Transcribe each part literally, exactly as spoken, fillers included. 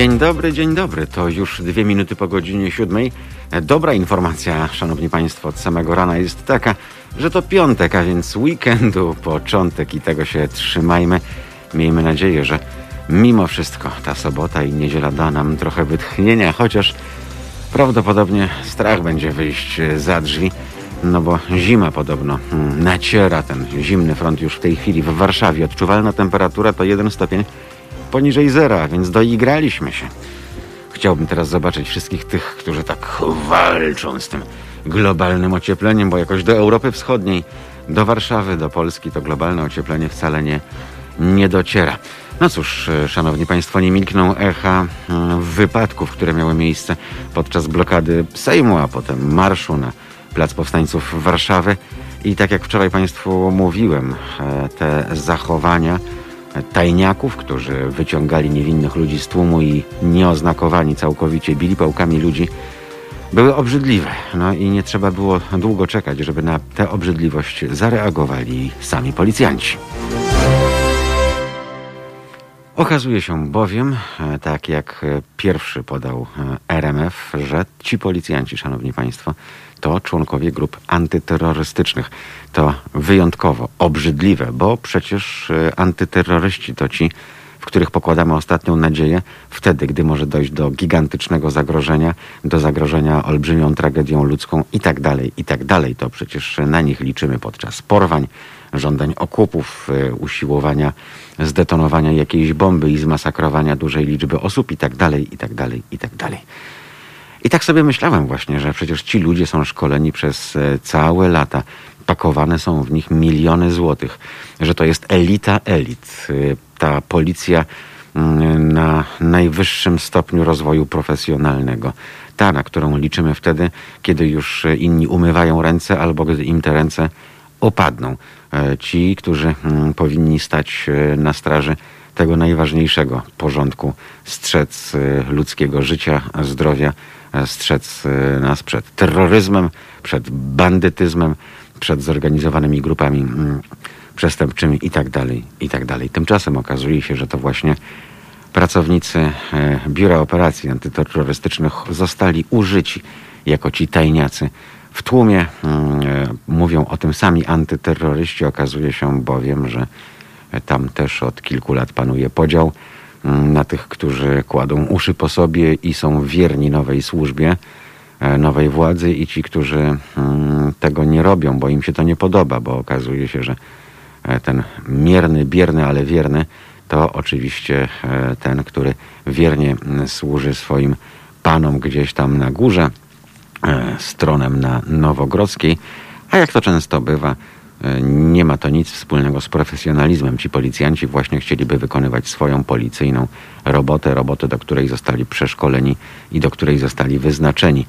Dzień dobry, dzień dobry. To już dwie minuty po godzinie siódmej. Dobra informacja, szanowni państwo, od samego rana jest taka, że to piątek, a więc weekendu początek i tego się trzymajmy. Miejmy nadzieję, że mimo wszystko ta sobota i niedziela da nam trochę wytchnienia, chociaż prawdopodobnie strach będzie wyjść za drzwi, no bo zima podobno naciera, ten zimny front już w tej chwili w Warszawie. Odczuwalna temperatura to jeden stopień poniżej zera, więc doigraliśmy się. Chciałbym teraz zobaczyć wszystkich tych, którzy tak walczą z tym globalnym ociepleniem, bo jakoś do Europy Wschodniej, do Warszawy, do Polski to globalne ocieplenie wcale nie, nie dociera. No cóż, szanowni państwo, nie milkną echa wypadków, które miały miejsce podczas blokady Sejmu, a potem marszu na Plac Powstańców Warszawy. I tak jak wczoraj państwu mówiłem, te zachowania tajniaków, którzy wyciągali niewinnych ludzi z tłumu i nieoznakowani całkowicie bili pałkami ludzi, były obrzydliwe. No i nie trzeba było długo czekać, żeby na tę obrzydliwość zareagowali sami policjanci. Okazuje się bowiem, tak jak pierwszy podał R M F, że ci policjanci, szanowni państwo, to członkowie grup antyterrorystycznych. To wyjątkowo obrzydliwe, bo przecież antyterroryści to ci, w których pokładamy ostatnią nadzieję, wtedy, gdy może dojść do gigantycznego zagrożenia, do zagrożenia olbrzymią tragedią ludzką i tak dalej, i tak dalej. To przecież na nich liczymy podczas porwań, żądań okupów, usiłowania zdetonowania jakiejś bomby i zmasakrowania dużej liczby osób i tak dalej, i tak dalej, i tak dalej. I tak sobie myślałem właśnie, że przecież ci ludzie są szkoleni przez całe lata, pakowane są w nich miliony złotych, że to jest elita elit. Ta policja na najwyższym stopniu rozwoju profesjonalnego. Ta, na którą liczymy wtedy, kiedy już inni umywają ręce albo gdy im te ręce opadną. Ci, którzy powinni stać na straży tego najważniejszego porządku, strzec ludzkiego życia, zdrowia, strzec nas przed terroryzmem, przed bandytyzmem, przed zorganizowanymi grupami przestępczymi i tak dalej, i tak dalej. Tymczasem okazuje się, że to właśnie pracownicy Biura Operacji Antyterrorystycznych zostali użyci jako ci tajniacy. W tłumie mówią o tym sami antyterroryści. Okazuje się bowiem, że tam też od kilku lat panuje podział na tych, którzy kładą uszy po sobie i są wierni nowej służbie, nowej władzy, i ci, którzy tego nie robią, bo im się to nie podoba, bo okazuje się, że ten mierny, bierny, ale wierny to oczywiście ten, który wiernie służy swoim panom gdzieś tam na górze, stronem na Nowogrodzkiej, a jak to często bywa, nie ma to nic wspólnego z profesjonalizmem. Ci policjanci właśnie chcieliby wykonywać swoją policyjną robotę, robotę, do której zostali przeszkoleni i do której zostali wyznaczeni.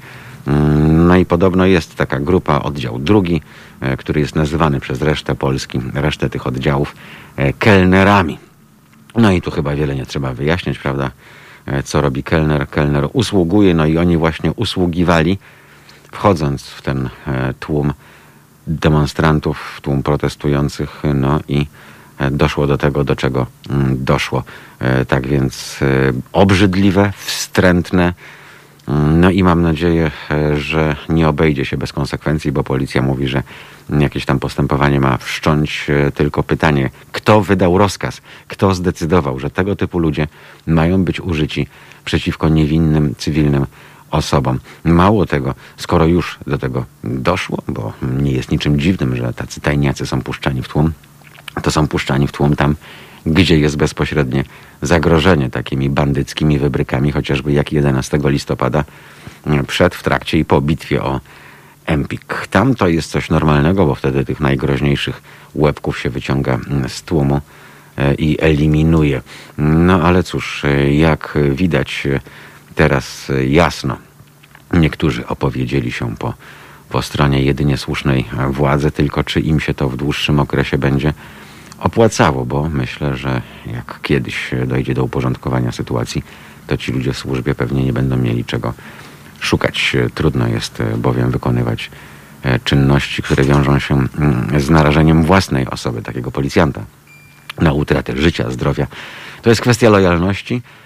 No i podobno jest taka grupa, oddział drugi, który jest nazywany przez resztę Polski, resztę tych oddziałów kelnerami. No i tu chyba wiele nie trzeba wyjaśniać, prawda? Co robi kelner? Kelner usługuje, no i oni właśnie usługiwali, wchodząc w ten tłum demonstrantów, w tłum protestujących, no i doszło do tego, do czego doszło. Tak więc obrzydliwe, wstrętne, no i mam nadzieję, że nie obejdzie się bez konsekwencji, bo policja mówi, że jakieś tam postępowanie ma wszcząć. Tylko pytanie, kto wydał rozkaz? Kto zdecydował, że tego typu ludzie mają być użyci przeciwko niewinnym, cywilnym osobom? Mało tego, skoro już do tego doszło, bo nie jest niczym dziwnym, że tacy tajniacy są puszczani w tłum, to są puszczani w tłum tam, gdzie jest bezpośrednie zagrożenie takimi bandyckimi wybrykami, chociażby jak jedenastego listopada przed, w trakcie i po bitwie o Empik. Tam to jest coś normalnego, bo wtedy tych najgroźniejszych łebków się wyciąga z tłumu i eliminuje. No ale cóż, jak widać teraz jasno, niektórzy opowiedzieli się po, po stronie jedynie słusznej władzy, tylko czy im się to w dłuższym okresie będzie opłacało, bo myślę, że jak kiedyś dojdzie do uporządkowania sytuacji, to ci ludzie w służbie pewnie nie będą mieli czego szukać. Trudno jest bowiem wykonywać czynności, które wiążą się z narażeniem własnej osoby, takiego policjanta, na utratę życia, zdrowia. To jest kwestia lojalności, to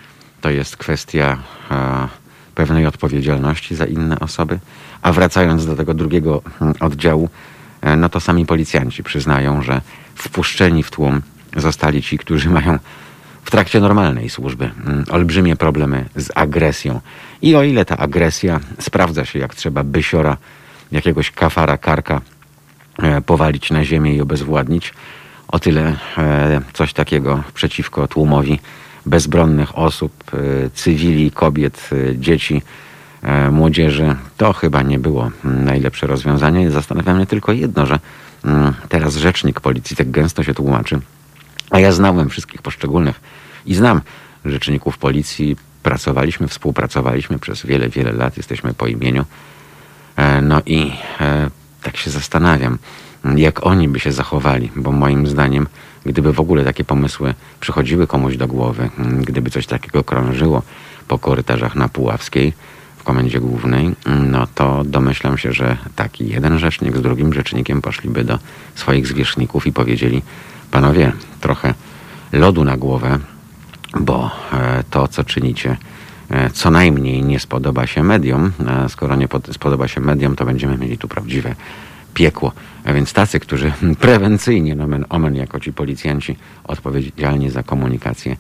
to jest kwestia pewnej odpowiedzialności za inne osoby. A wracając do tego drugiego oddziału, no to sami policjanci przyznają, że wpuszczeni w tłum zostali ci, którzy mają w trakcie normalnej służby olbrzymie problemy z agresją. I o ile ta agresja sprawdza się, jak trzeba bysiora, jakiegoś kafara, karka powalić na ziemię i obezwładnić, o tyle coś takiego przeciwko tłumowi bezbronnych osób, cywili, kobiet, dzieci, młodzieży, to chyba nie było najlepsze rozwiązanie. Zastanawia mnie tylko jedno, że teraz rzecznik policji tak gęsto się tłumaczy, a ja znałem wszystkich poszczególnych i znam rzeczników policji, pracowaliśmy, współpracowaliśmy przez wiele, wiele lat, jesteśmy po imieniu. No i tak się zastanawiam, jak oni by się zachowali, bo moim zdaniem, gdyby w ogóle takie pomysły przychodziły komuś do głowy, gdyby coś takiego krążyło po korytarzach na Puławskiej, w Komendzie Głównej, no to domyślam się, że taki jeden rzecznik z drugim rzecznikiem poszliby do swoich zwierzchników i powiedzieli: panowie, trochę lodu na głowę, bo to, co czynicie, co najmniej nie spodoba się mediom. A skoro nie spodoba się mediom, to będziemy mieli tu prawdziwe piekło. A więc tacy, którzy prewencyjnie, nomen omen, jako ci policjanci odpowiedzialni za komunikację,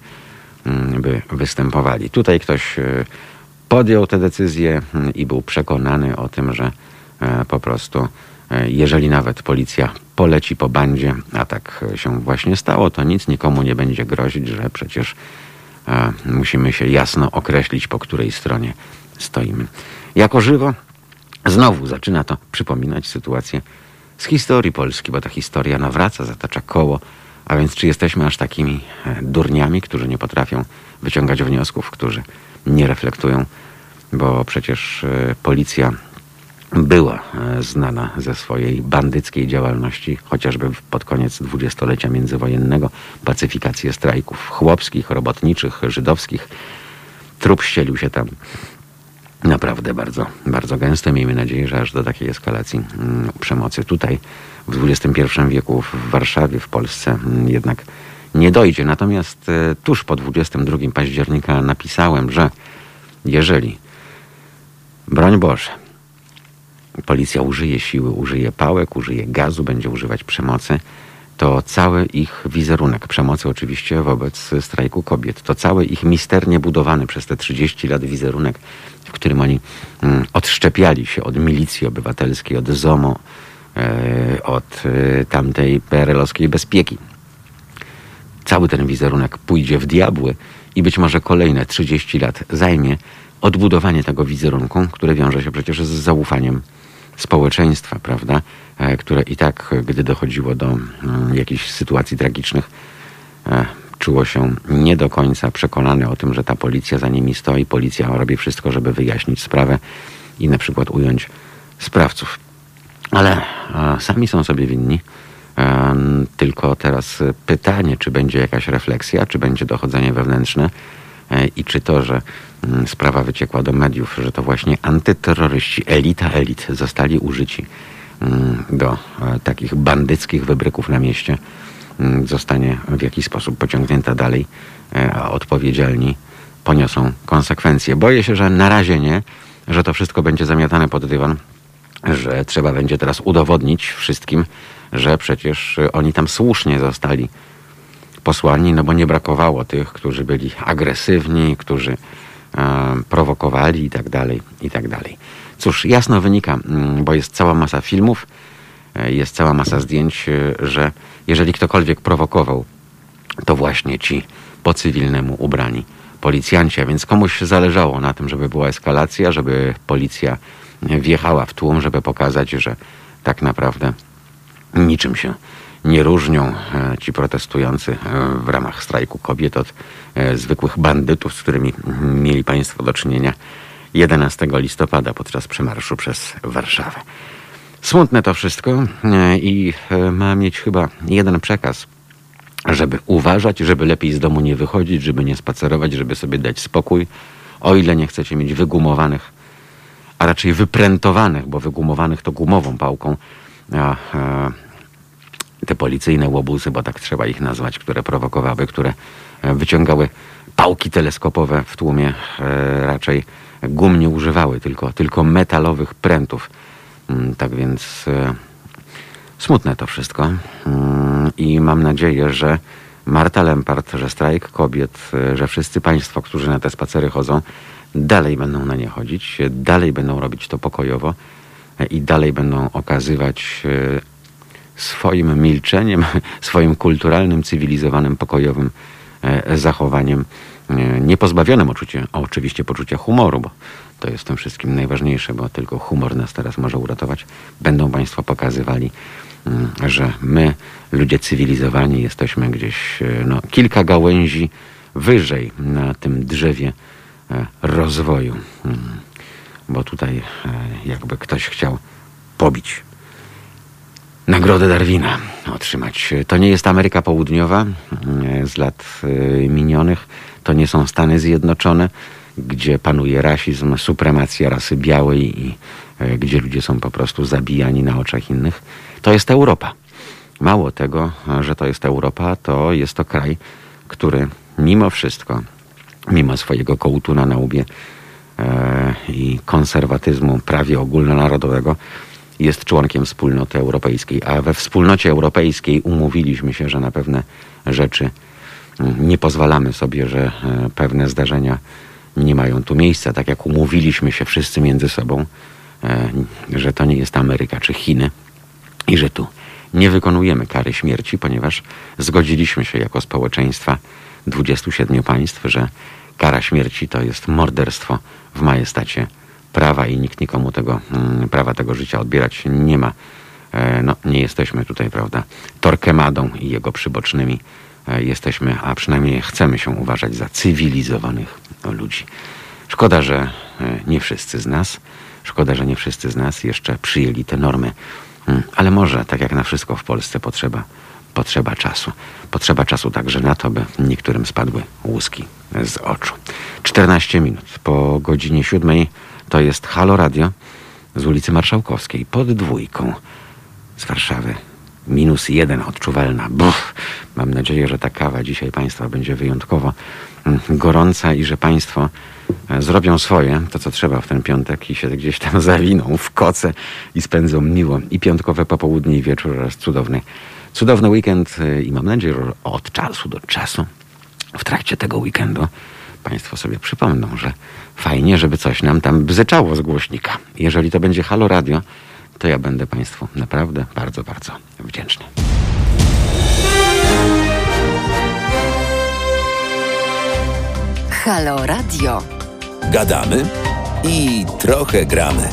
by występowali. Tutaj ktoś podjął tę decyzję i był przekonany o tym, że po prostu jeżeli nawet policja poleci po bandzie, a tak się właśnie stało, to nic nikomu nie będzie grozić, że przecież musimy się jasno określić, po której stronie stoimy. Jako żywo znowu zaczyna to przypominać sytuację z historii Polski, bo ta historia nawraca, zatacza koło. A więc czy jesteśmy aż takimi durniami, którzy nie potrafią wyciągać wniosków, którzy nie reflektują, bo przecież policja była znana ze swojej bandyckiej działalności, chociażby pod koniec dwudziestolecia międzywojennego, pacyfikację strajków chłopskich, robotniczych, żydowskich. Trup ścielił się tam naprawdę bardzo, bardzo gęsto. Miejmy nadzieję, że aż do takiej eskalacji mm, przemocy tutaj w dwudziestym pierwszym wieku w Warszawie, w Polsce mm, jednak nie dojdzie. Natomiast e, tuż po dwudziestego drugiego października napisałem, że jeżeli, broń Boże, policja użyje siły, użyje pałek, użyje gazu, będzie używać przemocy, to cały ich wizerunek przemocy oczywiście wobec strajku kobiet, to cały ich misternie budowany przez te trzydzieści lat wizerunek, w którym oni mm, odszczepiali się od milicji obywatelskiej, od ZOMO, e, od e, tamtej P R L-owskiej bezpieki. Cały ten wizerunek pójdzie w diabły i być może kolejne trzydzieści lat zajmie odbudowanie tego wizerunku, który wiąże się przecież z zaufaniem społeczeństwa, prawda? E, które i tak, gdy dochodziło do mm, jakichś sytuacji tragicznych, e, czuło się nie do końca przekonane o tym, że ta policja za nimi stoi. Policja robi wszystko, żeby wyjaśnić sprawę i na przykład ująć sprawców. Ale e, sami są sobie winni. E, tylko teraz pytanie, czy będzie jakaś refleksja, czy będzie dochodzenie wewnętrzne e, i czy to, że m, sprawa wyciekła do mediów, że to właśnie antyterroryści, elita elit zostali użyci m, do e, takich bandyckich wybryków na mieście, zostanie w jakiś sposób pociągnięta dalej, a odpowiedzialni poniosą konsekwencje. Boję się, że na razie nie, że to wszystko będzie zamiatane pod dywan, że trzeba będzie teraz udowodnić wszystkim, że przecież oni tam słusznie zostali posłani, no bo nie brakowało tych, którzy byli agresywni, którzy e, prowokowali i tak dalej, i tak dalej. Cóż, jasno wynika, bo jest cała masa filmów, jest cała masa zdjęć, że jeżeli ktokolwiek prowokował, to właśnie ci po cywilnemu ubrani policjanci. A więc komuś zależało na tym, żeby była eskalacja, żeby policja wjechała w tłum, żeby pokazać, że tak naprawdę niczym się nie różnią ci protestujący w ramach strajku kobiet od zwykłych bandytów, z którymi mieli państwo do czynienia jedenastego listopada podczas przemarszu przez Warszawę. Smutne to wszystko i ma mieć chyba jeden przekaz, żeby uważać, żeby lepiej z domu nie wychodzić, żeby nie spacerować, żeby sobie dać spokój, o ile nie chcecie mieć wygumowanych, a raczej wyprętowanych, bo wygumowanych to gumową pałką, a, a te policyjne łobuzy, bo tak trzeba ich nazwać, które prowokowały, które wyciągały pałki teleskopowe w tłumie raczej gum nie używały, tylko, tylko metalowych prętów. Tak więc smutne to wszystko i mam nadzieję, że Marta Lempart, że strajk kobiet, że wszyscy państwo, którzy na te spacery chodzą, dalej będą na nie chodzić, dalej będą robić to pokojowo i dalej będą okazywać swoim milczeniem, swoim kulturalnym, cywilizowanym, pokojowym zachowaniem, niepozbawionym oczywiście, oczywiście poczucia humoru, bo to jest w tym wszystkim najważniejsze, bo tylko humor nas teraz może uratować. Będą państwo pokazywali, że my, ludzie cywilizowani, jesteśmy gdzieś no, kilka gałęzi wyżej na tym drzewie rozwoju. Bo tutaj jakby ktoś chciał pobić Nagrodę Darwina otrzymać. To nie jest Ameryka Południowa z lat minionych. To nie są Stany Zjednoczone, gdzie panuje rasizm, supremacja rasy białej i gdzie ludzie są po prostu zabijani na oczach innych. To jest Europa. Mało tego, że to jest Europa, to jest to kraj, który mimo wszystko, mimo swojego kołtuna na łbie e, i konserwatyzmu prawie ogólnonarodowego, jest członkiem Wspólnoty Europejskiej. A we Wspólnocie Europejskiej umówiliśmy się, że na pewne rzeczy nie pozwalamy sobie, że pewne zdarzenia nie mają tu miejsca, tak jak umówiliśmy się wszyscy między sobą, że to nie jest Ameryka czy Chiny i że tu nie wykonujemy kary śmierci, ponieważ zgodziliśmy się jako społeczeństwa dwudziestu siedmiu państw, że kara śmierci to jest morderstwo w majestacie prawa i nikt nikomu tego prawa tego życia odbierać nie ma. No, nie jesteśmy tutaj, prawda, Torquemadą i jego przybocznymi. Jesteśmy, a przynajmniej chcemy się uważać za cywilizowanych ludzi. Szkoda, że nie wszyscy z nas, szkoda, że nie wszyscy z nas jeszcze przyjęli te normy. Ale może, tak jak na wszystko w Polsce, potrzeba, potrzeba czasu. Potrzeba czasu także na to, by niektórym spadły łuski z oczu. czternaście minut po godzinie siódmej to jest Halo Radio z ulicy Marszałkowskiej pod dwójką z Warszawy. Minus jeden odczuwalna. Buch. Mam nadzieję, że ta kawa dzisiaj państwa będzie wyjątkowo gorąca i że państwo zrobią swoje, to co trzeba w ten piątek i się gdzieś tam zawiną w koce i spędzą miło i piątkowe popołudnie i wieczór oraz cudowny, cudowny weekend i mam nadzieję, że od czasu do czasu w trakcie tego weekendu państwo sobie przypomną, że fajnie, żeby coś nam tam bzyczało z głośnika. Jeżeli to będzie Halo Radio, to ja będę państwu naprawdę bardzo, bardzo wdzięczny. Halo Radio. Gadamy i trochę gramy.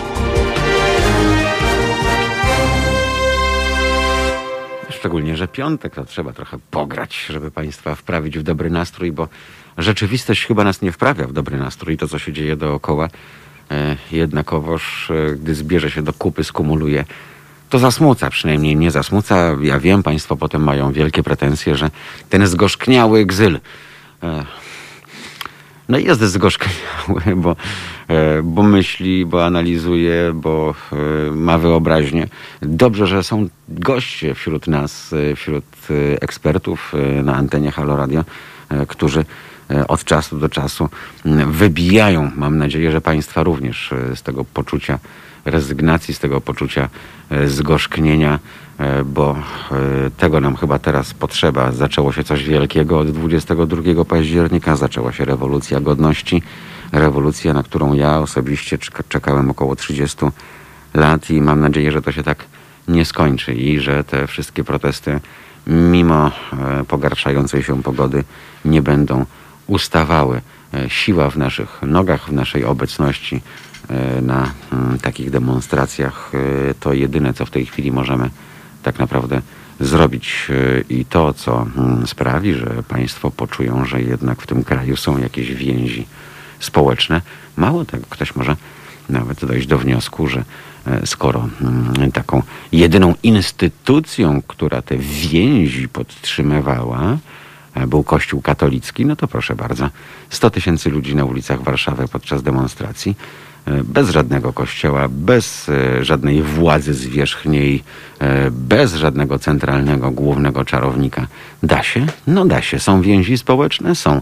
Szczególnie, że piątek to trzeba trochę pograć, żeby państwa wprawić w dobry nastrój, bo rzeczywistość chyba nas nie wprawia w dobry nastrój. To, co się dzieje dookoła, e, jednakowoż, e, gdy zbierze się do kupy, skumuluje, to zasmuca, przynajmniej mnie zasmuca. Ja wiem, państwo potem mają wielkie pretensje, że ten zgorzkniały gzyl e, no jest zgorzkniały, bo, e, bo myśli, bo analizuje, bo e, ma wyobraźnię. Dobrze, że są goście wśród nas, e, wśród e, ekspertów e, na antenie Halo Radio, e, którzy e, od czasu do czasu m, wybijają, mam nadzieję, że państwa również e, z tego poczucia rezygnacji, z tego poczucia e, zgorzknienia, e, bo e, tego nam chyba teraz potrzeba. Zaczęło się coś wielkiego od dwudziestego drugiego października, zaczęła się rewolucja godności, rewolucja, na którą ja osobiście czekałem około trzydziestu lat i mam nadzieję, że to się tak nie skończy i że te wszystkie protesty, mimo e, pogarszającej się pogody, nie będą ustawały. E, siła w naszych nogach, w naszej obecności na takich demonstracjach to jedyne, co w tej chwili możemy tak naprawdę zrobić i to, co sprawi, że państwo poczują, że jednak w tym kraju są jakieś więzi społeczne. Mało tego, ktoś może nawet dojść do wniosku, że skoro taką jedyną instytucją, która te więzi podtrzymywała, był Kościół katolicki, no to proszę bardzo, sto tysięcy ludzi na ulicach Warszawy podczas demonstracji, bez żadnego kościoła, bez żadnej władzy zwierzchniej, bez żadnego centralnego, głównego czarownika. Da się? No da się. Są więzi społeczne? Są.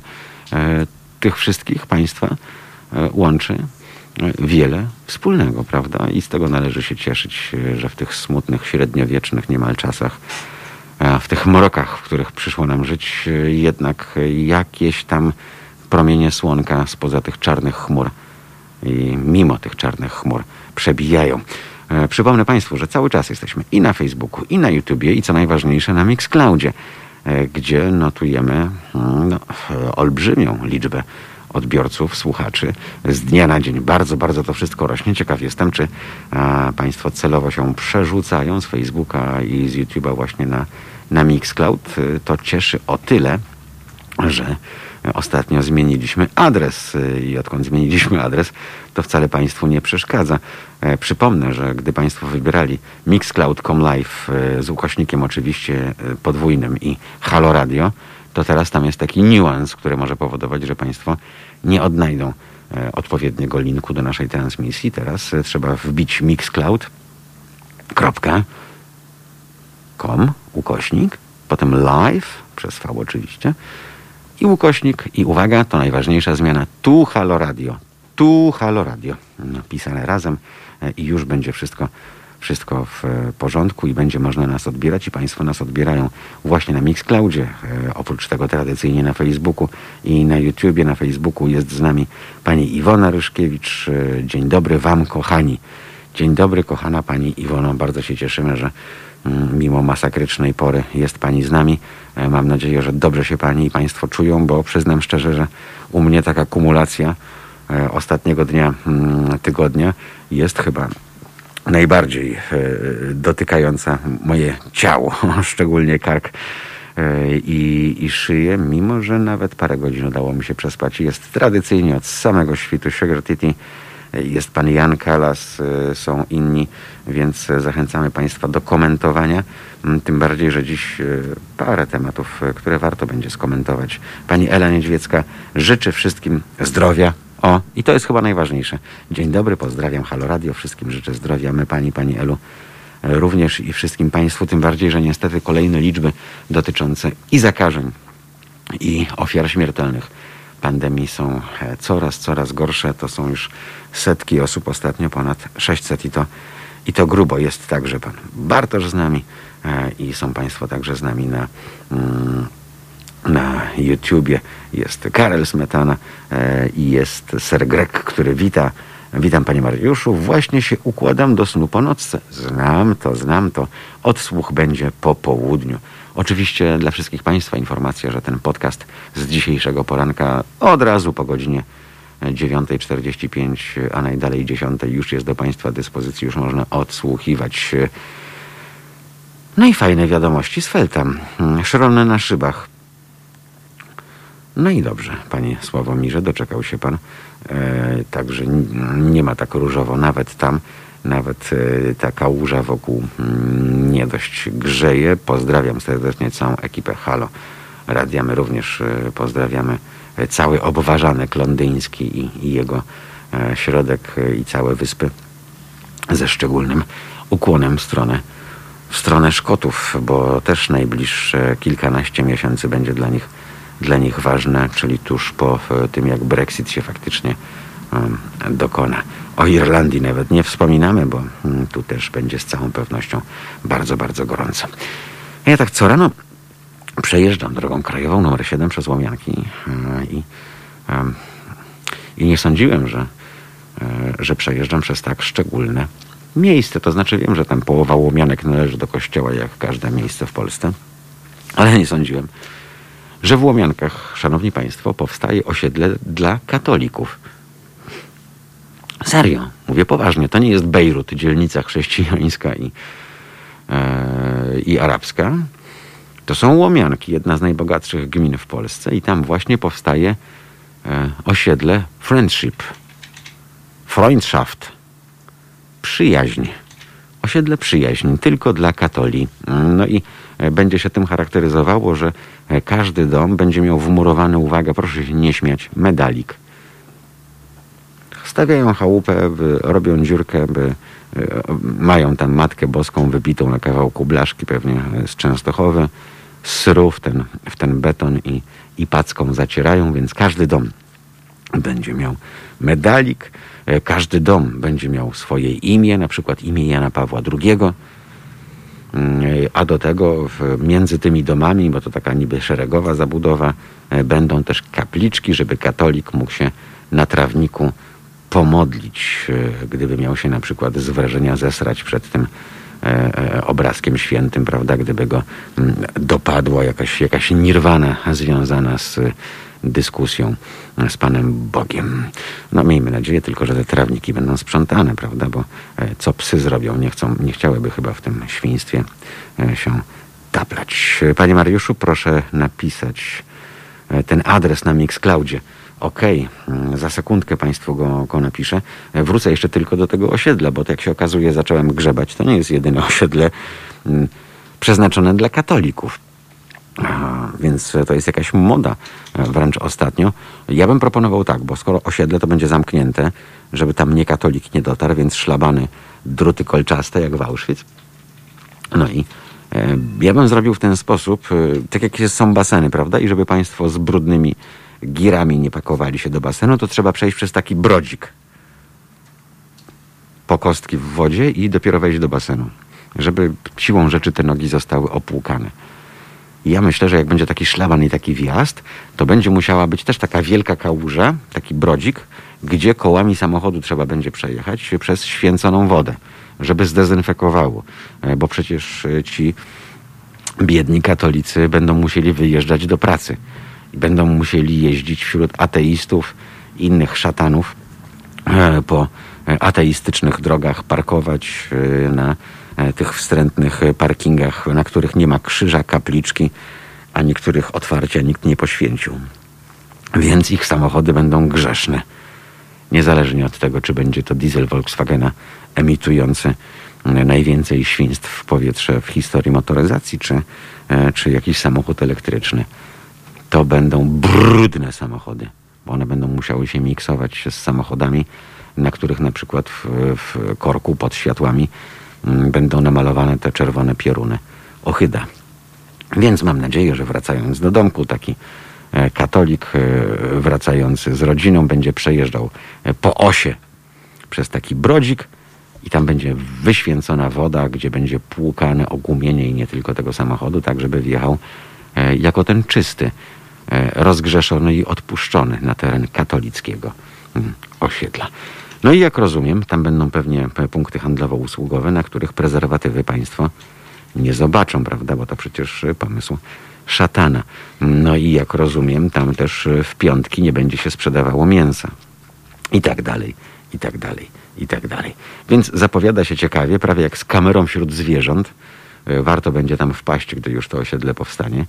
tych wszystkich państwa łączy wiele wspólnego, prawda? I z tego należy się cieszyć, że w tych smutnych, średniowiecznych niemal czasach, w tych mrokach, w których przyszło nam żyć, jednak jakieś tam promienie słonka spoza tych czarnych chmur i mimo tych czarnych chmur przebijają. Przypomnę Państwu, że cały czas jesteśmy i na Facebooku, i na YouTubie, i co najważniejsze na Mixcloudzie, gdzie notujemy no, olbrzymią liczbę odbiorców, słuchaczy. Z dnia na dzień bardzo, bardzo to wszystko rośnie. Ciekaw jestem, czy a, Państwo celowo się przerzucają z Facebooka i z YouTube'a właśnie na, na Mixcloud. To cieszy o tyle, że ostatnio zmieniliśmy adres i odkąd zmieniliśmy adres, to wcale Państwu nie przeszkadza. E, przypomnę, że gdy Państwo wybierali mixcloud kropka com live e, z ukośnikiem oczywiście e, podwójnym i Halo Radio, to teraz tam jest taki niuans, który może powodować, że Państwo nie odnajdą e, odpowiedniego linku do naszej transmisji. Teraz e, trzeba wbić mixcloud kropka com ukośnik, potem live przez V oczywiście, i ukośnik, i uwaga, to najważniejsza zmiana, tu Halo Radio, tu Halo Radio, napisane razem i już będzie wszystko, wszystko w porządku i będzie można nas odbierać i Państwo nas odbierają właśnie na Mixcloudzie, oprócz tego tradycyjnie na Facebooku i na YouTubie. Na Facebooku jest z nami pani Iwona Ryszkiewicz. Dzień dobry Wam, kochani. Dzień dobry, kochana pani Iwono, bardzo się cieszymy, że mimo masakrycznej pory jest Pani z nami. Mam nadzieję, że dobrze się Pani i Państwo czują, bo przyznam szczerze, że u mnie taka kumulacja ostatniego dnia tygodnia jest chyba najbardziej dotykająca moje ciało, szczególnie kark i, i szyję, mimo że nawet parę godzin udało mi się przespać. Jest tradycyjnie od samego świtu Sugar Titty. Jest pan Jan Kalas, są inni, więc zachęcamy Państwa do komentowania. Tym bardziej, że dziś parę tematów, które warto będzie skomentować. Pani Ela Niedźwiecka życzy wszystkim zdrowia. O, i to jest chyba najważniejsze. Dzień dobry, pozdrawiam Halo Radio, wszystkim życzę zdrowia. My Pani, Pani Elu również i wszystkim Państwu. Tym bardziej, że niestety kolejne liczby dotyczące i zakażeń, i ofiar śmiertelnych pandemii są coraz, coraz gorsze. To są już setki osób, ostatnio ponad sześćset i to, i to grubo. Jest także pan Bartosz z nami e, i są Państwo także z nami na, mm, na YouTubie. Jest Karel Smetana e, i jest Ser Grek, który wita. Witam Panie Mariuszu, właśnie się układam do snu po nocce. Znam to, znam to. Odsłuch będzie po południu. Oczywiście dla wszystkich Państwa informacja, że ten podcast z dzisiejszego poranka od razu po godzinie dziewiąta czterdzieści pięć, a najdalej dziesiąta już jest do Państwa dyspozycji, już można odsłuchiwać. No i fajne wiadomości z Felta. Szrony na szybach. No i dobrze, Panie Sławomirze, doczekał się Pan. E, także nie ma tak różowo nawet tam. Nawet e, ta kałuża wokół m, nie dość grzeje. Pozdrawiam serdecznie całą ekipę Halo Radia. My również e, pozdrawiamy cały obwarzanek londyński i, i jego e, środek e, i całe wyspy ze szczególnym ukłonem w stronę, w stronę Szkotów, bo też najbliższe kilkanaście miesięcy będzie dla nich, dla nich ważne, czyli tuż po e, tym, jak Brexit się faktycznie e, dokona. O Irlandii nawet nie wspominamy, bo mm, tu też będzie z całą pewnością bardzo, bardzo gorąco. Ja tak co rano przejeżdżam drogą krajową numer siedem przez Łomianki yy, i, yy, i nie sądziłem, że, yy, że przejeżdżam przez tak szczególne miejsce. To znaczy wiem, że tam połowa Łomianek należy do kościoła, jak każde miejsce w Polsce, ale nie sądziłem, że w Łomiankach, szanowni państwo, powstaje osiedle dla katolików. Serio, mówię poważnie, to nie jest Bejrut, dzielnica chrześcijańska i, yy, i arabska. To są Łomianki, jedna z najbogatszych gmin w Polsce i tam właśnie powstaje e, osiedle Friendship, Freundschaft, przyjaźń, osiedle przyjaźń, tylko dla katoli. No i e, będzie się tym charakteryzowało, że e, każdy dom będzie miał wmurowany, uwaga, proszę się nie śmiać, medalik. Stawiają chałupę, by, robią dziurkę, by, e, mają tam Matkę Boską wypitą na kawałku blaszki, pewnie z Częstochowy, sru w ten, w ten beton i, i packą zacierają, więc każdy dom będzie miał medalik, każdy dom będzie miał swoje imię, na przykład imię Jana Pawła drugiego, a do tego między tymi domami, bo to taka niby szeregowa zabudowa, będą też kapliczki, żeby katolik mógł się na trawniku pomodlić, gdyby miał się na przykład z wrażenia zesrać przed tym obrazkiem świętym, prawda, gdyby go dopadła jakaś, jakaś nirwana związana z dyskusją z Panem Bogiem. No miejmy nadzieję tylko, że te trawniki będą sprzątane, prawda, bo co psy zrobią, nie chcą, nie chciałyby chyba w tym świństwie się taplać. Panie Mariuszu, proszę napisać ten adres na Mixcloudzie. Okej, okay. Za sekundkę Państwu go, go napiszę. Wrócę jeszcze tylko do tego osiedla, bo to jak się okazuje zacząłem grzebać. To nie jest jedyne osiedle m, przeznaczone dla katolików. A, więc to jest jakaś moda wręcz ostatnio. Ja bym proponował tak, bo skoro osiedle to będzie zamknięte, żeby tam nie katolik nie dotarł, więc szlabany, druty kolczaste jak w Auschwitz. No i e, ja bym zrobił w ten sposób, e, tak jak jest, są baseny, prawda? I żeby Państwo z brudnymi girami nie pakowali się do basenu, to trzeba przejść przez taki brodzik po kostki w wodzie i dopiero wejść do basenu, żeby siłą rzeczy te nogi zostały opłukane. I ja myślę, że jak będzie taki szlaban i taki wjazd, to będzie musiała być też taka wielka kałuża, taki brodzik, gdzie kołami samochodu trzeba będzie przejechać przez święconą wodę, żeby zdezynfekowało, bo przecież ci biedni katolicy będą musieli wyjeżdżać do pracy. Będą musieli jeździć wśród ateistów, innych szatanów po ateistycznych drogach, parkować na tych wstrętnych parkingach, na których nie ma krzyża, kapliczki, ani których otwarcia nikt nie poświęcił. Więc ich samochody będą grzeszne. Niezależnie od tego, czy będzie to diesel Volkswagena emitujący najwięcej świństw w powietrze w historii motoryzacji, czy, czy jakiś samochód elektryczny. To będą brudne samochody, bo one będą musiały się miksować się z samochodami, na których na przykład w, w korku pod światłami będą namalowane te czerwone pioruny ohyda. Więc mam nadzieję, że wracając do domku, taki katolik wracający z rodziną będzie przejeżdżał po osie przez taki brodzik i tam będzie wyświęcona woda, gdzie będzie płukane ogumienie i nie tylko tego samochodu, tak żeby wjechał jako ten czysty, rozgrzeszony i odpuszczony na teren katolickiego osiedla. No i jak rozumiem, tam będą pewnie punkty handlowo-usługowe, na których prezerwatywy Państwo nie zobaczą, prawda, bo to przecież pomysł szatana. No i jak rozumiem, tam też w piątki nie będzie się sprzedawało mięsa. I tak dalej, i tak dalej, i tak dalej. Więc zapowiada się ciekawie, prawie jak z kamerą wśród zwierząt. Warto będzie tam wpaść, gdy już to osiedle powstanie.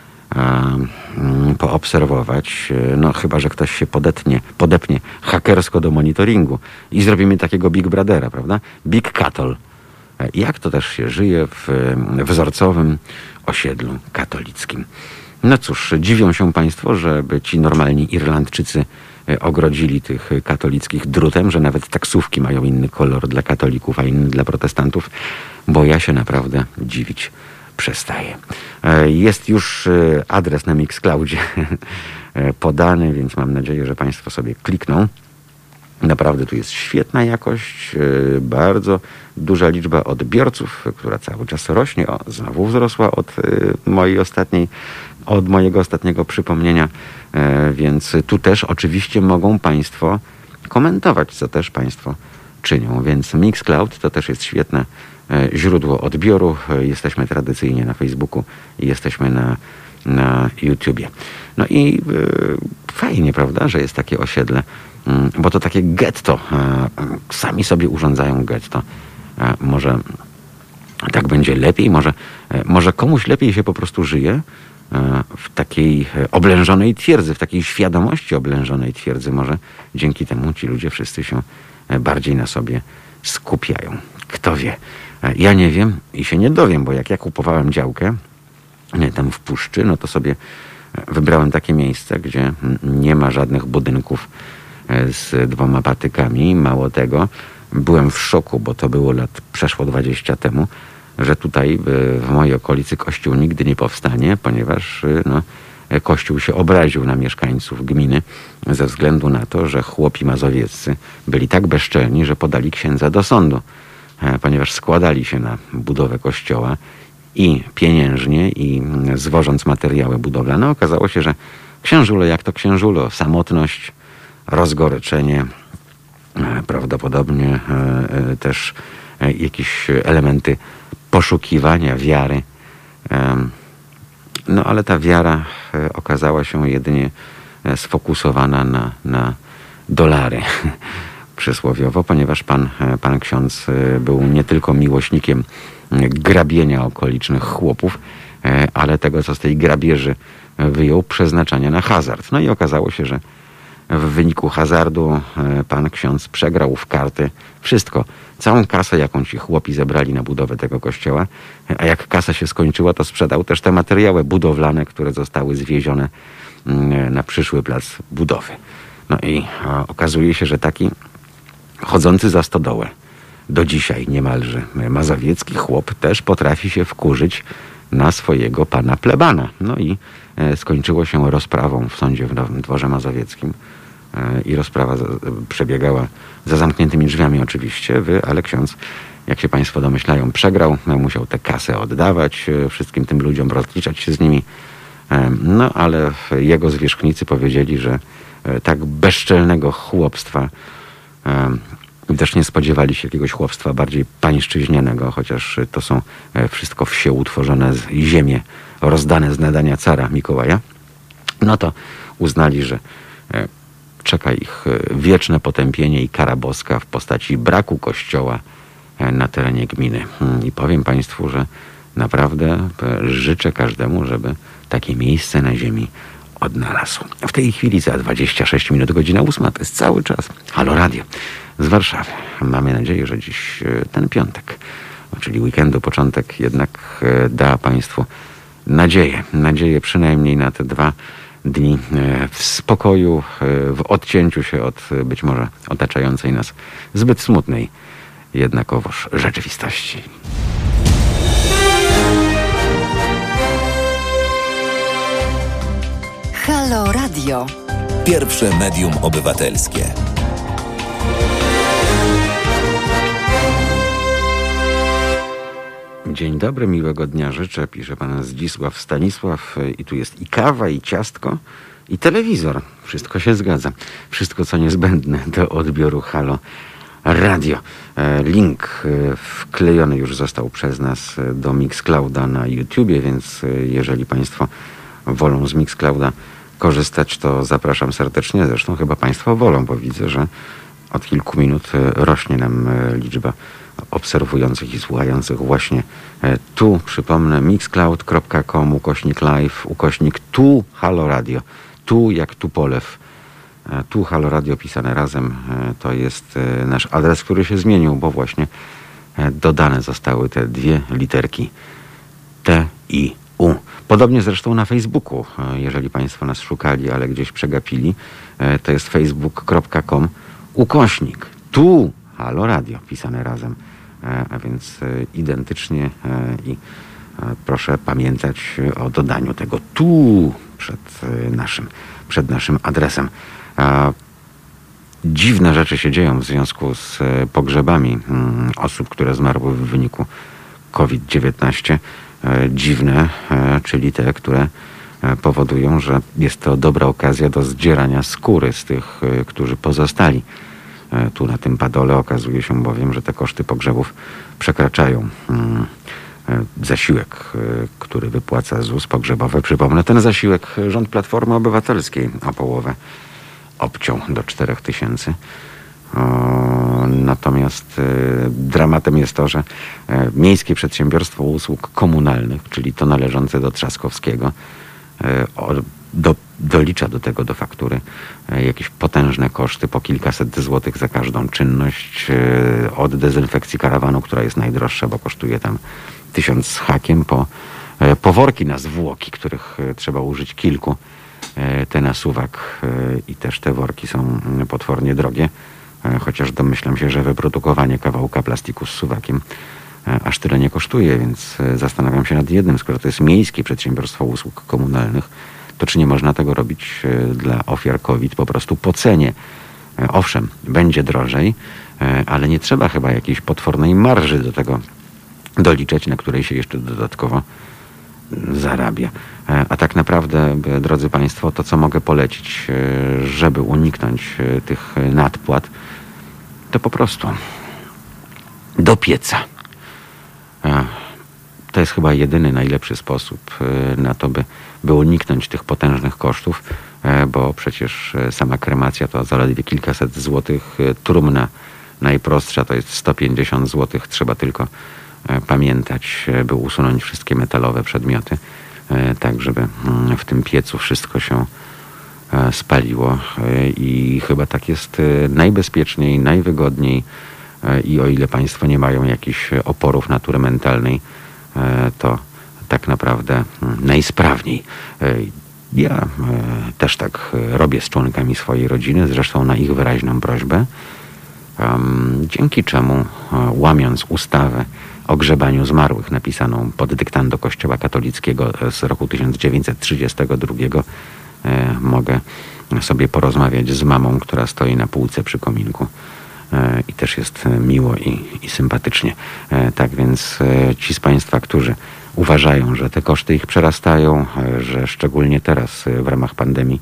Poobserwować, no chyba, że ktoś się podetnie, podepnie hakersko do monitoringu i zrobimy takiego Big Brothera, prawda? Big Cattle. Jak to też się żyje w wzorcowym osiedlu katolickim. No cóż, dziwią się Państwo, żeby ci normalni Irlandczycy ogrodzili tych katolickich drutem, że nawet taksówki mają inny kolor dla katolików, a inny dla protestantów, bo ja się naprawdę dziwić przestaję. Jest już adres na Mixcloudzie podany, więc mam nadzieję, że Państwo sobie klikną. Naprawdę tu jest świetna jakość, bardzo duża liczba odbiorców, która cały czas rośnie. O, znowu wzrosła od mojej ostatniej, od mojego ostatniego przypomnienia, więc tu też oczywiście mogą Państwo komentować, co też Państwo czynią. Więc Mixcloud to też jest świetne źródło odbioru. Jesteśmy tradycyjnie na Facebooku i jesteśmy na, na YouTubie. No i yy, fajnie, prawda, że jest takie osiedle, yy, bo to takie getto. Yy, sami sobie urządzają getto. Yy, może tak będzie lepiej, może, yy, może komuś lepiej się po prostu żyje yy, w takiej oblężonej twierdzy, w takiej świadomości oblężonej twierdzy. Może dzięki temu ci ludzie wszyscy się bardziej na sobie skupiają. Kto wie. Ja nie wiem i się nie dowiem, bo jak ja kupowałem działkę tam w puszczy, no to sobie wybrałem takie miejsce, gdzie nie ma żadnych budynków z dwoma patykami. Mało tego, byłem w szoku, bo to było lat przeszło dwadzieścia temu, że tutaj w mojej okolicy kościół nigdy nie powstanie, ponieważ no, Kościół się obraził na mieszkańców gminy ze względu na to, że chłopi mazowieccy byli tak bezczelni, że podali księdza do sądu, ponieważ składali się na budowę kościoła i pieniężnie, i zwożąc materiały budowlane. Okazało się, że księżulo jak to księżulo, samotność, rozgoryczenie, prawdopodobnie też jakieś elementy poszukiwania wiary. No ale ta wiara okazała się jedynie sfokusowana na, na dolary przysłowiowo, ponieważ pan, pan ksiądz był nie tylko miłośnikiem grabienia okolicznych chłopów, ale tego, co z tej grabieży wyjął, przeznaczania na hazard. No i okazało się, że w wyniku hazardu pan ksiądz przegrał w karty wszystko. Całą kasę, jaką ci chłopi zebrali na budowę tego kościoła, a jak kasa się skończyła, to sprzedał też te materiały budowlane, które zostały zwiezione na przyszły plac budowy. No i okazuje się, że taki chodzący za stodołę do dzisiaj niemalże mazowiecki chłop też potrafi się wkurzyć na swojego pana plebana. No i skończyło się rozprawą w sądzie w Nowym Dworze Mazowieckim. I rozprawa przebiegała za zamkniętymi drzwiami oczywiście, ale ksiądz, jak się państwo domyślają, przegrał. Musiał tę kasę oddawać wszystkim tym ludziom, rozliczać się z nimi. No ale jego zwierzchnicy powiedzieli, że tak bezczelnego chłopstwa też nie spodziewali się, jakiegoś chłopstwa bardziej pańszczyźnianego, chociaż to są wszystko wsie utworzone z ziemię, rozdane z nadania cara Mikołaja. No to uznali, że czeka ich wieczne potępienie i kara boska w postaci braku kościoła na terenie gminy. I powiem państwu, że naprawdę życzę każdemu, żeby takie miejsce na ziemi odnalazł. W tej chwili za dwadzieścia sześć minut, godzina ósma, to jest cały czas Halo Radio z Warszawy. Mamy nadzieję, że dziś ten piątek, czyli weekendu początek, jednak da państwu nadzieję. Nadzieję przynajmniej na te dwa dni w spokoju, w odcięciu się od być może otaczającej nas zbyt smutnej jednakowoż rzeczywistości. Halo Radio. Pierwsze medium obywatelskie. Dzień dobry, miłego dnia życzę, pisze pan Zdzisław Stanisław. I tu jest i kawa, i ciastko, i telewizor. Wszystko się zgadza. Wszystko, co niezbędne do odbioru Halo Radio. Link wklejony już został przez nas do Mixclouda na YouTubie, więc jeżeli państwo wolą z Mixclouda korzystać, to zapraszam serdecznie. Zresztą chyba państwo wolą, bo widzę, że od kilku minut rośnie nam liczba obserwujących i słuchających właśnie tu, przypomnę, mixcloud kropka com, ukośnik live, ukośnik tu Halo Radio. Tu jak Tupolew. Tu Halo Radio pisane razem. To jest nasz adres, który się zmienił, bo właśnie dodane zostały te dwie literki T i U. Podobnie zresztą na Facebooku, jeżeli państwo nas szukali, ale gdzieś przegapili, to jest facebook kropka com ukośnik tu Halo Radio pisane razem, a więc identycznie i proszę pamiętać o dodaniu tego tu przed naszym, przed naszym adresem. Dziwne rzeczy się dzieją w związku z pogrzebami osób, które zmarły w wyniku kowid dziewiętnaście. Dziwne, czyli te, które powodują, że jest to dobra okazja do zdzierania skóry z tych, którzy pozostali. Tu na tym padole okazuje się bowiem, że te koszty pogrzebów przekraczają zasiłek, który wypłaca ZUS pogrzebowy. Przypomnę, ten zasiłek rząd Platformy Obywatelskiej o połowę obciął do czterech tysięcy. Natomiast dramatem jest to, że Miejskie Przedsiębiorstwo Usług Komunalnych, czyli to należące do Trzaskowskiego, do, dolicza do tego do faktury jakieś potężne koszty po kilkaset złotych za każdą czynność, od dezynfekcji karawanu, która jest najdroższa, bo kosztuje tam tysiąc z hakiem, po, po worki na zwłoki, których trzeba użyć kilku, te na suwak, i też te worki są potwornie drogie, chociaż domyślam się, że wyprodukowanie kawałka plastiku z suwakiem aż tyle nie kosztuje, więc zastanawiam się nad jednym, skoro to jest Miejskie Przedsiębiorstwo Usług Komunalnych, to czy nie można tego robić dla ofiar COVID po prostu po cenie? Owszem, będzie drożej, ale nie trzeba chyba jakiejś potwornej marży do tego doliczać, na której się jeszcze dodatkowo zarabia. A tak naprawdę, drodzy Państwo, to co mogę polecić, żeby uniknąć tych nadpłat, to po prostu do pieca. To jest chyba jedyny najlepszy sposób na to, by, by uniknąć tych potężnych kosztów, bo przecież sama kremacja to zaledwie kilkaset złotych. Trumna najprostsza to jest sto pięćdziesiąt złotych. Trzeba tylko pamiętać, by usunąć wszystkie metalowe przedmioty, tak żeby w tym piecu wszystko się spaliło. I chyba tak jest najbezpieczniej, najwygodniej. I o ile Państwo nie mają jakichś oporów natury mentalnej, to tak naprawdę najsprawniej. Ja też tak robię z członkami swojej rodziny, zresztą na ich wyraźną prośbę, dzięki czemu, łamiąc ustawę o grzebaniu zmarłych napisaną pod dyktando Kościoła katolickiego z roku tysiąc dziewięćset trzydziestego drugiego, mogę sobie porozmawiać z mamą, która stoi na półce przy kominku. I też jest miło i, i sympatycznie. Tak więc ci z Państwa, którzy uważają, że te koszty ich przerastają, że szczególnie teraz w ramach pandemii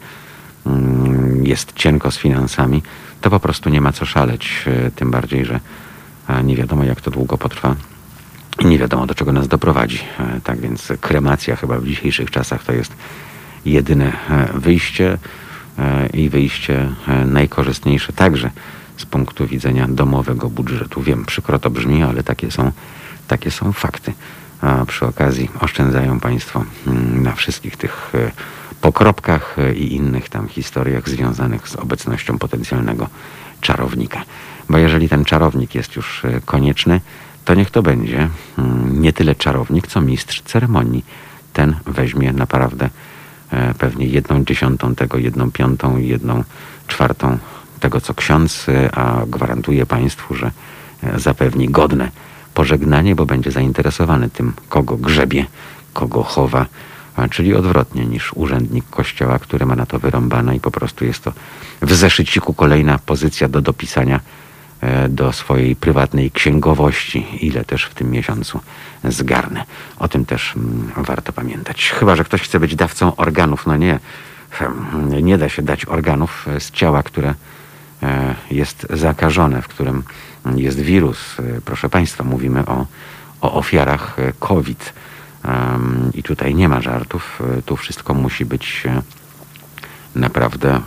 jest cienko z finansami, to po prostu nie ma co szaleć. Tym bardziej, że nie wiadomo, jak to długo potrwa i nie wiadomo, do czego nas doprowadzi. Tak więc kremacja chyba w dzisiejszych czasach to jest jedyne wyjście i wyjście najkorzystniejsze także z punktu widzenia domowego budżetu. Wiem, przykro to brzmi, ale takie są, takie są fakty. A przy okazji oszczędzają Państwo na wszystkich tych pokropkach i innych tam historiach związanych z obecnością potencjalnego czarownika. Bo jeżeli ten czarownik jest już konieczny, to niech to będzie nie tyle czarownik, co mistrz ceremonii. Ten weźmie naprawdę pewnie jedną dziesiątą tego, jedną piątą i jedną czwartą tego, co ksiądz, a gwarantuję Państwu, że zapewni godne pożegnanie, bo będzie zainteresowany tym, kogo grzebie, kogo chowa, czyli odwrotnie niż urzędnik kościoła, który ma na to wyrąbane i po prostu jest to w zeszyciku kolejna pozycja do dopisania do swojej prywatnej księgowości, ile też w tym miesiącu zgarnę. O tym też warto pamiętać. Chyba że ktoś chce być dawcą organów. No nie, nie da się dać organów z ciała, które jest zakażone, w którym jest wirus. Proszę Państwa, mówimy o, o ofiarach COVID. I tutaj nie ma żartów. Tu wszystko musi być naprawdę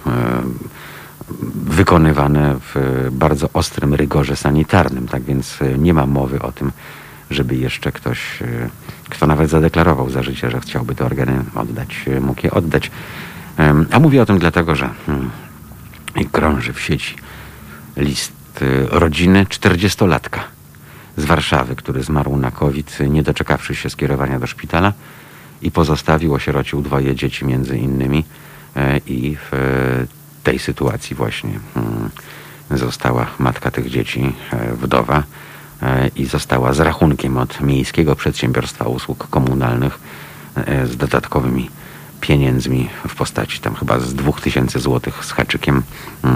wykonywane w bardzo ostrym rygorze sanitarnym. Tak więc nie ma mowy o tym, żeby jeszcze ktoś, kto nawet zadeklarował za życia, że chciałby te organy oddać, mógł je oddać. A mówię o tym dlatego, że krąży w sieci list rodziny czterdziestolatka z Warszawy, który zmarł na COVID, nie doczekawszy się skierowania do szpitala i pozostawił, osierocił dwoje dzieci między innymi i w tej sytuacji właśnie została matka tych dzieci, wdowa, i została z rachunkiem od Miejskiego Przedsiębiorstwa Usług Komunalnych z dodatkowymi pieniędzmi w postaci tam chyba z dwóch tysięcy złotych z haczykiem.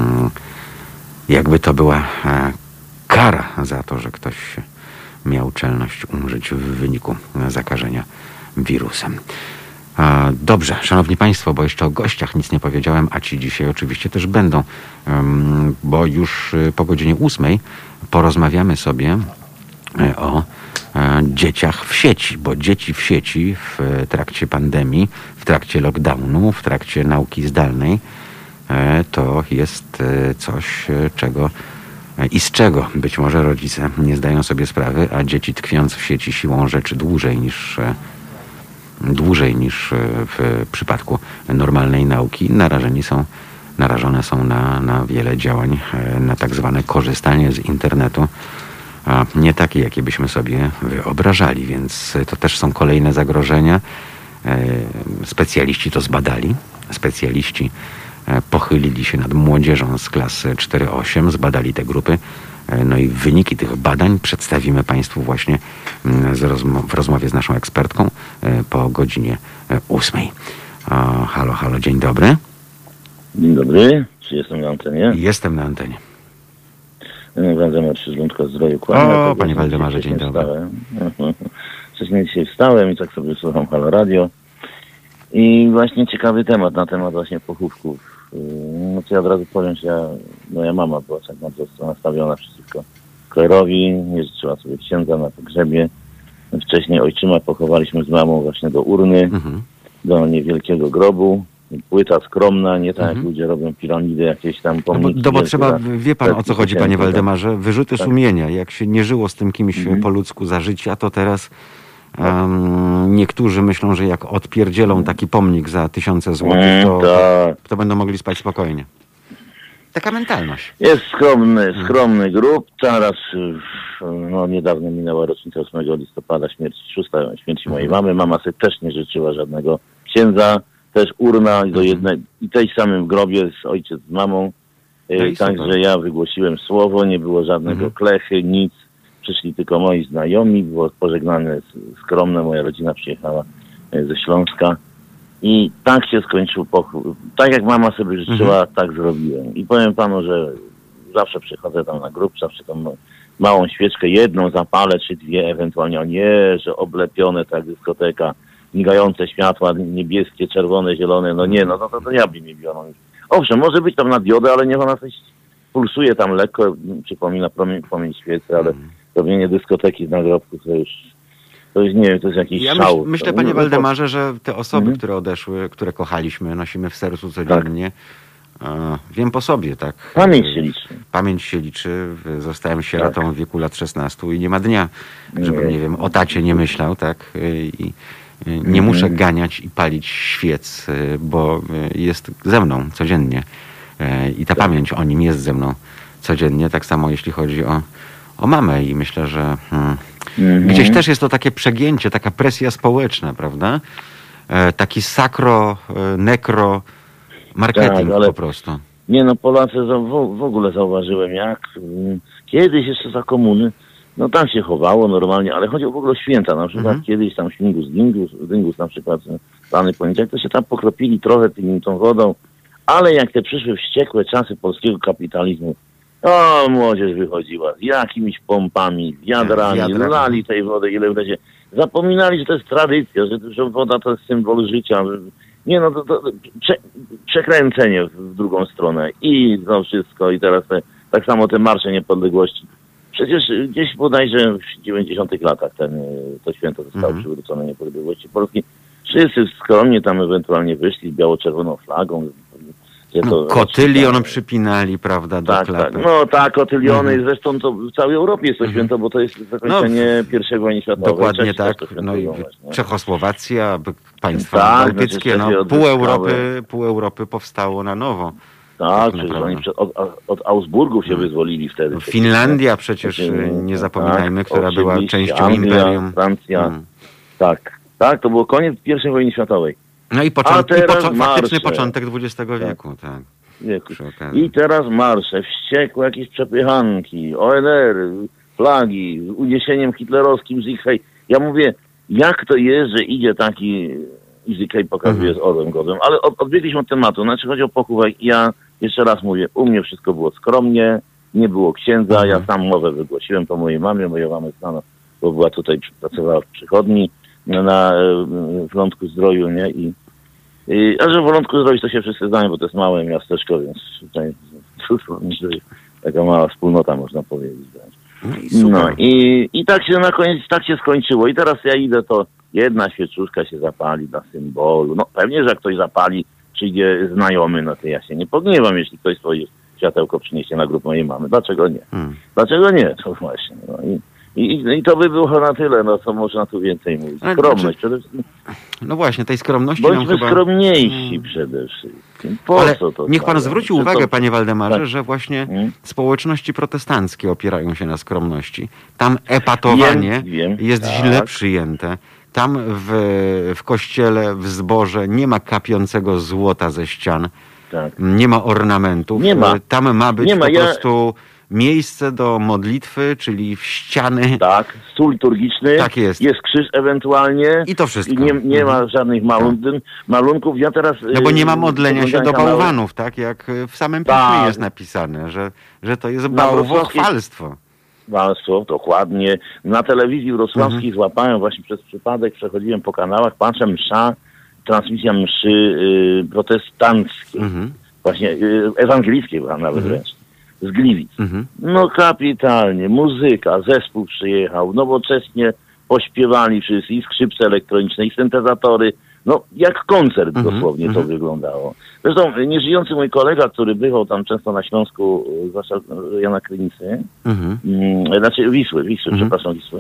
Jakby to była kara za to, że ktoś miał czelność umrzeć w wyniku zakażenia wirusem. Dobrze, szanowni Państwo, bo jeszcze o gościach nic nie powiedziałem, a ci dzisiaj oczywiście też będą, bo już po godzinie ósmej porozmawiamy sobie o dzieciach w sieci, bo dzieci w sieci w trakcie pandemii, w trakcie lockdownu, w trakcie nauki zdalnej to jest coś, czego i z czego być może rodzice nie zdają sobie sprawy, a dzieci tkwiąc w sieci siłą rzeczy dłużej niż dłużej niż w przypadku normalnej nauki narażeni są, narażone są na, na wiele działań, na tak zwane korzystanie z internetu, a nie takie, jakie byśmy sobie wyobrażali, więc to też są kolejne zagrożenia. Specjaliści to zbadali. Specjaliści pochylili się nad młodzieżą z klas cztery osiem, zbadali te grupy. No i wyniki tych badań przedstawimy Państwu właśnie z rozmo- w rozmowie z naszą ekspertką po godzinie ósmej. O, halo, halo, dzień dobry. Dzień dobry, czy jestem na antenie? Jestem na antenie. Waldemar Trzyżlądka Zdroju Kłania. O, panie Waldemarze, dzień dobry. Wcześniej dzisiaj wstałem i tak sobie słucham Halo Radio. I właśnie ciekawy temat na temat właśnie pochówków. No to ja od razu powiem, że ja, moja mama była tak bardzo nastawiona przeciwko klerowi, nie życzyła sobie księdza na pogrzebie. Wcześniej ojczyma pochowaliśmy z mamą właśnie do urny, mhm. do niewielkiego grobu. Płyta skromna, nie tak mhm. jak ludzie robią piramidy, jakieś tam pomniki. No bo, no bo trzeba, wie pan o co chodzi, panie Waldemarze, wyrzuty tak. sumienia. Jak się nie żyło z tym kimś mhm. po ludzku za życia, to teraz um, niektórzy myślą, że jak odpierdzielą taki pomnik za tysiące złotych, to, to, to będą mogli spać spokojnie. Taka mentalność. Jest skromny, skromny grób. Teraz no, niedawno minęła rocznica ósmego listopada, śmierci, szósta śmierci mojej mamy. Mama sobie też nie życzyła żadnego księdza. Też urna do jednej i tej samym grobie z ojciec z mamą. E, Także ja wygłosiłem słowo, nie było żadnego mhm. klechy, nic. Przyszli tylko moi znajomi, było pożegnane skromne, moja rodzina przyjechała ze Śląska. I tak się skończył pochód. Tak jak mama sobie życzyła, mhm. tak zrobiłem. I powiem panu, że zawsze przychodzę tam na grób, zawsze tam małą świeczkę, jedną zapalę, czy dwie ewentualnie. O nie, że oblepione tak dyskoteka. Migające światła, niebieskie, czerwone, zielone, no nie, no to, to, to diabli mnie biorą. Owszem, może być tam na diodę, ale niech ona coś pulsuje tam lekko, przypomina promień, promień świecy, ale robienie dyskoteki z nagrobków to już, to już nie wiem, to jest jakiś ja szał. Myśl, myślę, panie Waldemarze, że te osoby, mhm. które odeszły, które kochaliśmy, nosimy w sercu codziennie, tak. e, wiem po sobie, tak. Pamięć się liczy. Pamięć się liczy. Zostałem sierotą tak. w wieku lat szesnastu i nie ma dnia, żebym, nie, nie wiem, o tacie nie myślał, tak. I nie muszę ganiać i palić świec, bo jest ze mną codziennie. I ta pamięć o nim jest ze mną codziennie. Tak samo jeśli chodzi o, o mamę. I myślę, że hmm, mhm. gdzieś też jest to takie przegięcie, taka presja społeczna, prawda? Taki sakro, nekro marketing tak, po prostu. Nie no, Polacy w ogóle zauważyłem jak kiedyś jeszcze za komuny no tam się chowało normalnie, ale chodzi o w ogóle o święta. Na przykład mhm. kiedyś tam śmigus, dingus, dingus na przykład, dany poniedziałek, to się tam pokropili trochę tym, tą wodą, ale jak te przyszły wściekłe czasy polskiego kapitalizmu, o, młodzież wychodziła z jakimiś pompami, wiadrami, Wiadra. lali tej wody, ile wlezie. Zapominali, że to jest tradycja, że, że woda to jest symbol życia. Nie no, to, to prze, przekręcenie w drugą stronę i to wszystko. I teraz te, tak samo te marsze niepodległości. Przecież gdzieś bodajże w dziewięćdziesiątych latach ten, to święto zostało mm-hmm. przywrócone niepodległości Polski. Wszyscy skromnie tam ewentualnie wyszli z biało-czerwoną flagą. No, to, kotylion przypinali, prawda, do tak, klapy. Tak. No tak, kotyliony, mm-hmm. zresztą to w całej Europie jest to święto, mm-hmm. bo to jest zakończenie no, pierwszej wojny światowej. Dokładnie Czesi tak. No i Czechosłowacja, państwa tak, bałtyckie, znaczy no, pół, Europy, pół Europy powstało na nowo. Tak, tak oni przed, od, od Augsburgów się wyzwolili wtedy. Finlandia przecież, nie zapominajmy, tak, która była częścią Anglia, imperium. Francja, hmm. tak, tak, to było koniec pierwszej wojny światowej. No i, począt, i poczo- faktyczny początek dwudziestego wieku, tak. tak. Wieku. I teraz marsze, wściekłe jakieś przepychanki, O N R, flagi, z uniesieniem hitlerowskim Sieg Heil. Ja mówię, jak to jest, że idzie taki i Sieg Heil pokazuje mhm. z orłem godem, ale od, odbiegliśmy od tematu, znaczy chodzi o pochówek. Ja jeszcze raz mówię, u mnie wszystko było skromnie, nie było księdza, mhm. ja sam mowę wygłosiłem po mojej mamie, moja mama znana, bo była tutaj, pracowała w przychodni na w Lądku Zdroju, nie? I, i a że w Lądku Zdroju to się wszyscy znają, bo to jest małe miasteczko, więc tutaj taka mała wspólnota, można powiedzieć. No, no i, i tak się na koniec, tak się skończyło. I teraz ja idę, to jedna świeczuszka się zapali dla symbolu. No pewnie, że jak ktoś zapali, przyjdzie znajomy, no to ja się nie pogniewam, jeśli ktoś swoje światełko przyniesie na grób mojej mamy. Dlaczego nie? Hmm. Dlaczego nie? To właśnie. No i, i, I to by było na tyle, no co można tu więcej mówić. Skromność przede wszystkim. No właśnie, tej skromności Bądźmy nam chyba... skromniejsi hmm. przede wszystkim. Po Ale co to niech pan stawiam? zwróci Czy uwagę, to... panie Waldemarze, tak. że właśnie hmm? społeczności protestanckie opierają się na skromności. Tam epatowanie wiem, wiem. jest tak. źle przyjęte. Tam w, w kościele, w zborze nie ma kapiącego złota ze ścian. Tak. Nie ma ornamentów. Nie ma. Tam ma być nie ma. po Ja... prostu miejsce do modlitwy, czyli w ściany. Tak, stół liturgiczny. Tak jest. Jest krzyż ewentualnie. I to wszystko. Nie, nie mhm. ma żadnych malun- malunków. Ja teraz... No bo nie ma modlenia się do kanały. bałwanów, tak? Jak w samym piśmie Tak. jest napisane, że, że to jest Na bałwochwalstwo. Państwo, dokładnie. Na telewizji wrocławskiej Mhm. złapałem właśnie przez przypadek, przechodziłem po kanałach, patrzę msza, transmisja mszy y, protestanckiej, Mhm. właśnie y, ewangelickiej była nawet Mhm. wręcz, z Gliwic. Mhm. No kapitalnie, muzyka, zespół przyjechał, nowocześnie pośpiewali wszyscy, i skrzypce elektroniczne, i syntezatory. No, jak koncert Mhm, dosłownie to mhm. wyglądało. Zresztą nieżyjący mój kolega, który bywał tam często na Śląsku, zwłaszcza Jana Krynicy, Mhm. mm, znaczy Wisły, Wisły, Mhm. przepraszam, Wisły,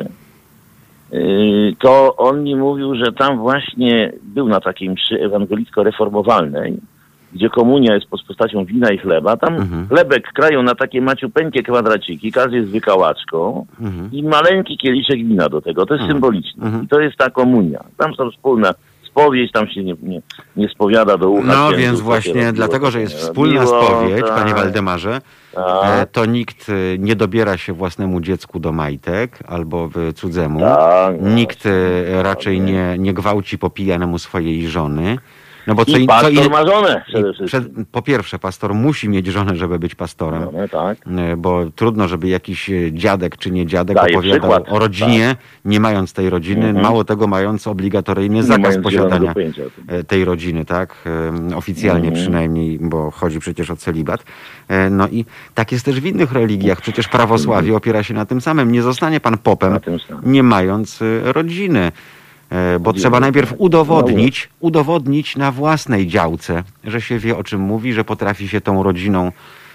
yy, to on mi mówił, że tam właśnie był na takiej mszy ewangelicko-reformowalnej, gdzie komunia jest pod postacią wina i chleba. Tam Mhm. chlebek krają na takie maciupeńkie kwadraciki, każdy jest wykałaczką Mhm. i maleńki kieliszek wina do tego. To jest Mhm. symboliczne. Mhm. I to jest ta komunia. Tam są wspólna spowiedź, tam się nie, nie, nie spowiada do ucha. No księdzu, więc co się właśnie robiło, dlatego, co że się jest nie wspólna robiło, spowiedź, tak, panie Waldemarze, tak, e, to nikt e, nie dobiera się własnemu dziecku do majtek albo w cudzemu. tak, no, Nikt e, raczej dokładnie. nie, nie gwałci po pijanemu swojej żony. No bo co, I in- co pastor ile- ma żonę przede i wszystkim. przed, po pierwsze, pastor musi mieć żonę, żeby być pastorem. No, tak. E, Bo trudno, żeby jakiś e, dziadek czy nie dziadek Daje opowiadał przykład, o rodzinie, nie mając tej rodziny, Mhm. mało tego mając obligatoryjny Nie zakaz mając posiadania zielonego pojęcia o tym. e, tej rodziny, tak? E, Oficjalnie Mhm. przynajmniej, bo chodzi przecież o celibat. E, No i tak jest też w innych religiach. Przecież prawosławie opiera się na tym samym. Nie zostanie pan popem, Na tym samym. nie mając e, rodziny. E, Bo Rodziny, trzeba najpierw tak. udowodnić, udowodnić na własnej działce, że się wie, o czym mówi, że potrafi się tą rodziną,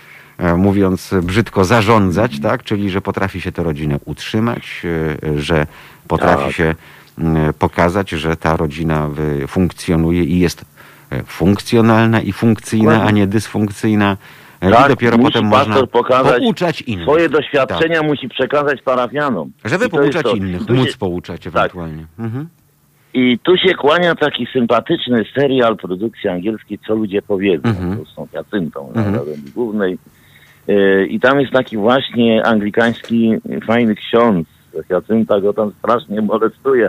e, mówiąc brzydko, zarządzać, tak? Czyli że potrafi się tę rodzinę utrzymać, e, że potrafi Tak. się m, pokazać, że ta rodzina wy- funkcjonuje i jest e, funkcjonalna i funkcyjna, Dokładnie. a nie dysfunkcyjna. E, Tak, I dopiero musi potem pastor można pokazać pouczać innych. Swoje doświadczenia musi przekazać parafianom. Tak. Żeby I to jest pouczać to. innych, I tu móc się- pouczać ewentualnie. Mhm. I tu się kłania taki sympatyczny serial produkcji angielskiej, Co ludzie powiedzą, Mhm. z tą Jacyntą Mhm. na roli głównej. Yy, I tam jest taki właśnie anglikański fajny ksiądz. Jacynta go tam strasznie molestuje,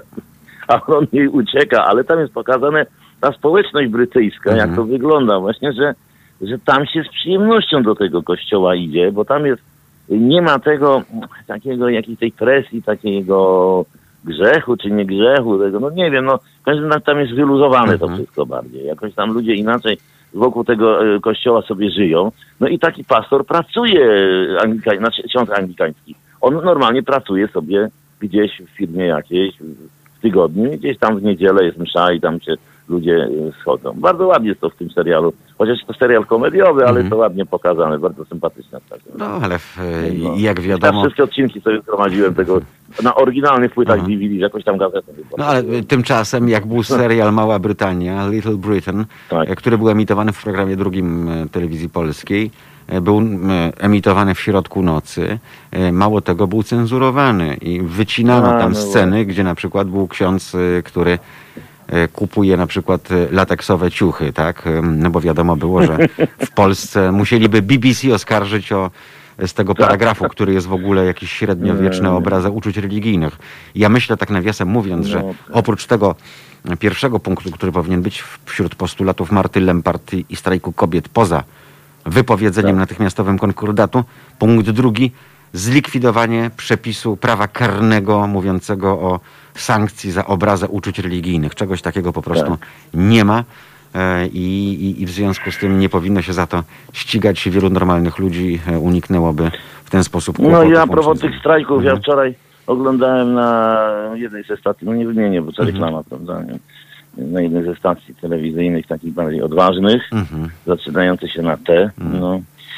a on jej ucieka, ale tam jest pokazane ta społeczność brytyjska, Mhm. jak to wygląda właśnie, że, że tam się z przyjemnością do tego kościoła idzie, bo tam jest, nie ma tego takiego, jakiejś tej presji, takiego grzechu, czy nie grzechu, tego, no nie wiem, no w każdym razie tam jest wyluzowane to Mhm. wszystko bardziej. Jakoś tam ludzie inaczej wokół tego e, kościoła sobie żyją. No i taki pastor pracuje, anglika, znaczy ksiądz anglikański. On normalnie pracuje sobie gdzieś w firmie jakiejś w tygodniu, gdzieś tam w niedzielę jest msza i tam się ludzie e, schodzą. Bardzo ładnie jest to w tym serialu. Chociaż to serial komediowy, ale Mhm. to ładnie pokazane, bardzo sympatyczne. No ale w, No. jak Ja wiadomo... wszystkie odcinki sobie zgromadziłem tego na oryginalnych płytach Mhm. D V D, jakoś tam gazetę. No ale tymczasem, jak był serial Mała Brytania, Little Britain, Tak. e, który był emitowany w programie drugim e, telewizji polskiej, e, był m, emitowany w środku nocy, e, mało tego, był cenzurowany i wycinano A, tam no sceny, gdzie na przykład był ksiądz, e, który e, kupuje na przykład e, lateksowe ciuchy, tak? E, No bo wiadomo było, że w Polsce musieliby B B C oskarżyć o z tego Tak. paragrafu, który jest w ogóle jakiś średniowieczny Nie. obraz uczuć religijnych. Ja myślę tak nawiasem mówiąc, że No. oprócz tego pierwszego punktu, który powinien być wśród postulatów Marty Lempart i strajku kobiet poza wypowiedzeniem Tak. natychmiastowym konkordatu, punkt drugi, zlikwidowanie przepisu prawa karnego mówiącego o sankcji za obrazę uczuć religijnych. Czegoś takiego po prostu Tak. nie ma. E, I, i, I w związku z tym nie powinno się za to ścigać. Wielu normalnych ludzi e, uniknęłoby w ten sposób No kłopotów i a propos łącznie z- tych strajków, Mhm. ja wczoraj oglądałem na jednej ze stacji, no nie wymienię, bo to Mhm. reklama, prawda, nie? Na jednej ze stacji telewizyjnych, takich bardziej odważnych, Mhm. zaczynających się na T, Mhm. no.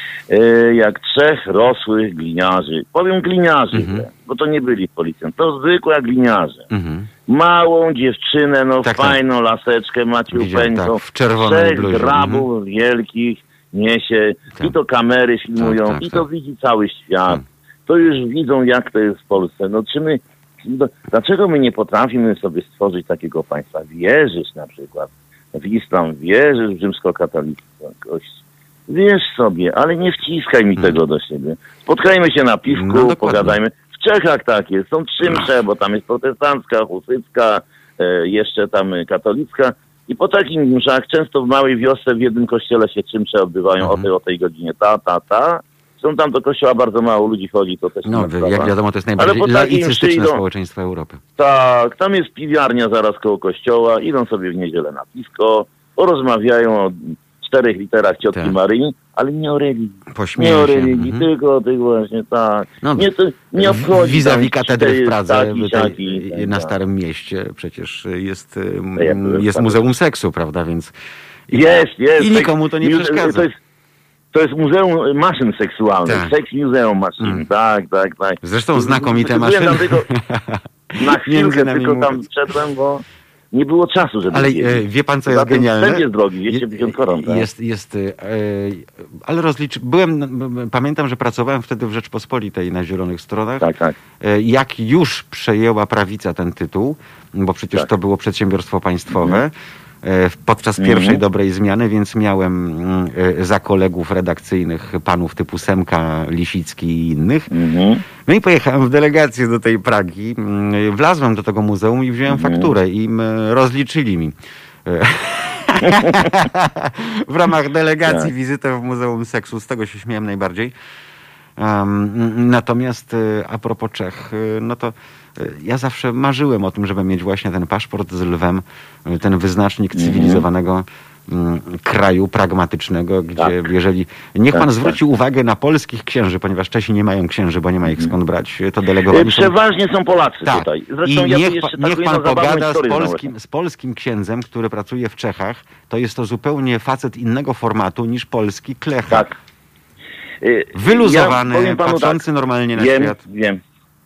E, jak trzech rosłych gliniarzy, powiem gliniarzy, Mhm. że, bo to nie byli policjanci, to zwykłe gliniarze. Mhm. Małą dziewczynę, no Tak, tak. fajną laseczkę, Widziałem, maciupeńką, tak, w czerwonej trzech bluzie. grabów wielkich niesie, Tak. i to kamery filmują, Tak, tak, i to tak. widzi cały świat. Tak. To już widzą, jak to jest w Polsce. No czy my, no, dlaczego my nie potrafimy sobie stworzyć takiego państwa? Wierzysz na przykład w islam, wierzysz w rzymskokatolickość, Wiesz sobie, ale nie wciskaj mi tego do siebie. Spotkajmy się na piwku, No, pogadajmy. W Czechach tak jest, są trzy msze, bo tam jest protestancka, husycka, e, jeszcze tam katolicka. I po takich mszach często w małej wiosce w jednym kościele się trzy msze odbywają Mhm. o, tej, o tej godzinie. Ta, ta, ta. Są tam do kościoła bardzo mało ludzi chodzi, to też No, inna sprawa. jak wiadomo, to jest najbardziej Ale po takim laicystyczne przyjdą- społeczeństwo Europy. Tak, tam jest piwiarnia zaraz koło kościoła, idą sobie w niedzielę na piwko, porozmawiają o czterech literach ciotki Tak. Maryi, ale nie o religii. Pośmieją Nie o się. religii, Mhm. tylko o tych właśnie, tak. No, nie, to, nie obchodzi Vis-a-vis tam, katedry czy w to Pradze, jest taki, tej, siaki, tak, na tak. Starym Mieście przecież jest, To ja byłem jest tam. Muzeum Seksu, prawda, więc Jest, jest. i nikomu to nie Muse- przeszkadza. To jest, to jest Muzeum Maszyn Seksualnych. Tak. Seks Muzeum Maszyn, Mm. tak, tak, tak. Zresztą znakomite Byłem tam maszyny. tylko, na Między chwilkę nami tylko tam mówiąc. wszedłem, bo nie było czasu, żeby Ale wiedzieć. e, wie pan, co Poza jest tym genialne? wstęp jest drogi, dwieście pięćdziesiąt koron, tak? Jest, jest, e, ale rozlicz... Byłem, m, pamiętam, że pracowałem wtedy w Rzeczpospolitej na Zielonych Stronach. Tak, tak. E, Jak już przejęła prawica ten tytuł, bo przecież Tak. to było przedsiębiorstwo państwowe, Mhm. e, podczas Mhm. pierwszej dobrej zmiany, więc miałem mm, e, za kolegów redakcyjnych panów typu Semka, Lisicki i innych. Mhm. No i pojechałem w delegację do tej Pragi, mm, wlazłem do tego muzeum i wziąłem Mhm. fakturę i m, rozliczyli mi. W ramach delegacji Tak. wizytę w Muzeum Seksu, z tego się śmiałem najbardziej. Um, natomiast e, a propos Czech, e, no to e, ja zawsze marzyłem o tym, żeby mieć właśnie ten paszport z lwem, e, ten wyznacznik Mhm. cywilizowanego mm, kraju pragmatycznego, gdzie Tak. jeżeli... Niech Tak, pan tak. zwróci uwagę na polskich księży, ponieważ Czesi nie mają księży, bo nie ma ich Mhm. skąd brać, to E, delegowani są... Przeważnie są Polacy Tak. tutaj. I Zresztą ja tu niech, jeszcze pa, taką niech jedną pan zabawną pogada z historię znałem. polskim, z polskim księdzem, który pracuje w Czechach. To jest to zupełnie facet innego formatu niż polski klecha. Tak. E, Wyluzowany, ja powiem panu patrzący normalnie na wiem, świat. Wiem.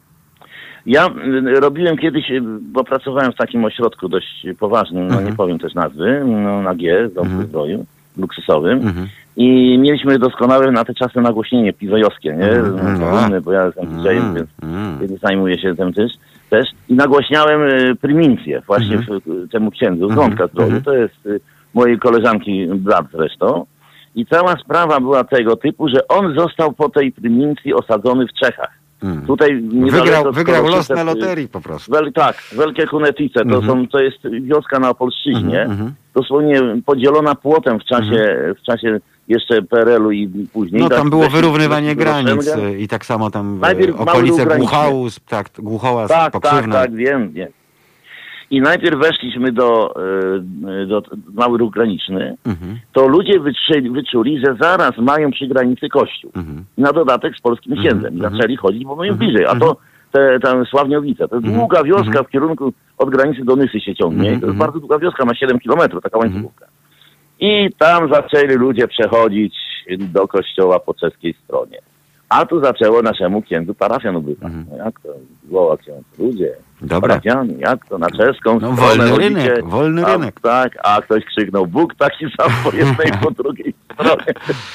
Ja y, robiłem kiedyś, y, bo pracowałem w takim ośrodku dość poważnym, no Mhm. nie powiem też nazwy, no, na G, z Domu Mhm. Zdroju, luksusowym. Mhm. I mieliśmy doskonałe na te czasy nagłośnienie piwojowskie, nie? Mhm. No, inny, bo ja jestem didżejem, Mm, więc mm. kiedy zajmuję się tym też. też. I nagłośniałem y, prymincję właśnie Mhm. w, y, temu księdzu z Mhm. Gąbka Zdroju. Mhm. To jest y, mojej koleżanki brat zresztą. I cała sprawa była tego typu, że on został po tej prymincji osadzony w Czechach. Mm. Tutaj niedaleko Wygrał, wygrał los Koroszczyce, na y, loterii po prostu. Wel, tak, Wielkie Kunetice, to, Mhm. są, to jest wioska na Opolszczyźnie, Mhm, mhm. dosłownie podzielona płotem w czasie, w czasie jeszcze P R L u i później. No tak, tam było weszli wyrównywanie do granic Szenga. i tak samo tam w Najpierw mały okolice ruch graniczny. Głuchału, tak, Głuchoła, Tak, Pokrzywna. tak, tak, wiem, wiem. I najpierw weszliśmy do, y, do, do mały ruch graniczny, Mhm, to ludzie wyczuli, wyczuli, że zaraz mają przy granicy kościół. mhm. Na dodatek z polskim Mhm, księdzem. I mhm. zaczęli chodzić, bo mają Mhm, bliżej. A to te, te Sławniowice, to jest Mhm, długa wioska mhm. w kierunku od granicy do Nysy się ciągnie. Mhm, I to jest mhm. bardzo długa wioska, ma siedem kilometrów, taka Mhm. łańcuchówka. I tam zaczęli ludzie przechodzić do kościoła po czeskiej stronie. A tu zaczęło naszemu księdzu parafian ubywać. Mhm. No jak to? Woła ksiądz, ludzie, Dobra. parafianie, jak to na czeską No, stronę wolny chodzicie? rynek, wolny a, rynek. Tak, a ktoś krzyknął, Bóg taki sam po jednej i po drugiej stronie.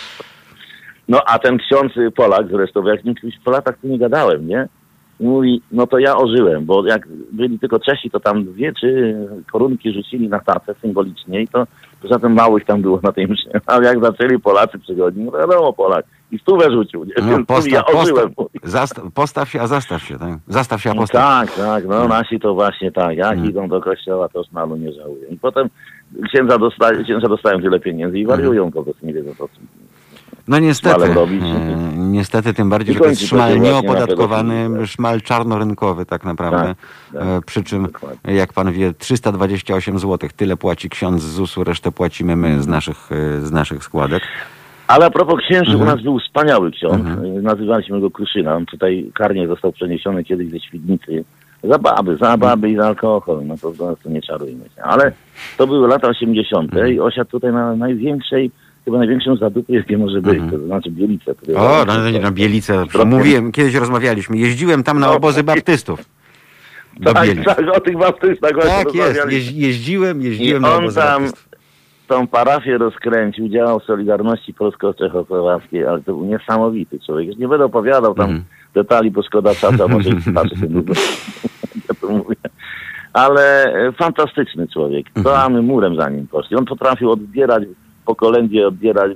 No a ten ksiądz y, Polak zresztą, bo jak z nim kiedyś po latach tu nie gadałem, nie? I mówi, no to ja ożyłem, bo jak byli tylko Czesi, to tam dwie, trzy korunki rzucili na tacę symbolicznie i to poza tym małych tam było na tej mszy. Ale jak zaczęli Polacy przychodzić, no to wiadomo Polak. I stówę rzucił, nie? No, Więc mówi, postaw, ja ożyłem. postaw, zastaw, postaw się, a zastaw się. Tak? Zastaw się, a No postaw. tak, tak, no nasi to właśnie tak, jak Mm. idą do kościoła, to szmalu nie żałują. I potem księdza, dosta- księdza dostają tyle pieniędzy i wariują po prostu, nie wiedzą co. No niestety, szmalem robić. e, niestety tym bardziej, I że to jest kończy to szmal się właśnie na nieopodatkowany, pedofilii, szmal czarnorynkowy tak naprawdę. Tak, tak, E, przy czym, dokładnie. jak pan wie, trzysta dwadzieścia osiem złotych, tyle płaci ksiądz z zusu, resztę płacimy my z naszych, e, z naszych składek. Ale a propos księży, Mhm. u nas był wspaniały ksiądz, Mhm. y, nazywaliśmy go Kruszyna, on tutaj karnie został przeniesiony kiedyś ze Świdnicy. Za baby, za baby i za alkohol, no to, to, to nie czarujmy się. Ale to były lata osiemdziesiąte Mhm. i osiadł tutaj na największej, chyba największą zadupę, jakie może być, Mhm. to znaczy Bielice. które- O, no, no, no Bielice, mówiłem, kiedyś rozmawialiśmy, jeździłem tam na No. obozy baptystów. Do Tak, Bielic. tak, o tych baptystach właśnie Tak jest, rozmawialiśmy. Jeź, jeździłem, jeździłem I na on obozy tam baptystów. tą parafię rozkręcił, działał w Solidarności Polsko-Czechosłowackiej, ale to był niesamowity człowiek. Już nie będę opowiadał tam Mhm. detali, bo szkoda czasu, może i starszy się nudno. Ja to mówię. Ale e, fantastyczny człowiek. To Mhm. a my murem za nim poszli. On potrafił odbierać po kolędzie, odbierać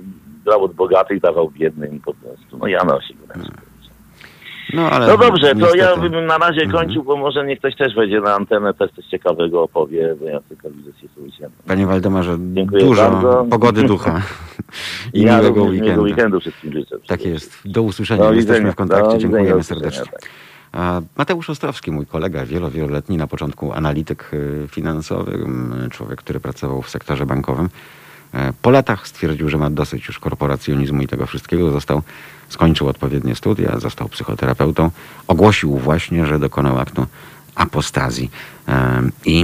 brał od bogatych, dawał biednym i po prostu. No Janosik. Hmm. No, ale no dobrze, to niestety... ja bym na razie Mhm. kończył, bo może niech ktoś też wejdzie na antenę, też coś ciekawego opowie, bo ja tylko widzę się słyszę. Panie Waldemarze, Dziękuję dużo bardzo. pogody ducha i ja miłego również miłego weekendu. weekendu wszystkim życzę. Tak jest. Do usłyszenia. Do Jesteśmy widzenia. w kontakcie. Do Dziękujemy widzenia, do serdecznie. usłyszenia, tak. A Mateusz Ostrowski, mój kolega, wielo, wieloletni na początku analityk y, finansowy, y, człowiek, który pracował w sektorze bankowym. Y, Po latach stwierdził, że ma dosyć już korporacjonizmu i tego wszystkiego. Został, skończył odpowiednie studia, został psychoterapeutą. Ogłosił właśnie, że dokonał aktu apostazji. Y, I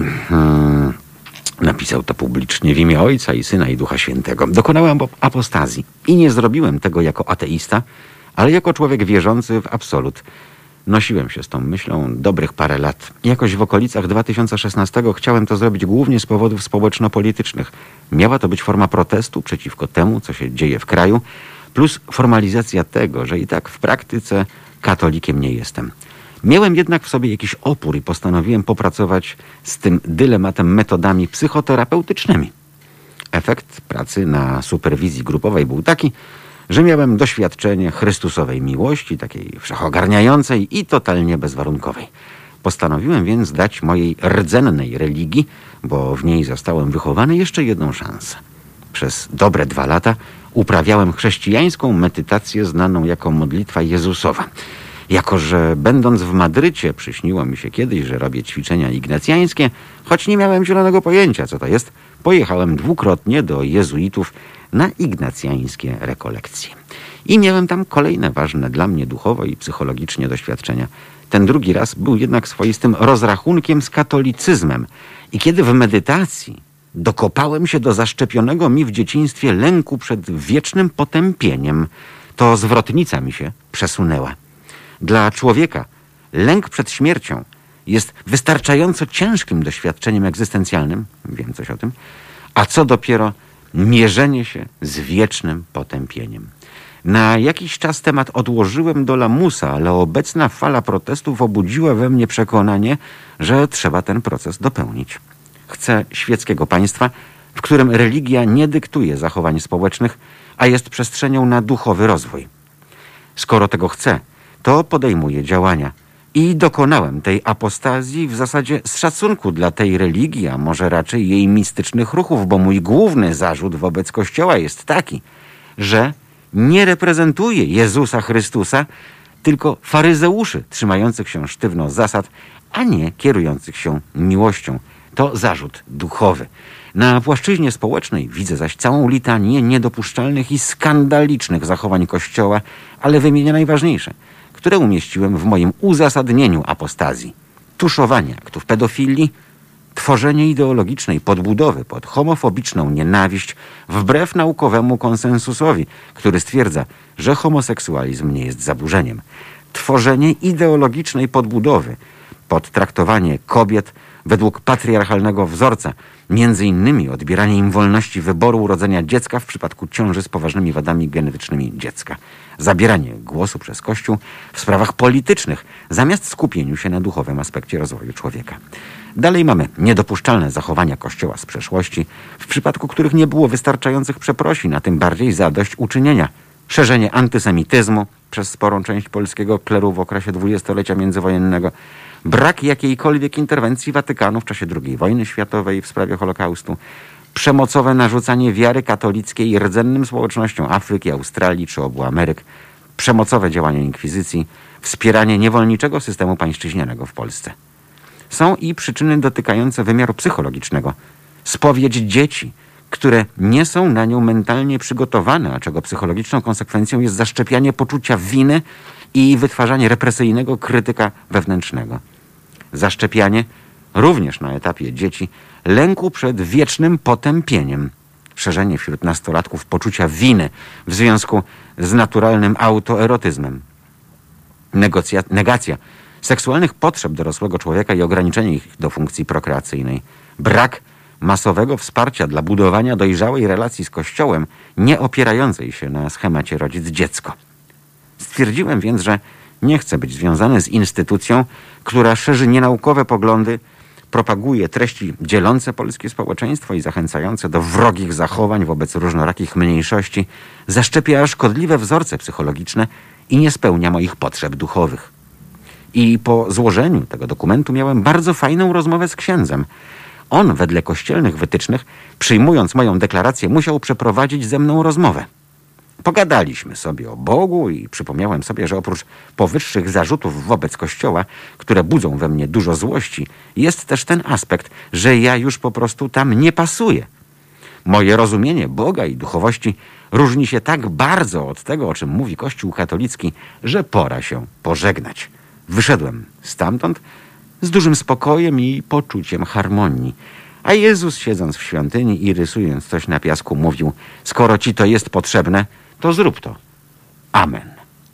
y, napisał to publicznie w imię Ojca i Syna i Ducha Świętego. Dokonałem apostazji i nie zrobiłem tego jako ateista, ale jako człowiek wierzący w absolut. Nosiłem się z tą myślą dobrych parę lat. Jakoś w okolicach dwa tysiące szesnastego chciałem to zrobić głównie z powodów społeczno-politycznych. Miała to być forma protestu przeciwko temu, co się dzieje w kraju, plus formalizacja tego, że i tak w praktyce katolikiem nie jestem. Miałem jednak w sobie jakiś opór i postanowiłem popracować z tym dylematem metodami psychoterapeutycznymi. Efekt pracy na superwizji grupowej był taki, że miałem doświadczenie Chrystusowej miłości, takiej wszechogarniającej i totalnie bezwarunkowej. Postanowiłem więc dać mojej rdzennej religii, bo w niej zostałem wychowany, jeszcze jedną szansę. Przez dobre dwa lata uprawiałem chrześcijańską medytację znaną jako modlitwa Jezusowa. Jako że będąc w Madrycie przyśniło mi się kiedyś, że robię ćwiczenia ignacjańskie, choć nie miałem zielonego pojęcia, co to jest, pojechałem dwukrotnie do jezuitów na ignacjańskie rekolekcje. I miałem tam kolejne ważne dla mnie duchowo i psychologicznie doświadczenia. Ten drugi raz był jednak swoistym rozrachunkiem z katolicyzmem. I kiedy w medytacji dokopałem się do zaszczepionego mi w dzieciństwie lęku przed wiecznym potępieniem, to zwrotnica mi się przesunęła. Dla człowieka lęk przed śmiercią jest wystarczająco ciężkim doświadczeniem egzystencjalnym, wiem coś o tym, a co dopiero mierzenie się z wiecznym potępieniem. Na jakiś czas temat odłożyłem do lamusa, ale obecna fala protestów obudziła we mnie przekonanie, że trzeba ten proces dopełnić. Chcę świeckiego państwa, w którym religia nie dyktuje zachowań społecznych, a jest przestrzenią na duchowy rozwój. Skoro tego chcę, to podejmuję działania. I dokonałem tej apostazji w zasadzie z szacunku dla tej religii, a może raczej jej mistycznych ruchów, bo mój główny zarzut wobec Kościoła jest taki, że nie reprezentuje Jezusa Chrystusa, tylko faryzeuszy trzymających się sztywno zasad, a nie kierujących się miłością. To zarzut duchowy. Na płaszczyźnie społecznej widzę zaś całą litanię niedopuszczalnych i skandalicznych zachowań Kościoła, ale wymienię najważniejsze, które umieściłem w moim uzasadnieniu apostazji. Tuszowanie aktów pedofilii, tworzenie ideologicznej podbudowy pod homofobiczną nienawiść wbrew naukowemu konsensusowi, który stwierdza, że homoseksualizm nie jest zaburzeniem. Tworzenie ideologicznej podbudowy pod traktowanie kobiet według patriarchalnego wzorca, między innymi odbieranie im wolności wyboru urodzenia dziecka w przypadku ciąży z poważnymi wadami genetycznymi dziecka. Zabieranie głosu przez Kościół w sprawach politycznych, zamiast skupieniu się na duchowym aspekcie rozwoju człowieka. Dalej mamy niedopuszczalne zachowania Kościoła z przeszłości, w przypadku których nie było wystarczających przeprosin, a tym bardziej zadośćuczynienia. Szerzenie antysemityzmu przez sporą część polskiego kleru w okresie dwudziestolecia międzywojennego. Brak jakiejkolwiek interwencji Watykanu w czasie drugiej wojny światowej w sprawie Holokaustu. Przemocowe narzucanie wiary katolickiej rdzennym społecznościom Afryki, Australii czy obu Ameryk. Przemocowe działania inkwizycji. Wspieranie niewolniczego systemu pańszczyźnianego w Polsce. Są i przyczyny dotykające wymiaru psychologicznego. Spowiedź dzieci, które nie są na nią mentalnie przygotowane, a czego psychologiczną konsekwencją jest zaszczepianie poczucia winy i wytwarzanie represyjnego krytyka wewnętrznego. Zaszczepianie, również na etapie dzieci, lęku przed wiecznym potępieniem. Szerzenie wśród nastolatków poczucia winy w związku z naturalnym autoerotyzmem. Negocja, negacja seksualnych potrzeb dorosłego człowieka i ograniczenie ich do funkcji prokreacyjnej. Brak masowego wsparcia dla budowania dojrzałej relacji z Kościołem, nie opierającej się na schemacie rodzic-dziecko. Stwierdziłem więc, że nie chcę być związany z instytucją, która szerzy nienaukowe poglądy, propaguje treści dzielące polskie społeczeństwo i zachęcające do wrogich zachowań wobec różnorakich mniejszości, zaszczepia szkodliwe wzorce psychologiczne i nie spełnia moich potrzeb duchowych. I po złożeniu tego dokumentu miałem bardzo fajną rozmowę z księdzem. On, wedle kościelnych wytycznych, przyjmując moją deklarację, musiał przeprowadzić ze mną rozmowę. Pogadaliśmy sobie o Bogu i przypomniałem sobie, że oprócz powyższych zarzutów wobec Kościoła, które budzą we mnie dużo złości, jest też ten aspekt, że ja już po prostu tam nie pasuję. Moje rozumienie Boga i duchowości różni się tak bardzo od tego, o czym mówi Kościół katolicki, że pora się pożegnać. Wyszedłem stamtąd z dużym spokojem i poczuciem harmonii. A Jezus, siedząc w świątyni i rysując coś na piasku, mówił: skoro ci to jest potrzebne, to zrób to. Amen.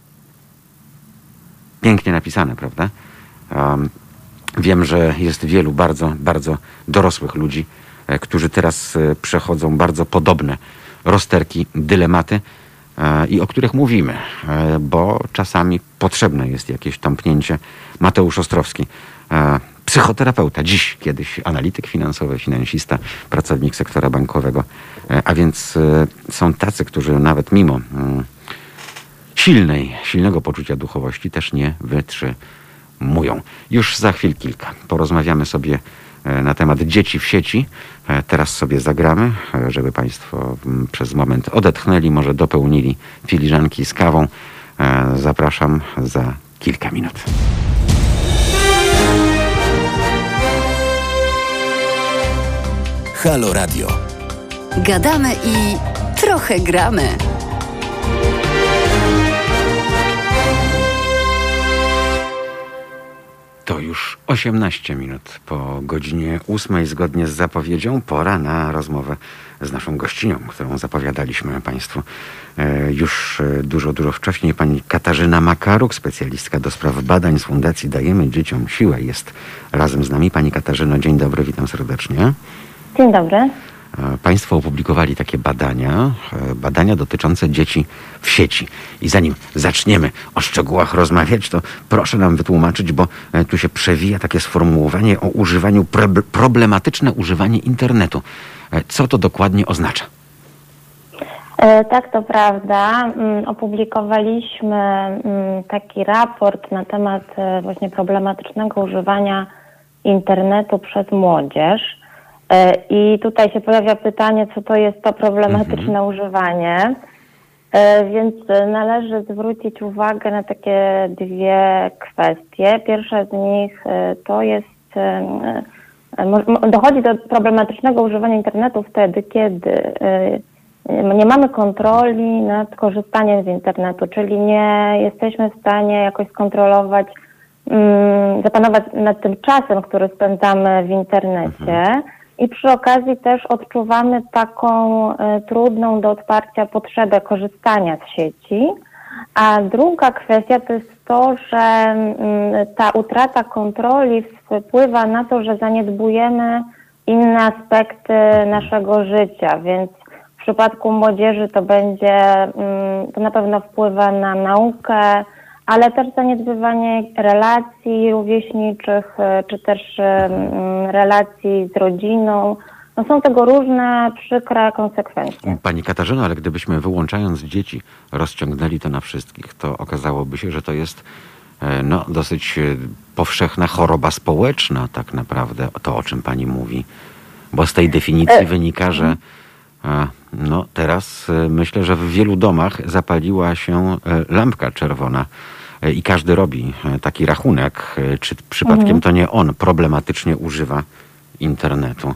Pięknie napisane, prawda? Um, wiem, że jest wielu bardzo, bardzo dorosłych ludzi, e, którzy teraz e, przechodzą bardzo podobne rozterki, dylematy e, i o których mówimy, e, bo czasami potrzebne jest jakieś tąpnięcie. Mateusz Ostrowski, e, psychoterapeuta, dziś, kiedyś analityk finansowy, finansista, pracownik sektora bankowego. A więc są tacy, którzy nawet mimo silnej, silnego poczucia duchowości też nie wytrzymują. Już za chwil kilka porozmawiamy sobie na temat dzieci w sieci. Teraz sobie zagramy, żeby Państwo przez moment odetchnęli, może dopełnili filiżanki z kawą. Zapraszam za kilka minut. Halo Radio. Gadamy i trochę gramy. To już osiemnaście minut po godzinie ósmej. Zgodnie z zapowiedzią pora na rozmowę z naszą gościnią, którą zapowiadaliśmy Państwu już dużo, dużo wcześniej. Pani Katarzyna Makaruk, specjalistka do spraw badań z Fundacji Dajemy Dzieciom Siłę, jest razem z nami. Pani Katarzyno, dzień dobry, witam serdecznie. Dzień dobry. Państwo opublikowali takie badania, badania dotyczące dzieci w sieci. I zanim zaczniemy o szczegółach rozmawiać, to proszę nam wytłumaczyć, bo tu się przewija takie sformułowanie o używaniu, problematyczne używanie internetu. Co to dokładnie oznacza? E, tak, to prawda. Opublikowaliśmy taki raport na temat właśnie problematycznego używania internetu przez młodzież. I tutaj się pojawia pytanie, co to jest to problematyczne mhm. używanie. Więc należy zwrócić uwagę na takie dwie kwestie. Pierwsza z nich to jest, dochodzi do problematycznego używania internetu wtedy, kiedy nie mamy kontroli nad korzystaniem z internetu, czyli nie jesteśmy w stanie jakoś skontrolować, zapanować nad tym czasem, który spędzamy w internecie. Mhm. I przy okazji też odczuwamy taką y, trudną do odparcia potrzebę korzystania z sieci. A druga kwestia to jest to, że y, ta utrata kontroli wpływa na to, że zaniedbujemy inne aspekty naszego życia, więc w przypadku młodzieży to będzie, y, to na pewno wpływa na naukę, ale też zaniedbywanie relacji rówieśniczych, czy też relacji z rodziną. No są tego różne przykre konsekwencje. Pani Katarzyno, ale gdybyśmy wyłączając dzieci rozciągnęli to na wszystkich, to okazałoby się, że to jest no, dosyć powszechna choroba społeczna tak naprawdę, to o czym pani mówi. Bo z tej definicji wynika, że no, teraz myślę, że w wielu domach zapaliła się lampka czerwona i każdy robi taki rachunek, czy przypadkiem mhm. to nie on problematycznie używa internetu.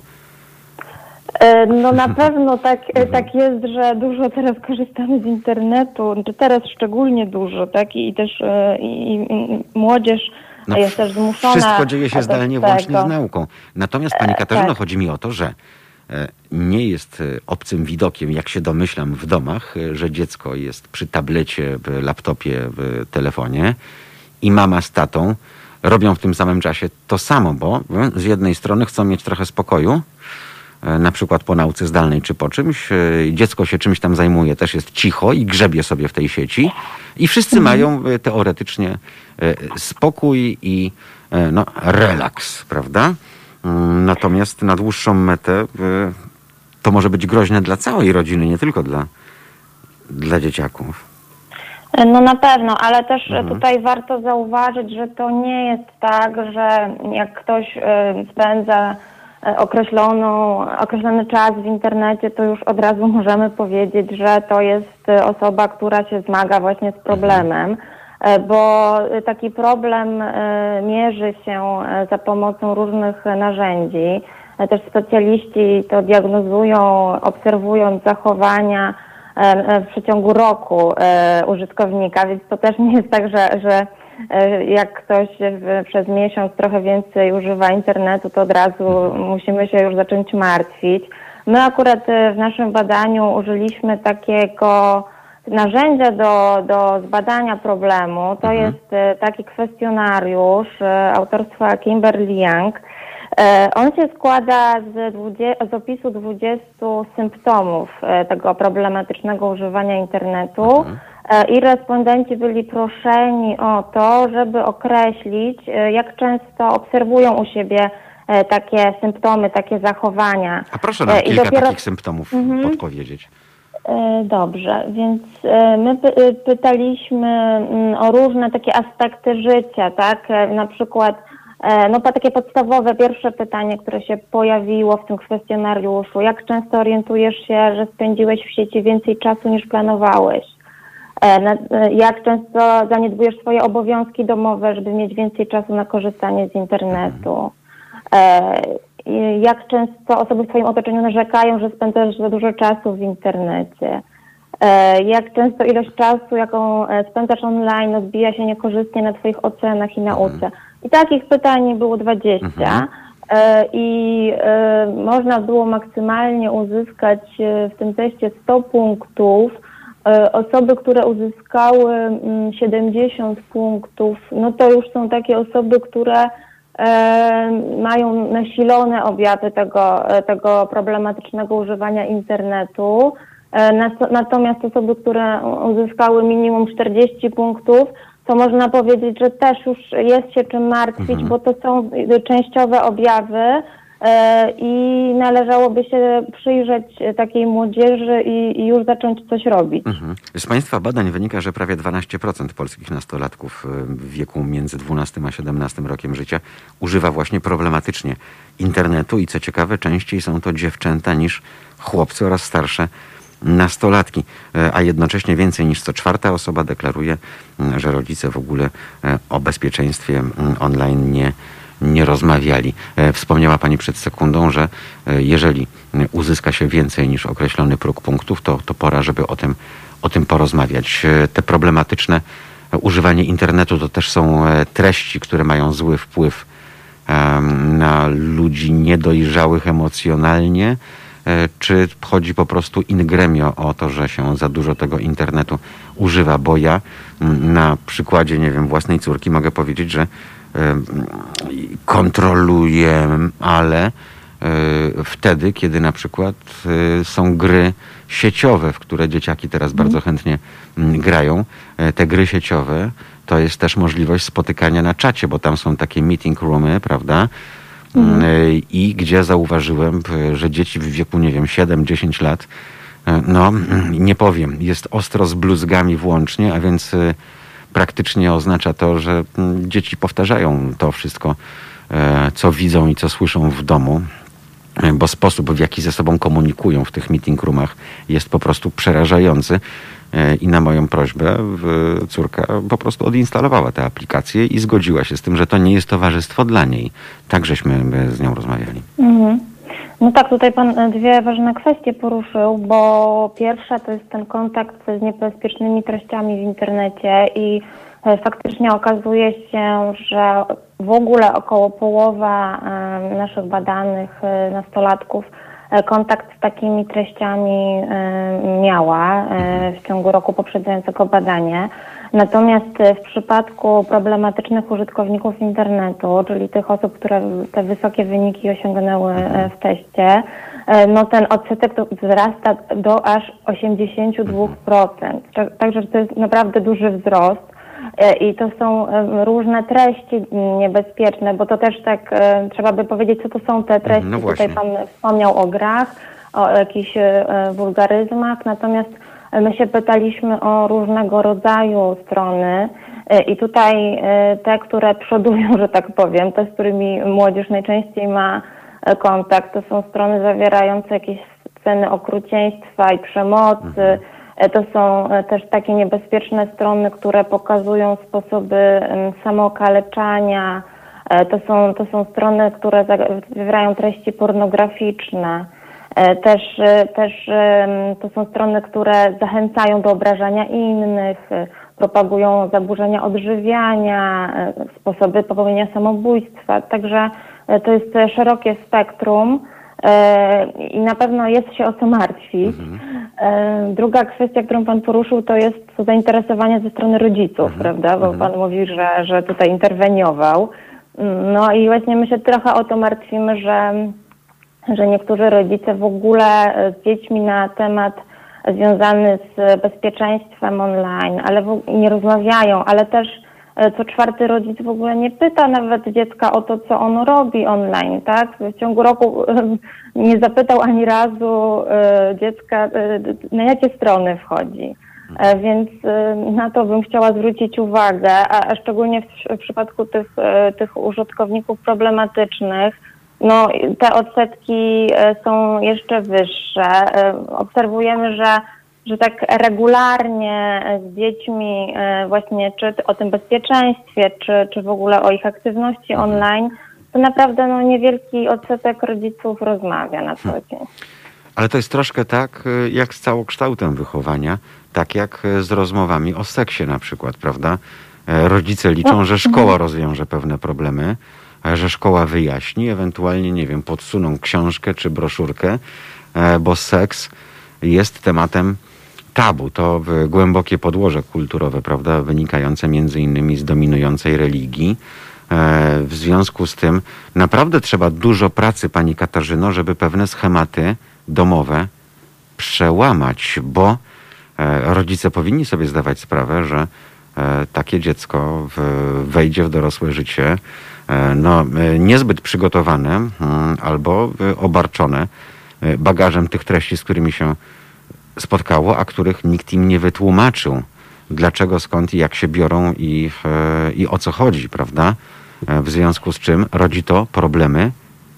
No na pewno tak, tak jest, że dużo teraz korzystamy z internetu, czy teraz szczególnie dużo, tak? I też i, i młodzież no, jest też zmuszona. Wszystko dzieje się zdalnie, włącznie z nauką. Natomiast pani Katarzyno, tak. chodzi mi o to, że nie jest obcym widokiem, jak się domyślam, w domach, że dziecko jest przy tablecie, w laptopie, w telefonie i mama z tatą robią w tym samym czasie to samo, bo z jednej strony chcą mieć trochę spokoju, na przykład po nauce zdalnej czy po czymś. Dziecko się czymś tam zajmuje, też jest cicho i grzebie sobie w tej sieci i wszyscy mhm. mają teoretycznie spokój i no, relaks, prawda? Natomiast na dłuższą metę to może być groźne dla całej rodziny, nie tylko dla, dla dzieciaków. No na pewno, ale też Mhm. tutaj warto zauważyć, że to nie jest tak, że jak ktoś y, spędza y, określoną, określony czas w internecie, to już od razu możemy powiedzieć, że to jest y, osoba, która się zmaga właśnie z problemem, y, bo taki problem y, mierzy się y, za pomocą różnych narzędzi. Y, też specjaliści to diagnozują, obserwując zachowania w przeciągu roku e, użytkownika, więc to też nie jest tak, że, że e, jak ktoś w, przez miesiąc trochę więcej używa internetu, to od razu musimy się już zacząć martwić. My akurat e, w naszym badaniu użyliśmy takiego narzędzia do, do zbadania problemu. To Mhm. jest e, taki kwestionariusz e, autorstwa Kimberly Young. E, On się składa z, dwudzie- z opisu dwudziestu symptomów e, tego problematycznego używania internetu Mhm. e, i respondenci byli proszeni o to, żeby określić, e, jak często obserwują u siebie e, takie symptomy, takie zachowania. A proszę nam E, i kilka dopiero- takich symptomów Mhm. podpowiedzieć. E, Dobrze, więc e, my py- e, pytaliśmy mm, o różne takie aspekty życia, tak? E, Na przykład, e, no po takie podstawowe pierwsze pytanie, które się pojawiło w tym kwestionariuszu. Jak często orientujesz się, że spędziłeś w sieci więcej czasu niż planowałeś? E, na- e, Jak często zaniedbujesz swoje obowiązki domowe, żeby mieć więcej czasu na korzystanie z internetu? E, i Jak często osoby w Twoim otoczeniu narzekają, że spędzasz za dużo czasu w internecie? E, Jak często ilość czasu, jaką e, spędzasz online, odbija się niekorzystnie na Twoich ocenach i nauce? I takich pytań było dwadzieścia. Mhm. E, I e, można było maksymalnie uzyskać e, w tym teście sto punktów. E, Osoby, które uzyskały mm, siedemdziesiąt punktów, no to już są takie osoby, które e, mają nasilone objawy tego, e, tego problematycznego używania internetu. E, nas- Natomiast osoby, które uzyskały minimum czterdzieści punktów, to można powiedzieć, że też już jest się czym martwić, Mhm. bo to są y, częściowe objawy e, i należałoby się przyjrzeć e, takiej młodzieży i, i już zacząć coś robić. Mhm. Z Państwa badań wynika, że prawie dwanaście procent polskich nastolatków y, w wieku między dwunastym a siedemnastym rokiem życia używa właśnie problematycznie internetu i co ciekawe, częściej są to dziewczęta niż chłopcy oraz starsze nastolatki, E, a jednocześnie więcej niż co czwarta osoba deklaruje, m, że rodzice w ogóle e, o bezpieczeństwie m, online nie, nie rozmawiali. E, Wspomniała Pani przed sekundą, że e, jeżeli m, uzyska się więcej niż określony próg punktów, to, to pora, żeby o tym, o tym porozmawiać. E, Te problematyczne e, używanie internetu to też są e, treści, które mają zły wpływ em, na ludzi niedojrzałych emocjonalnie, e, czy chodzi po prostu in gremio o to, że się za dużo tego internetu używa, bo ja m, na przykładzie, nie wiem, własnej córki mogę powiedzieć, że em, kontroluję, ale e, wtedy, kiedy na przykład e, są gry sieciowe, w które dzieciaki teraz bardzo chętnie mm, grają. E, Te gry sieciowe to jest też możliwość spotykania na czacie, bo tam są takie meeting roomy, prawda? Mm, e, I gdzie zauważyłem, p- że dzieci w wieku, nie wiem, siedem dziesięć lat, e, no mm, nie powiem, jest ostro z bluzgami włącznie, a więc e, praktycznie oznacza to, że mm, dzieci powtarzają to wszystko, e, co widzą i co słyszą w domu, e, bo sposób, w jaki ze sobą komunikują w tych meeting roomach, jest po prostu przerażający. E, I na moją prośbę w- córka po prostu odinstalowała tę aplikację i zgodziła się z tym, że to nie jest towarzystwo dla niej. Tak żeśmy e, z nią rozmawiali. Mhm. No tak, tutaj Pan e, dwie ważne kwestie poruszył, bo pierwsza to jest ten kontakt z niebezpiecznymi treściami w internecie i e, faktycznie okazuje się, że w ogóle około połowa e, naszych badanych e, nastolatków e, kontakt z takimi treściami e, miała e, w ciągu roku poprzedzającego badanie. Natomiast e, w przypadku problematycznych użytkowników internetu, czyli tych osób, które te wysokie wyniki osiągnęły e, w teście, e, no ten odsetek to wzrasta do aż osiemdziesiąt dwa procent. Tak- Także to jest naprawdę duży wzrost. I to są różne treści niebezpieczne, bo to też tak trzeba by powiedzieć, co to są te treści. No Tutaj pan wspomniał o grach, o jakichś wulgaryzmach, natomiast my się pytaliśmy o różnego rodzaju strony i tutaj te, które przodują, że tak powiem, te, z którymi młodzież najczęściej ma kontakt, to są strony zawierające jakieś sceny okrucieństwa i przemocy. Mhm. To są też takie niebezpieczne strony, które pokazują sposoby samookaleczania. To są, to są strony, które zawierają treści pornograficzne. Też, też to są strony, które zachęcają do obrażania innych, propagują zaburzenia odżywiania, sposoby popełnienia samobójstwa. Także to jest szerokie spektrum i na pewno jest się o co martwić. Mhm. Druga kwestia, którą pan poruszył, to jest to zainteresowanie ze strony rodziców, mhm. prawda? Bo pan mówi, że, że tutaj interweniował. No i właśnie my się trochę o to martwimy, że, że niektórzy rodzice w ogóle z dziećmi na temat związany z bezpieczeństwem online, ale w, nie rozmawiają, ale też co czwarty rodzic w ogóle nie pyta nawet dziecka o to, co ono robi online, tak? W ciągu roku nie zapytał ani razu dziecka, na jakie strony wchodzi. Więc na to bym chciała zwrócić uwagę, a szczególnie w, w przypadku tych, tych użytkowników problematycznych, no te odsetki są jeszcze wyższe. Obserwujemy, że że tak regularnie z dziećmi właśnie czy o tym bezpieczeństwie, czy, czy w ogóle o ich aktywności online, to naprawdę no, niewielki odsetek rodziców rozmawia na co dzień. Ale to jest troszkę tak, jak z całokształtem wychowania, tak jak z rozmowami o seksie na przykład, prawda? Rodzice liczą, no. że szkoła rozwiąże pewne problemy, że szkoła wyjaśni, ewentualnie, nie wiem, podsuną książkę czy broszurkę, bo seks jest tematem tabu. To głębokie podłoże kulturowe, prawda, wynikające między innymi z dominującej religii. W związku z tym naprawdę trzeba dużo pracy, pani Katarzyno, żeby pewne schematy domowe przełamać, bo rodzice powinni sobie zdawać sprawę, że takie dziecko wejdzie w dorosłe życie no, niezbyt przygotowane albo obarczone bagażem tych treści, z którymi się spotkało, a których nikt im nie wytłumaczył, dlaczego, skąd i jak się biorą i, i o co chodzi, prawda? W związku z czym rodzi to problemy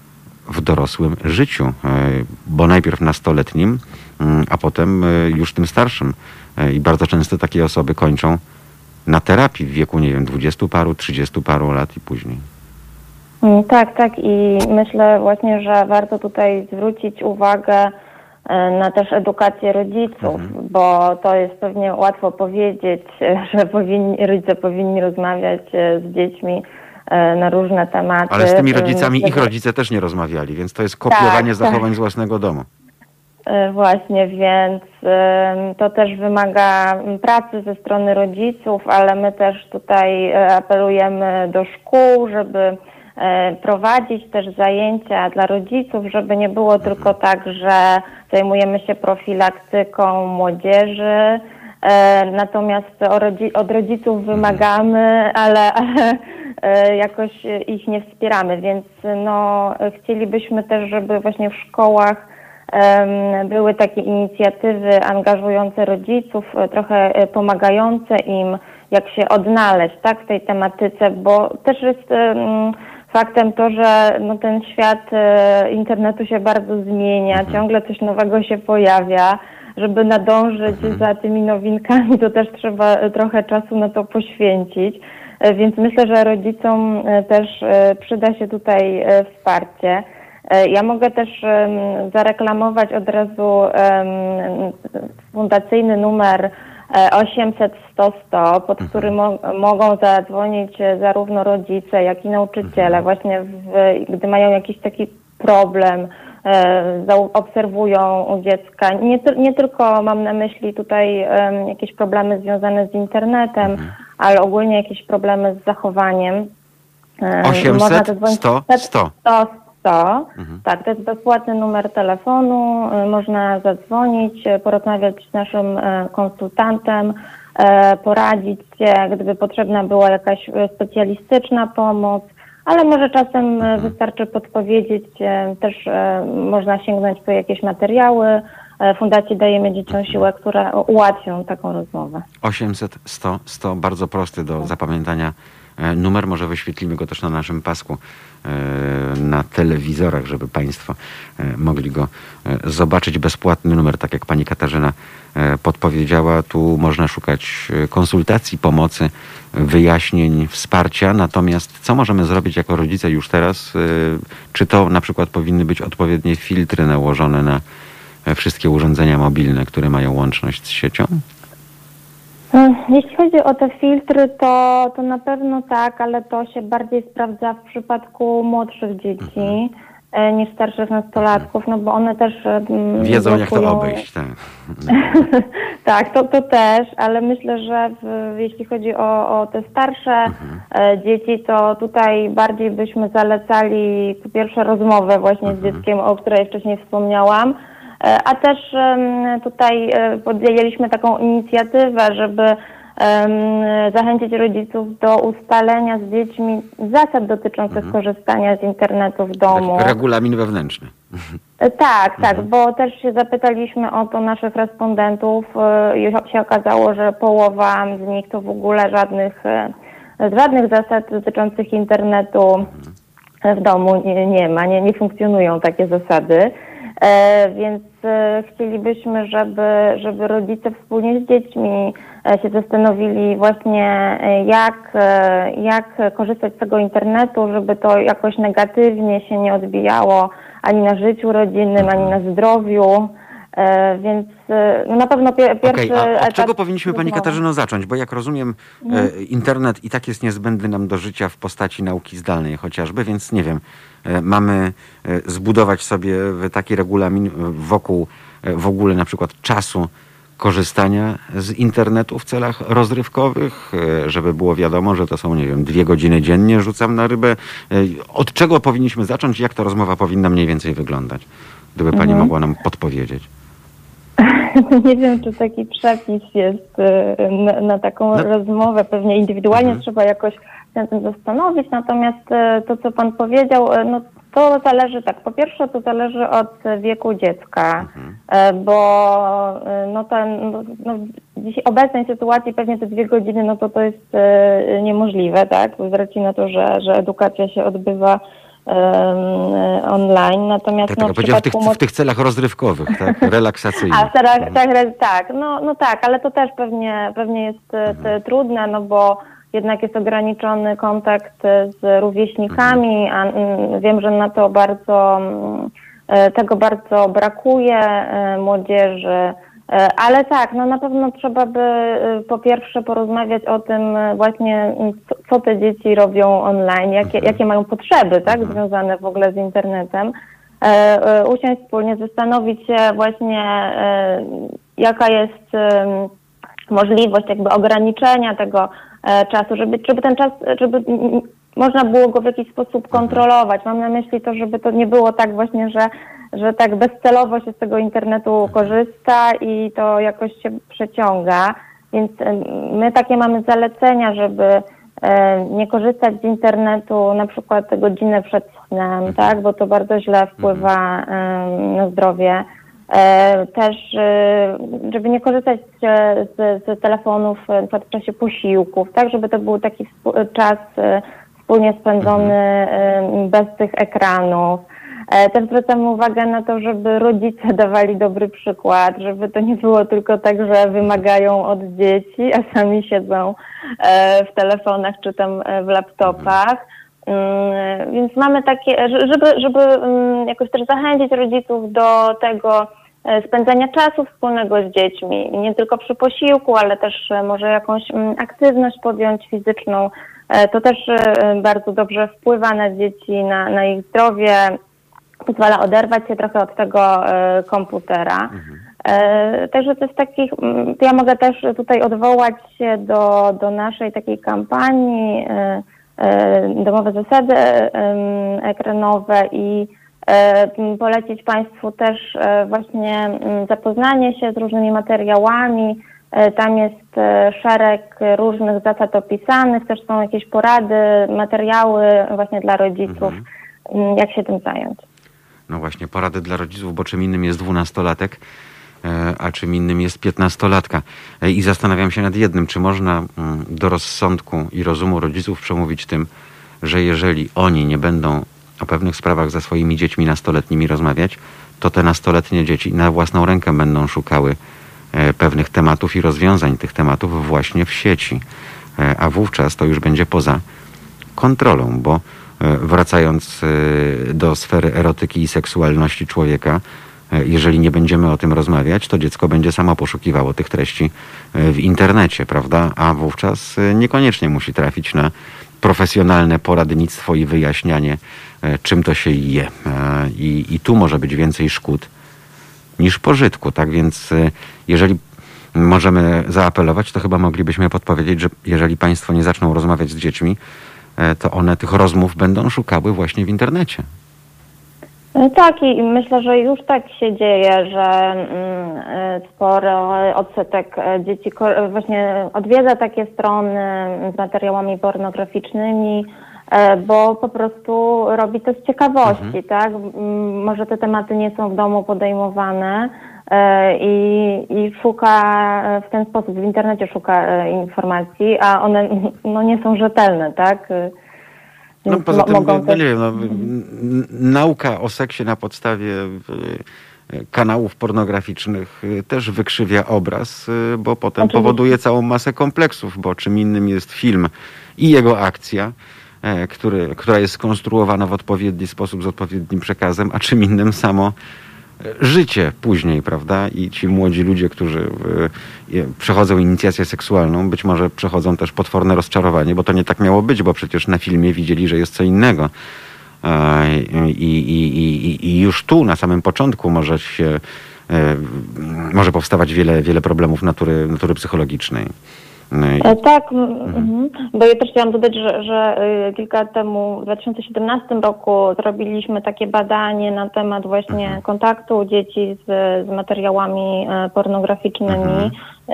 w dorosłym życiu, bo najpierw nastoletnim, a potem już tym starszym. I bardzo często takie osoby kończą na terapii w wieku, nie wiem, dwudziestu paru, trzydziestu paru lat i później. Tak, tak i myślę właśnie, że warto tutaj zwrócić uwagę na też edukację rodziców, mhm. bo to jest pewnie łatwo powiedzieć, że powinni, rodzice powinni rozmawiać z dziećmi na różne tematy. Ale z tymi rodzicami ich rodzice też nie rozmawiali, więc to jest kopiowanie tak, zachowań tak. z własnego domu. Właśnie, więc to też wymaga pracy ze strony rodziców, ale my też tutaj apelujemy do szkół, żeby prowadzić też zajęcia dla rodziców, żeby nie było tylko tak, że zajmujemy się profilaktyką młodzieży, natomiast od rodziców wymagamy, ale, ale jakoś ich nie wspieramy, więc no, chcielibyśmy też, żeby właśnie w szkołach były takie inicjatywy angażujące rodziców, trochę pomagające im, jak się odnaleźć, tak, w tej tematyce, bo też jest faktem to, że no, ten świat internetu się bardzo zmienia, ciągle coś nowego się pojawia. Żeby nadążyć za tymi nowinkami, to też trzeba trochę czasu na to poświęcić. Więc myślę, że rodzicom też przyda się tutaj wsparcie. Ja mogę też zareklamować od razu fundacyjny numer osiemset sto sto, pod który mo- mogą zadzwonić zarówno rodzice, jak i nauczyciele, właśnie w, gdy mają jakiś taki problem, e, obserwują u dziecka. Nie, nie tylko mam na myśli tutaj e, jakieś problemy związane z internetem, mhm. ale ogólnie jakieś problemy z zachowaniem. E, osiemset sto sto. sto. Mhm. Tak, to jest bezpłatny numer telefonu, można zadzwonić, porozmawiać z naszym konsultantem poradzić się, gdyby potrzebna była jakaś specjalistyczna pomoc, ale może czasem wystarczy podpowiedzieć, też można sięgnąć po jakieś materiały Fundacji Dajemy Dzieciom Siłę, które ułatwią taką rozmowę. osiemset sto sto, bardzo prosty do zapamiętania numer, może wyświetlimy go też na naszym pasku na telewizorach, żeby Państwo mogli go zobaczyć. Bezpłatny numer, tak jak pani Katarzyna podpowiedziała. Tu można szukać konsultacji, pomocy, wyjaśnień, wsparcia. Natomiast co możemy zrobić jako rodzice już teraz? Czy to na przykład powinny być odpowiednie filtry nałożone na wszystkie urządzenia mobilne, które mają łączność z siecią? Jeśli chodzi o te filtry, to, to na pewno tak, ale to się bardziej sprawdza w przypadku młodszych dzieci mhm. niż starszych nastolatków, no bo one też wiedzą, blokują... jak to obejść. Tak, tak to, to też, ale myślę, że w, jeśli chodzi o, o te starsze mhm. dzieci, to tutaj bardziej byśmy zalecali po pierwsze rozmowę właśnie mhm. z dzieckiem, o której wcześniej wspomniałam, a też tutaj podjęliśmy taką inicjatywę, żeby zachęcić rodziców do ustalenia z dziećmi zasad dotyczących mhm. korzystania z internetu w domu. Taki regulamin wewnętrzny. Tak, tak, mhm. bo też się zapytaliśmy o to naszych respondentów i się okazało, że połowa z nich to w ogóle żadnych, żadnych zasad dotyczących internetu mhm. w domu nie, nie ma, nie, nie funkcjonują takie zasady. E, więc e, chcielibyśmy, żeby, żeby rodzice wspólnie z dziećmi e, się zastanowili właśnie e, jak, e, jak korzystać z tego internetu, żeby to jakoś negatywnie się nie odbijało ani na życiu rodzinnym, ani na zdrowiu. E, więc e, no na pewno pie, pierwszy okay, a od etap... czego powinniśmy, pani Katarzyno, zacząć? Bo jak rozumiem, mhm. e, internet i tak jest niezbędny nam do życia w postaci nauki zdalnej chociażby, więc nie wiem, e, mamy e, zbudować sobie taki regulamin wokół e, w ogóle na przykład czasu korzystania z internetu w celach rozrywkowych, e, żeby było wiadomo, że to są, nie wiem, dwie godziny dziennie rzucam na rybę. E, od czego powinniśmy zacząć? Jak ta rozmowa powinna mniej więcej wyglądać? Gdyby pani mhm. mogła nam podpowiedzieć. Nie wiem, czy taki przepis jest na, na taką no. rozmowę. Pewnie indywidualnie mhm. trzeba jakoś się nad tym zastanowić. Natomiast to, co pan powiedział, no to zależy tak. Po pierwsze, to zależy od wieku dziecka, mhm. bo no ten, no, no, w dziś obecnej sytuacji pewnie te dwie godziny, no to to jest niemożliwe, tak? Z racji na to, że, że edukacja się odbywa online, natomiast tak, no, tak, w, w, tych, w tych celach rozrywkowych, tak, relaksacyjnych. A, tak, tak, tak, no, no tak, ale to też pewnie, pewnie jest mhm. trudne, no bo jednak jest ograniczony kontakt z rówieśnikami, mhm. a m, wiem, że na to bardzo, m, tego bardzo brakuje m, młodzieży. Ale tak, no na pewno trzeba by po pierwsze porozmawiać o tym właśnie, co te dzieci robią online, jakie, jakie mają potrzeby, tak, związane w ogóle z internetem. E, usiąść wspólnie, zastanowić się właśnie, e, jaka jest e, możliwość jakby ograniczenia tego e, czasu, żeby, żeby ten czas, żeby można było go w jakiś sposób kontrolować. Mam na myśli to, żeby to nie było tak właśnie, że że tak bezcelowo się z tego internetu korzysta i to jakoś się przeciąga. Więc my takie mamy zalecenia, żeby nie korzystać z internetu na przykład godzinę przed snem, tak, bo to bardzo źle wpływa na zdrowie. Też, żeby nie korzystać z, z telefonów na przykład w czasie posiłków, tak, żeby to był taki czas wspólnie spędzony bez tych ekranów. Też zwracamy uwagę na to, żeby rodzice dawali dobry przykład, żeby to nie było tylko tak, że wymagają od dzieci, a sami siedzą w telefonach czy tam w laptopach. Więc mamy takie, żeby, żeby jakoś też zachęcić rodziców do tego spędzania czasu wspólnego z dziećmi. Nie tylko przy posiłku, ale też może jakąś aktywność podjąć fizyczną. To też bardzo dobrze wpływa na dzieci, na, na ich zdrowie. Pozwala oderwać się trochę od tego e, komputera. Mhm. E, także to jest takich, ja mogę też tutaj odwołać się do, do naszej takiej kampanii e, e, Domowe zasady e, ekranowe i e, polecić Państwu też e, właśnie zapoznanie się z różnymi materiałami Tam jest szereg różnych zasad opisanych, też są jakieś porady, materiały właśnie dla rodziców, mhm. jak się tym zająć. No właśnie, porady dla rodziców, bo czym innym jest dwunastolatek, a czym innym jest piętnastolatka. I zastanawiam się nad jednym, czy można do rozsądku i rozumu rodziców przemówić tym, że jeżeli oni nie będą o pewnych sprawach ze swoimi dziećmi nastoletnimi rozmawiać, to te nastoletnie dzieci na własną rękę będą szukały pewnych tematów i rozwiązań tych tematów właśnie w sieci. A wówczas to już będzie poza kontrolą, bo wracając do sfery erotyki i seksualności człowieka, jeżeli nie będziemy o tym rozmawiać, to dziecko będzie samo poszukiwało tych treści w internecie, prawda? A wówczas niekoniecznie musi trafić na profesjonalne poradnictwo i wyjaśnianie, czym to się je. I, i tu może być więcej szkód niż pożytku. Tak więc jeżeli możemy zaapelować, to chyba moglibyśmy podpowiedzieć, że jeżeli państwo nie zaczną rozmawiać z dziećmi, to one tych rozmów będą szukały właśnie w internecie. Tak, i myślę, że już tak się dzieje, że spory odsetek dzieci właśnie odwiedza takie strony z materiałami pornograficznymi, bo po prostu robi to z ciekawości, mhm. tak? Może te tematy nie są w domu podejmowane i, i szuka w ten sposób, w internecie szuka informacji, a one no, nie są rzetelne, tak? No poza tym, no, nie wiem, no, nauka o seksie na podstawie kanałów pornograficznych też wykrzywia obraz, bo potem Oczywiście. powoduje całą masę kompleksów, bo czym innym jest film i jego akcja, który, która jest skonstruowana w odpowiedni sposób z odpowiednim przekazem, a czym innym samo życie później, prawda? I ci młodzi ludzie, którzy przechodzą inicjację seksualną, być może przechodzą też potworne rozczarowanie, bo to nie tak miało być, bo przecież na filmie widzieli, że jest co innego. I, i, i, i już tu na samym początku może się może powstawać wiele, wiele problemów natury, natury psychologicznej. No tak, mhm. bo ja też chciałam dodać, że, że kilka lat temu, w dwa tysiące siedemnastym roku zrobiliśmy takie badanie na temat właśnie mhm. kontaktu dzieci z, z materiałami pornograficznymi. Mhm.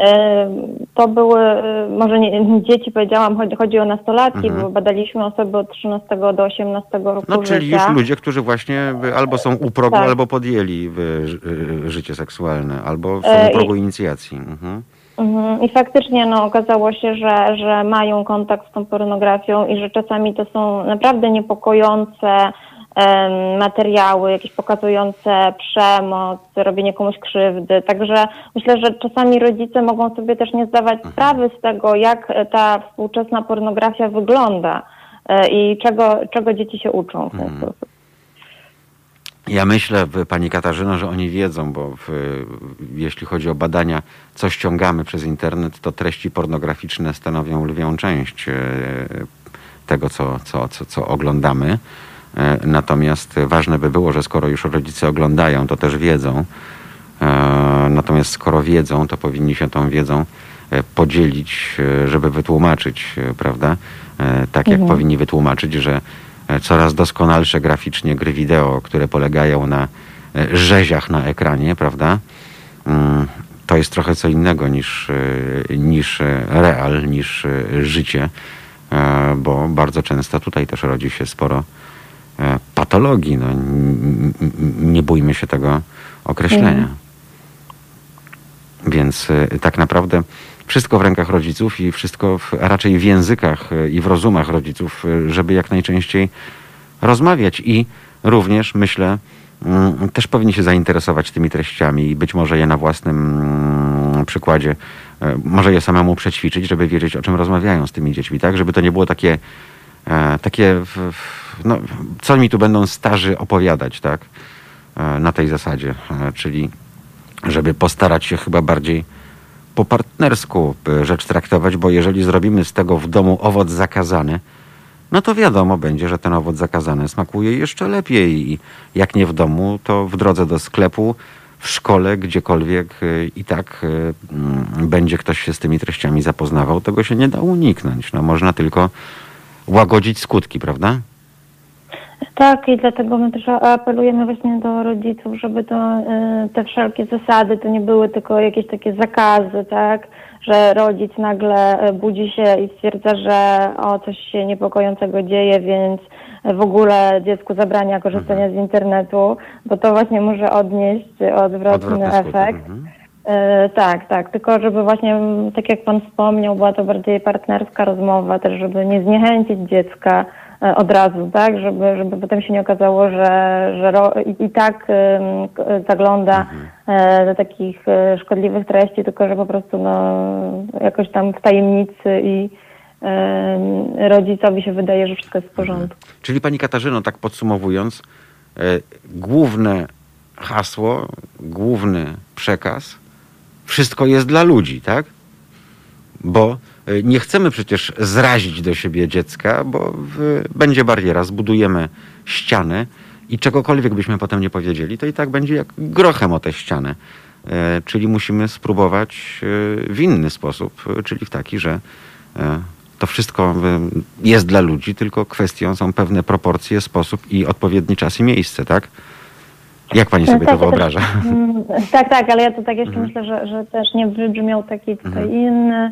To były, może nie dzieci powiedziałam, chodzi, chodzi o nastolatki, mhm. bo badaliśmy osoby od trzynastego do osiemnastego roku no, życia. Czyli już ludzie, którzy właśnie albo są u progu, tak. albo podjęli życie seksualne, albo są u progu inicjacji. Mhm. I faktycznie no, okazało się, że, że mają kontakt z tą pornografią i że czasami to są naprawdę niepokojące um, materiały, jakieś pokazujące przemoc, robienie komuś krzywdy. Także myślę, że czasami rodzice mogą sobie też nie zdawać sprawy z tego, jak ta współczesna pornografia wygląda e, i czego, czego dzieci się uczą w ten hmm. sposób. Ja myślę, pani Katarzyno, że oni wiedzą, bo w, jeśli chodzi o badania, co ściągamy przez internet, to treści pornograficzne stanowią lwią część tego, co, co, co, co oglądamy. Natomiast ważne by było, że skoro już rodzice oglądają, to też wiedzą. Natomiast skoro wiedzą, to powinni się tą wiedzą podzielić, żeby wytłumaczyć, prawda? Tak jak mhm. powinni wytłumaczyć, że coraz doskonalsze graficznie gry wideo, które polegają na rzeziach na ekranie, prawda? To jest trochę co innego niż, niż real, niż życie, bo bardzo często tutaj też rodzi się sporo patologii. No, nie bójmy się tego określenia. Mm. Więc tak naprawdę wszystko w rękach rodziców i wszystko w, raczej w językach i w rozumach rodziców, żeby jak najczęściej rozmawiać. I również, myślę, też powinni się zainteresować tymi treściami i być może je na własnym przykładzie, może je samemu przećwiczyć, żeby wiedzieć, o czym rozmawiają z tymi dziećmi, tak? Żeby to nie było takie, takie no, co mi tu będą starzy opowiadać, tak? Na tej zasadzie, czyli żeby postarać się chyba bardziej po partnersku rzecz traktować, bo jeżeli zrobimy z tego w domu owoc zakazany, no to wiadomo będzie, że ten owoc zakazany smakuje jeszcze lepiej. I jak nie w domu, to w drodze do sklepu, w szkole, gdziekolwiek i tak będzie ktoś się z tymi treściami zapoznawał. Tego się nie da uniknąć. No, można tylko łagodzić skutki, prawda? Tak, i dlatego my też apelujemy właśnie do rodziców, żeby to, y, te wszelkie zasady to nie były tylko jakieś takie zakazy, tak, że rodzic nagle budzi się i stwierdza, że o, coś się niepokojącego dzieje, więc w ogóle dziecku zabrania korzystania z internetu, bo to właśnie może odnieść odwrotny, Odwrotny efekt. skutek. Mhm. E, tak, tak, tylko żeby właśnie, tak jak pan wspomniał, była to bardziej partnerska rozmowa, też żeby nie zniechęcić dziecka e, od razu, tak, żeby, żeby potem się nie okazało, że, że ro, i, i tak e, zagląda Mhm. e, do takich e, szkodliwych treści, tylko że po prostu no, jakoś tam w tajemnicy i e, rodzicowi się wydaje, że wszystko jest w porządku. Czyli pani Katarzyno, tak podsumowując, e, główne hasło, główny przekaz, wszystko jest dla ludzi, tak? Bo e, nie chcemy przecież zrazić do siebie dziecka, bo w, będzie bariera, zbudujemy ścianę i czegokolwiek byśmy potem nie powiedzieli, to i tak będzie jak grochem o tę ścianę. E, czyli musimy spróbować e, w inny sposób, e, czyli w taki, że e, to wszystko y, jest dla ludzi, tylko kwestią są pewne proporcje, sposób i odpowiedni czas i miejsce, tak? Jak pani sobie to Tak, wyobraża? Mm, Tak, tak, ale ja to tak jeszcze Mhm. myślę, że, że też nie wybrzmiał taki tutaj Mhm. inny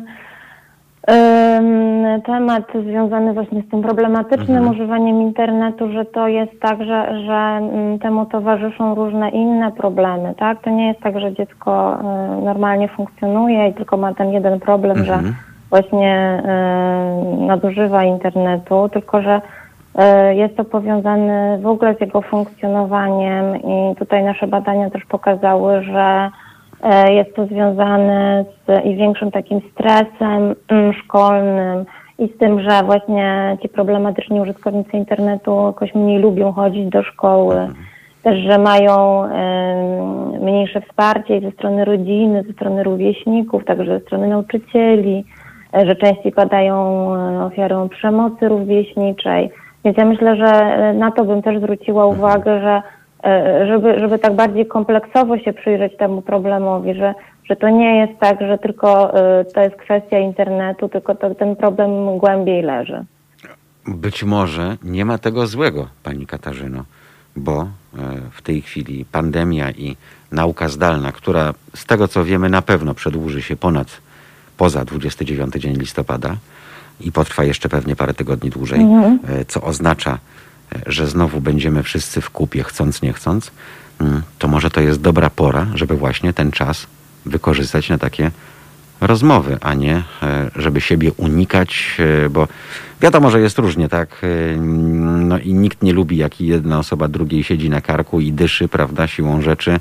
ym, temat związany właśnie z tym problematycznym Mhm. używaniem internetu, że to jest tak, że, że mm, temu towarzyszą różne inne problemy, tak? To nie jest tak, że dziecko y, normalnie funkcjonuje i tylko ma ten jeden problem, że Mhm. właśnie y, nadużywa internetu, tylko że y, jest to powiązane w ogóle z jego funkcjonowaniem i tutaj nasze badania też pokazały, że y, jest to związane z i większym takim stresem y, szkolnym i z tym, że właśnie ci problematyczni użytkownicy internetu jakoś mniej lubią chodzić do szkoły. Też, że mają y, mniejsze wsparcie ze strony rodziny, ze strony rówieśników, także ze strony nauczycieli, y, że częściej padają y, ofiarą przemocy rówieśniczej. Więc ja myślę, że y, na to bym też zwróciła uwagę, że y, żeby, żeby tak bardziej kompleksowo się przyjrzeć temu problemowi, że, że to nie jest tak, że tylko y, to jest kwestia internetu, tylko to, ten problem głębiej leży. Być może nie ma tego złego, pani Katarzyno, bo e, w tej chwili pandemia i nauka zdalna, która z tego co wiemy na pewno przedłuży się ponad, poza dwudziestego dziewiątego dzień listopada i potrwa jeszcze pewnie parę tygodni dłużej, Mhm. e, co oznacza, e, że znowu będziemy wszyscy w kupie, chcąc nie chcąc, mm, to może to jest dobra pora, żeby właśnie ten czas wykorzystać na takie rozmowy, a nie e, żeby siebie unikać, e, bo wiadomo, że jest różnie, tak? E, No i nikt nie lubi, jak jedna osoba drugiej siedzi na karku i dyszy, prawda, siłą rzeczy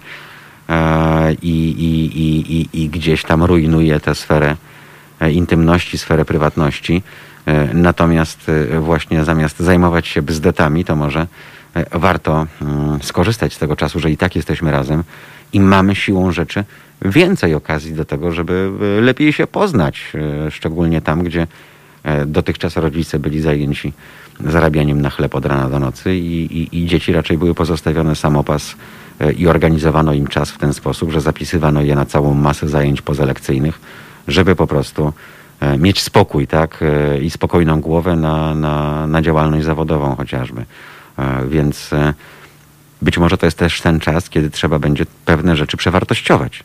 e, i, i, i, i, i gdzieś tam rujnuje tę sferę e, intymności, sferę prywatności. E, Natomiast e, właśnie zamiast zajmować się bzdetami, to może e, warto mm, skorzystać z tego czasu, że i tak jesteśmy razem i mamy siłą rzeczy więcej okazji do tego, żeby e, lepiej się poznać, e, szczególnie tam, gdzie e, dotychczas rodzice byli zajęci zarabianiem na chleb od rana do nocy i, i, i dzieci raczej były pozostawione samopas e, i organizowano im czas w ten sposób, że zapisywano je na całą masę zajęć pozalekcyjnych, żeby po prostu e, mieć spokój, tak, e, i spokojną głowę na, na, na działalność zawodową chociażby. E, Więc e, być może to jest też ten czas, kiedy trzeba będzie pewne rzeczy przewartościować.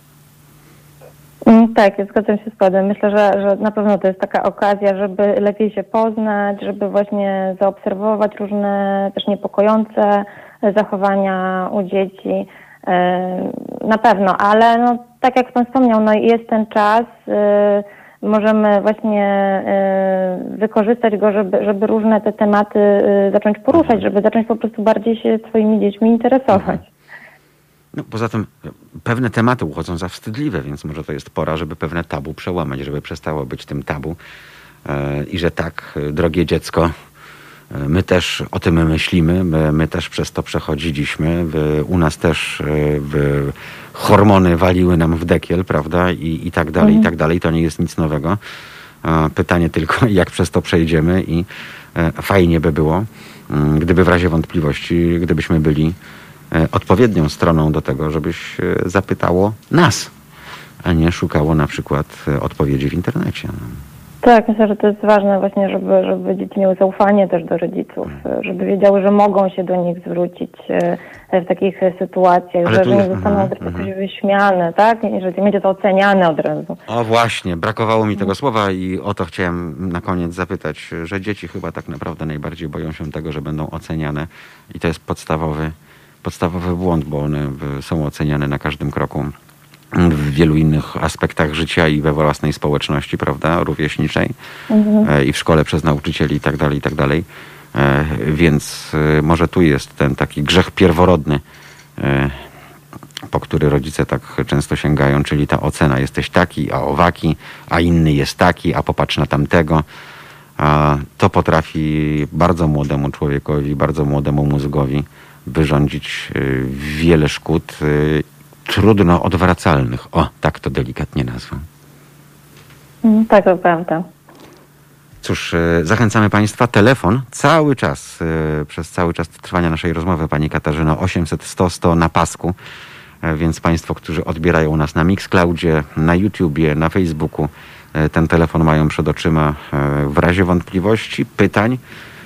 Mm, Tak, ja zgadzam się z panem. Myślę, że, że na pewno to jest taka okazja, żeby lepiej się poznać, żeby właśnie zaobserwować różne też niepokojące zachowania u dzieci. E, Na pewno, ale no, tak jak pan wspomniał, no jest ten czas, e, możemy właśnie e, wykorzystać go, żeby, żeby różne te tematy e, zacząć poruszać, żeby zacząć po prostu bardziej się swoimi dziećmi interesować. No, poza tym e, pewne tematy uchodzą za wstydliwe, więc może to jest pora, żeby pewne tabu przełamać, żeby przestało być tym tabu e, i że tak, e, drogie dziecko, e, my też o tym myślimy, my, my też przez to przechodziliśmy, w, u nas też e, w, hormony waliły nam w dekiel, prawda, i, i tak dalej, i tak dalej, to nie jest nic nowego. E, pytanie tylko, jak przez to przejdziemy i e, fajnie by było, m, gdyby w razie wątpliwości, gdybyśmy byli e, odpowiednią stroną do tego, żebyś e, zapytało nas, a nie szukało na przykład e, odpowiedzi w internecie. Tak, myślę, że to jest ważne właśnie, żeby, żeby dzieci miały zaufanie też do rodziców, żeby wiedziały, że mogą się do nich zwrócić w takich sytuacjach, Ale że, tu że nie jest- zostaną mhm, od razu mhm. wyśmiane, tak? I że nie będzie to oceniane od razu. O właśnie, brakowało mi tego słowa i o to chciałem na koniec zapytać, że dzieci chyba tak naprawdę najbardziej boją się tego, że będą oceniane i to jest podstawowy, podstawowy błąd, bo one y, są oceniane na każdym kroku w wielu innych aspektach życia i we własnej społeczności, prawda, rówieśniczej e, i w szkole przez nauczycieli i tak dalej, i tak dalej. E, Więc e, może tu jest ten taki grzech pierworodny, e, po który rodzice tak często sięgają, czyli ta ocena. Jesteś taki, a owaki, a inny jest taki, a popatrz na tamtego. A to potrafi bardzo młodemu człowiekowi, bardzo młodemu mózgowi wyrządzić y, wiele szkód y, trudno odwracalnych. O, tak to delikatnie nazwę. Mhm, tak, to prawda. Cóż, y, zachęcamy Państwa. Telefon cały czas, y, przez cały czas trwania naszej rozmowy, Pani Katarzyno, osiemset sto sto na pasku. E, Więc Państwo, którzy odbierają nas na Mixcloudzie, na YouTubie, na Facebooku, e, ten telefon mają przed oczyma e, w razie wątpliwości, pytań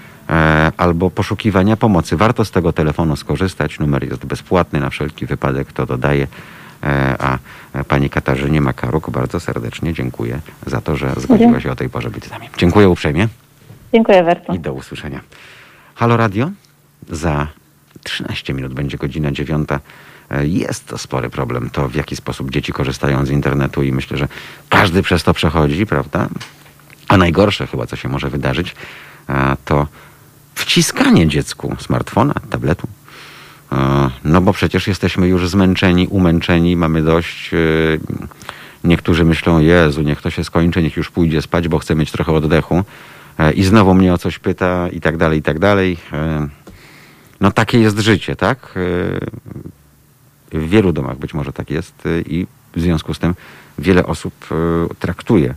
e, albo poszukiwania pomocy. Warto z tego telefonu skorzystać. Numer jest bezpłatny, na wszelki wypadek to dodaję. E, A e, Pani Katarzynie Makaruk bardzo serdecznie dziękuję za to, że zgodziła się o tej porze być z nami. Dziękuję uprzejmie Dziękuję bardzo. i do usłyszenia. Halo Radio, za trzynaście minut będzie godzina dziewiąta. Jest to spory problem, to w jaki sposób dzieci korzystają z internetu i myślę, że każdy przez to przechodzi, prawda? A najgorsze chyba, co się może wydarzyć, a, to wciskanie dziecku smartfona, tabletu. A, No bo przecież jesteśmy już zmęczeni, umęczeni, mamy dość. y, Niektórzy myślą, Jezu, niech to się skończy, niech już pójdzie spać, bo chce mieć trochę oddechu. E, I znowu mnie o coś pyta i tak dalej, i tak dalej. E, No takie jest życie, tak? E, W wielu domach być może tak jest y, i w związku z tym wiele osób y, traktuje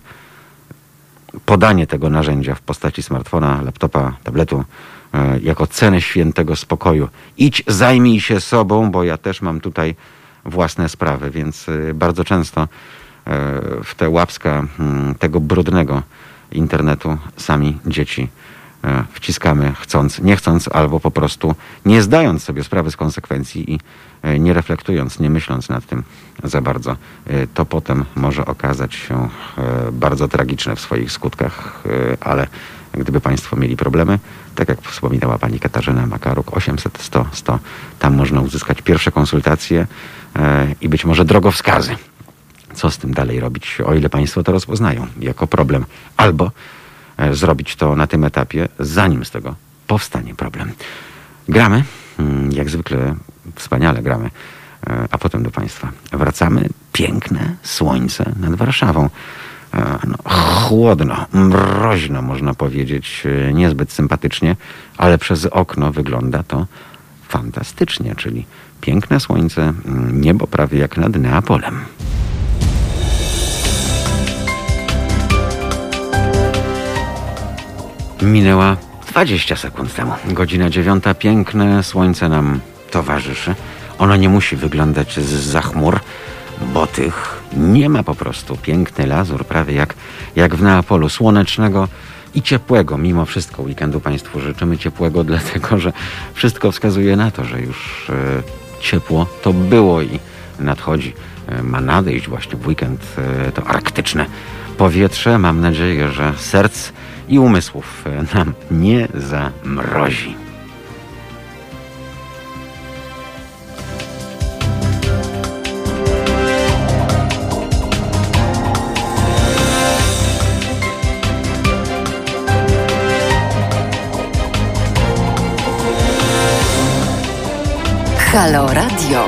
podanie tego narzędzia w postaci smartfona, laptopa, tabletu y, jako cenę świętego spokoju. Idź, zajmij się sobą, bo ja też mam tutaj własne sprawy, więc y, bardzo często y, w te łapska y, tego brudnego internetu sami dzieci e, wciskamy chcąc, nie chcąc, albo po prostu nie zdając sobie sprawy z konsekwencji i e, nie reflektując, nie myśląc nad tym za bardzo. E, To potem może okazać się e, bardzo tragiczne w swoich skutkach, e, ale gdyby Państwo mieli problemy, tak jak wspominała Pani Katarzyna Makaruk, osiemset sto sto, tam można uzyskać pierwsze konsultacje e, i być może drogowskazy. Co z tym dalej robić, o ile Państwo to rozpoznają jako problem, albo e, zrobić to na tym etapie, zanim z tego powstanie problem. Gramy, mm, jak zwykle wspaniale gramy, e, a potem do Państwa wracamy. Piękne słońce nad Warszawą. E, no, chłodno, mroźno można powiedzieć, e, niezbyt sympatycznie, ale przez okno wygląda to fantastycznie, czyli piękne słońce, mm, niebo prawie jak nad Neapolem. Minęła dwadzieścia sekund temu. Godzina dziewiąta. Piękne słońce nam towarzyszy. Ono nie musi wyglądać zza chmur, bo tych nie ma po prostu. Piękny lazur, prawie jak, jak w Neapolu. Słonecznego i ciepłego. Mimo wszystko weekendu Państwu życzymy ciepłego, dlatego że wszystko wskazuje na to, że już e, ciepło to było i nadchodzi. E, ma nadejść właśnie w weekend e, to arktyczne powietrze. Mam nadzieję, że serc i umysłów nam nie zamrozi. Halo Radio.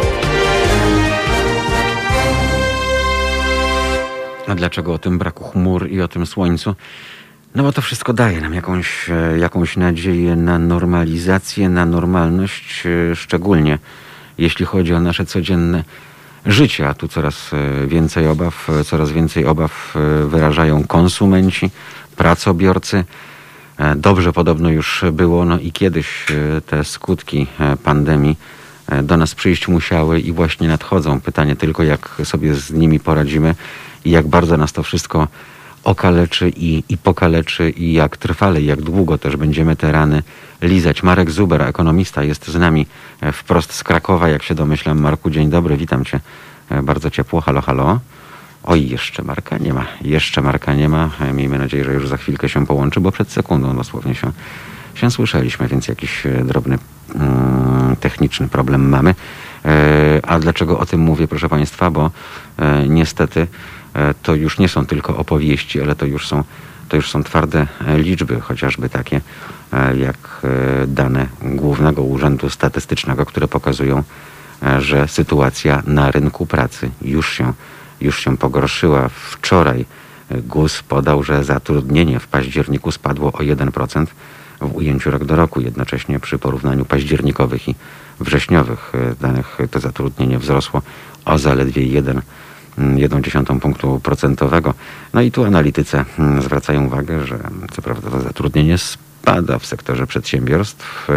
A dlaczego o tym braku chmur i o tym słońcu? No bo to wszystko daje nam jakąś, e, jakąś nadzieję na normalizację, na normalność, e, szczególnie jeśli chodzi o nasze codzienne życie. A tu coraz e, więcej obaw, e, coraz więcej obaw e, wyrażają konsumenci, pracobiorcy. E, Dobrze podobno już było, no i kiedyś e, te skutki e, pandemii e, do nas przyjść musiały i właśnie nadchodzą. Pytanie tylko, jak sobie z nimi poradzimy i jak bardzo nas to wszystko okaleczy i, i pokaleczy i jak trwale, i jak długo też będziemy te rany lizać. Marek Zuber, ekonomista, jest z nami wprost z Krakowa, jak się domyślam. Marku, dzień dobry, witam cię bardzo ciepło. Halo, halo. Oj, jeszcze Marka nie ma. Jeszcze Marka nie ma. Miejmy nadzieję, że już za chwilkę się połączy, bo przed sekundą dosłownie się, się słyszeliśmy, więc jakiś drobny mm, techniczny problem mamy. E, a dlaczego o tym mówię, proszę Państwa? Bo e, niestety e, to już nie są tylko opowieści, ale to już są, to już są twarde liczby, chociażby takie e, jak e, dane Głównego Urzędu Statystycznego, które pokazują, e, że sytuacja na rynku pracy już się już się pogorszyła. Wczoraj G U S podał, że zatrudnienie w październiku spadło o jeden procent w ujęciu rok do roku. Jednocześnie przy porównaniu październikowych i wrześniowych danych to zatrudnienie wzrosło o zaledwie jeden przecinek jeden punktu procentowego. No i tu analitycy zwracają uwagę, że co prawda to zatrudnienie spada w sektorze przedsiębiorstw,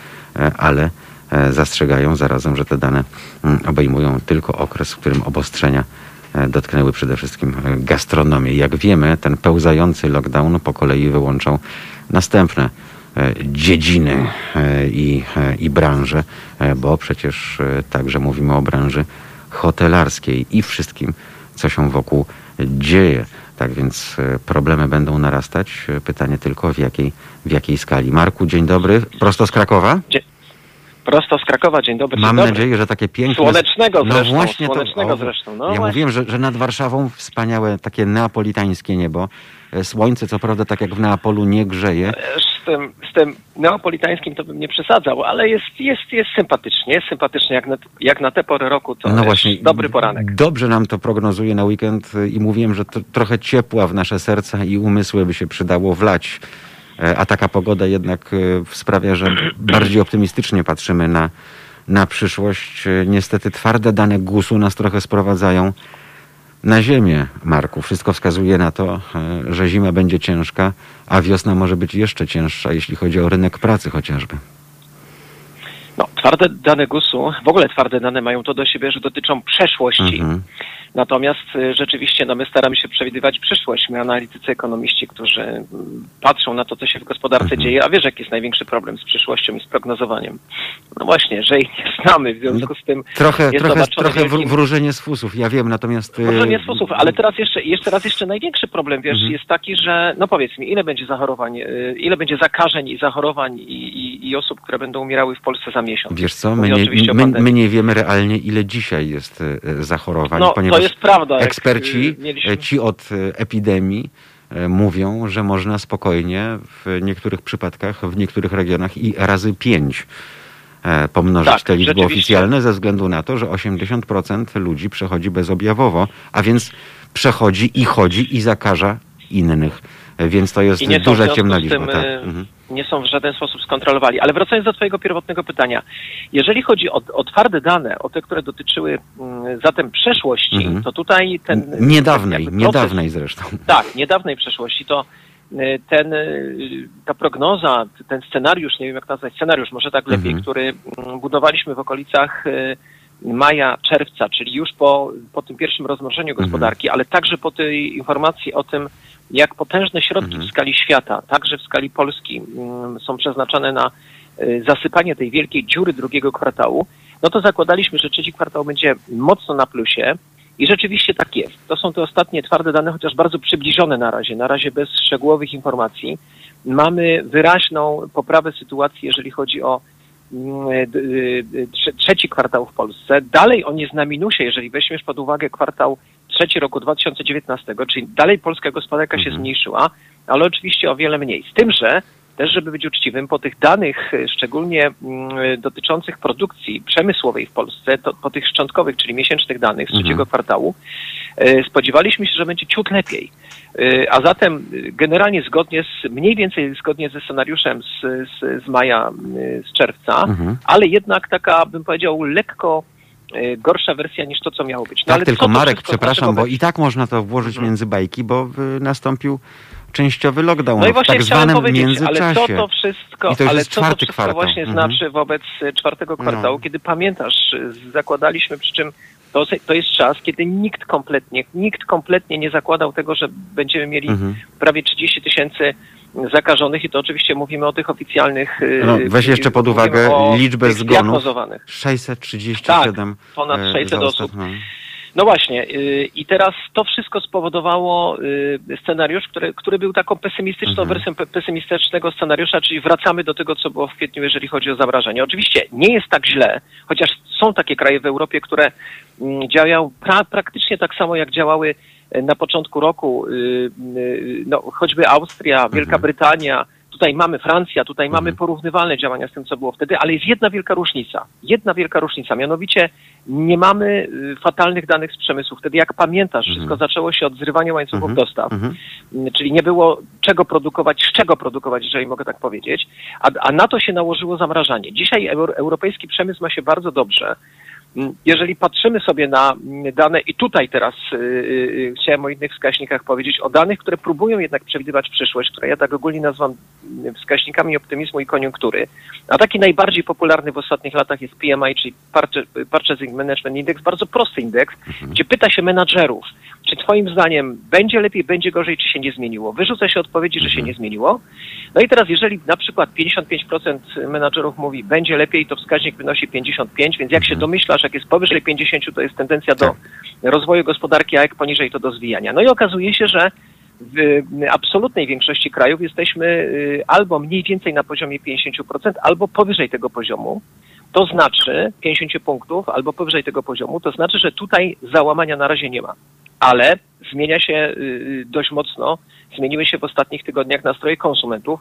ale zastrzegają zarazem, że te dane obejmują tylko okres, w którym obostrzenia dotknęły przede wszystkim gastronomię. Jak wiemy, ten pełzający lockdown po kolei wyłączał następne dziedziny i, i branże, bo przecież także mówimy o branży hotelarskiej i wszystkim, co się wokół dzieje. Tak więc problemy będą narastać. Pytanie tylko w jakiej, w jakiej skali. Marku, dzień dobry. Prosto z Krakowa? Dzie- Prosto z Krakowa, dzień dobry. Mam dzień nadzieję, dobry. że takie piękne... Słonecznego zresztą, no właśnie słonecznego to, o, zresztą. No ja właśnie. mówiłem, że, że nad Warszawą wspaniałe takie neapolitańskie niebo. Słońce, co prawda, tak jak w Neapolu, nie grzeje. Z tym, z tym neapolitańskim to bym nie przesadzał, ale jest, jest, jest sympatycznie. Jest sympatycznie jak na, jak na tę porę roku. To No jest właśnie, dobry poranek. Dobrze nam to prognozuje na weekend i mówiłem, że to trochę ciepła w nasze serca i umysły by się przydało wlać. A taka pogoda jednak sprawia, że bardziej optymistycznie patrzymy na, na przyszłość. Niestety twarde dane G U S-u nas trochę sprowadzają na ziemię, Marku. Wszystko wskazuje na to, że zima będzie ciężka, a wiosna może być jeszcze cięższa, jeśli chodzi o rynek pracy chociażby. No, twarde dane G U S-u, w ogóle twarde dane mają to do siebie, że dotyczą przeszłości. Mhm. Natomiast y, rzeczywiście no, my staramy się przewidywać przyszłość. My analitycy, ekonomiści, którzy y, patrzą na to, co się w gospodarce Mhm. dzieje, a wiesz, jaki jest największy problem z przyszłością i z prognozowaniem? No właśnie, że jej nie znamy, w związku z tym Trochę, jest trochę, zobaczone trochę wielkim... wróżenie z fusów, ja wiem, natomiast... y, Wróżenie z fusów, ale teraz jeszcze, jeszcze raz jeszcze największy problem, wiesz, Mhm. jest taki, że no powiedz mi, ile będzie zachorowań, y, ile będzie zakażeń i zachorowań i, i, i osób, które będą umierały w Polsce za miesiąc? Wiesz co, my Mówię nie, oczywiście o my, pandemii. my nie wiemy realnie, ile dzisiaj jest y, zachorowań, No, ponieważ to jest prawda. jak, eksperci, y, mieliśmy... ci od y, epidemii y, mówią, że można spokojnie w niektórych przypadkach, w niektórych regionach i razy pięć e, pomnożyć Tak, te liczby rzeczywiście. oficjalne ze względu na to, że osiemdziesiąt procent ludzi przechodzi bezobjawowo, a więc przechodzi i chodzi i zakaża innych. E, Więc to jest I nie są w duża związku ciemna z liczba. tym, Tak. y, Mhm. nie są w żaden sposób skontrolowali. Ale wracając do twojego pierwotnego pytania. Jeżeli chodzi o, o twarde dane, o te, które dotyczyły mm, zatem przeszłości, Mhm. to tutaj ten... Niedawnej, jakby proces- niedawnej zresztą. Tak, niedawnej przeszłości, to y, ten, y, ta prognoza, ten scenariusz, nie wiem jak nazwać, scenariusz może tak lepiej, Mhm. który mm, budowaliśmy w okolicach y, maja, czerwca, czyli już po, po tym pierwszym rozmrożeniu gospodarki, ale także po tej informacji o tym, jak potężne środki Mhm. w skali świata, także w skali Polski mm, są przeznaczone na y, zasypanie tej wielkiej dziury drugiego kwartału, no to zakładaliśmy, że trzeci kwartał będzie mocno na plusie i rzeczywiście tak jest. To są te ostatnie twarde dane, chociaż bardzo przybliżone na razie, na razie bez szczegółowych informacji. Mamy wyraźną poprawę sytuacji, jeżeli chodzi o mm, d- y, trze- trzeci kwartał w Polsce. Dalej on jest na minusie, jeżeli weźmiesz pod uwagę kwartał trzeci roku dwa tysiące dziewiętnastego, czyli dalej polska gospodarka się Mhm. zmniejszyła, ale oczywiście o wiele mniej. Z tym, że też, żeby być uczciwym, po tych danych y, szczególnie mm, dotyczących produkcji przemysłowej w Polsce, to, po tych szczątkowych, czyli miesięcznych danych z Mhm. trzeciego kwartału, y, spodziewaliśmy się, że będzie ciut lepiej. Y, A zatem y, generalnie zgodnie z, mniej więcej zgodnie ze scenariuszem z, z, z maja, y, z czerwca, Mhm. ale jednak taka, bym powiedział, lekko y, gorsza wersja niż to, co miało być. No, Tak, ale tylko co to Marek, wszystko przepraszam, znaczy bo wobec- i tak można to włożyć Mhm. między bajki, bo y, nastąpił częściowy lockdown No i w właśnie tak chciałem zwanym powiedzieć, ale międzyczasie. co to wszystko, I to już ale jest co to czwarty wszystko kwartał. właśnie Mhm. znaczy wobec y, czwartego kwartału, No. kiedy pamiętasz, y, zakładaliśmy, przy czym To, to jest czas, kiedy nikt kompletnie, nikt kompletnie nie zakładał tego, że będziemy mieli mhm. prawie trzydzieści tysięcy zakażonych i to oczywiście mówimy o tych oficjalnych... No, weź jeszcze pod uwagę liczbę zgonów. sześćset trzydzieści siedem tak, ponad sześćset osób. No właśnie i teraz to wszystko spowodowało scenariusz, który, który był taką pesymistyczną mhm. wersją pesymistycznego scenariusza, czyli wracamy do tego, co było w kwietniu, jeżeli chodzi o zamrażanie. Oczywiście nie jest tak źle, chociaż są takie kraje w Europie, które działają pra, praktycznie tak samo, jak działały na początku roku, no, choćby Austria, Wielka mhm. Brytania, tutaj mamy Francja, tutaj mhm. mamy porównywalne działania z tym, co było wtedy, ale jest jedna wielka różnica. Jedna wielka różnica, mianowicie nie mamy fatalnych danych z przemysłu. Wtedy, jak pamiętasz, mhm. wszystko zaczęło się od zrywania łańcuchów mhm. dostaw, mhm. czyli nie było czego produkować, z czego produkować, jeżeli mogę tak powiedzieć, a, a na to się nałożyło zamrażanie. Dzisiaj euro, europejski przemysł ma się bardzo dobrze. Jeżeli patrzymy sobie na dane, i tutaj teraz yy, chciałem o innych wskaźnikach powiedzieć, o danych, które próbują jednak przewidywać przyszłość, które ja tak ogólnie nazywam wskaźnikami optymizmu i koniunktury, a taki najbardziej popularny w ostatnich latach jest P M I, czyli Purchasing Management Index, bardzo prosty indeks, mhm. gdzie pyta się menadżerów, czy twoim zdaniem będzie lepiej, będzie gorzej, czy się nie zmieniło. Wyrzuca się odpowiedzi, że się nie zmieniło. No i teraz, jeżeli na przykład pięćdziesiąt pięć procent menadżerów mówi, będzie lepiej, to wskaźnik wynosi pięćdziesiąt pięć, więc jak się domyślasz, jak jest powyżej pięćdziesiąt, to jest tendencja do rozwoju gospodarki, a jak poniżej, to do zwijania. No i okazuje się, że w absolutnej większości krajów jesteśmy albo mniej więcej na poziomie pięćdziesiąt procent, albo powyżej tego poziomu. To znaczy pięćdziesiąt punktów, albo powyżej tego poziomu, to znaczy, że tutaj załamania na razie nie ma. Ale zmienia się dość mocno, zmieniły się w ostatnich tygodniach nastroje konsumentów.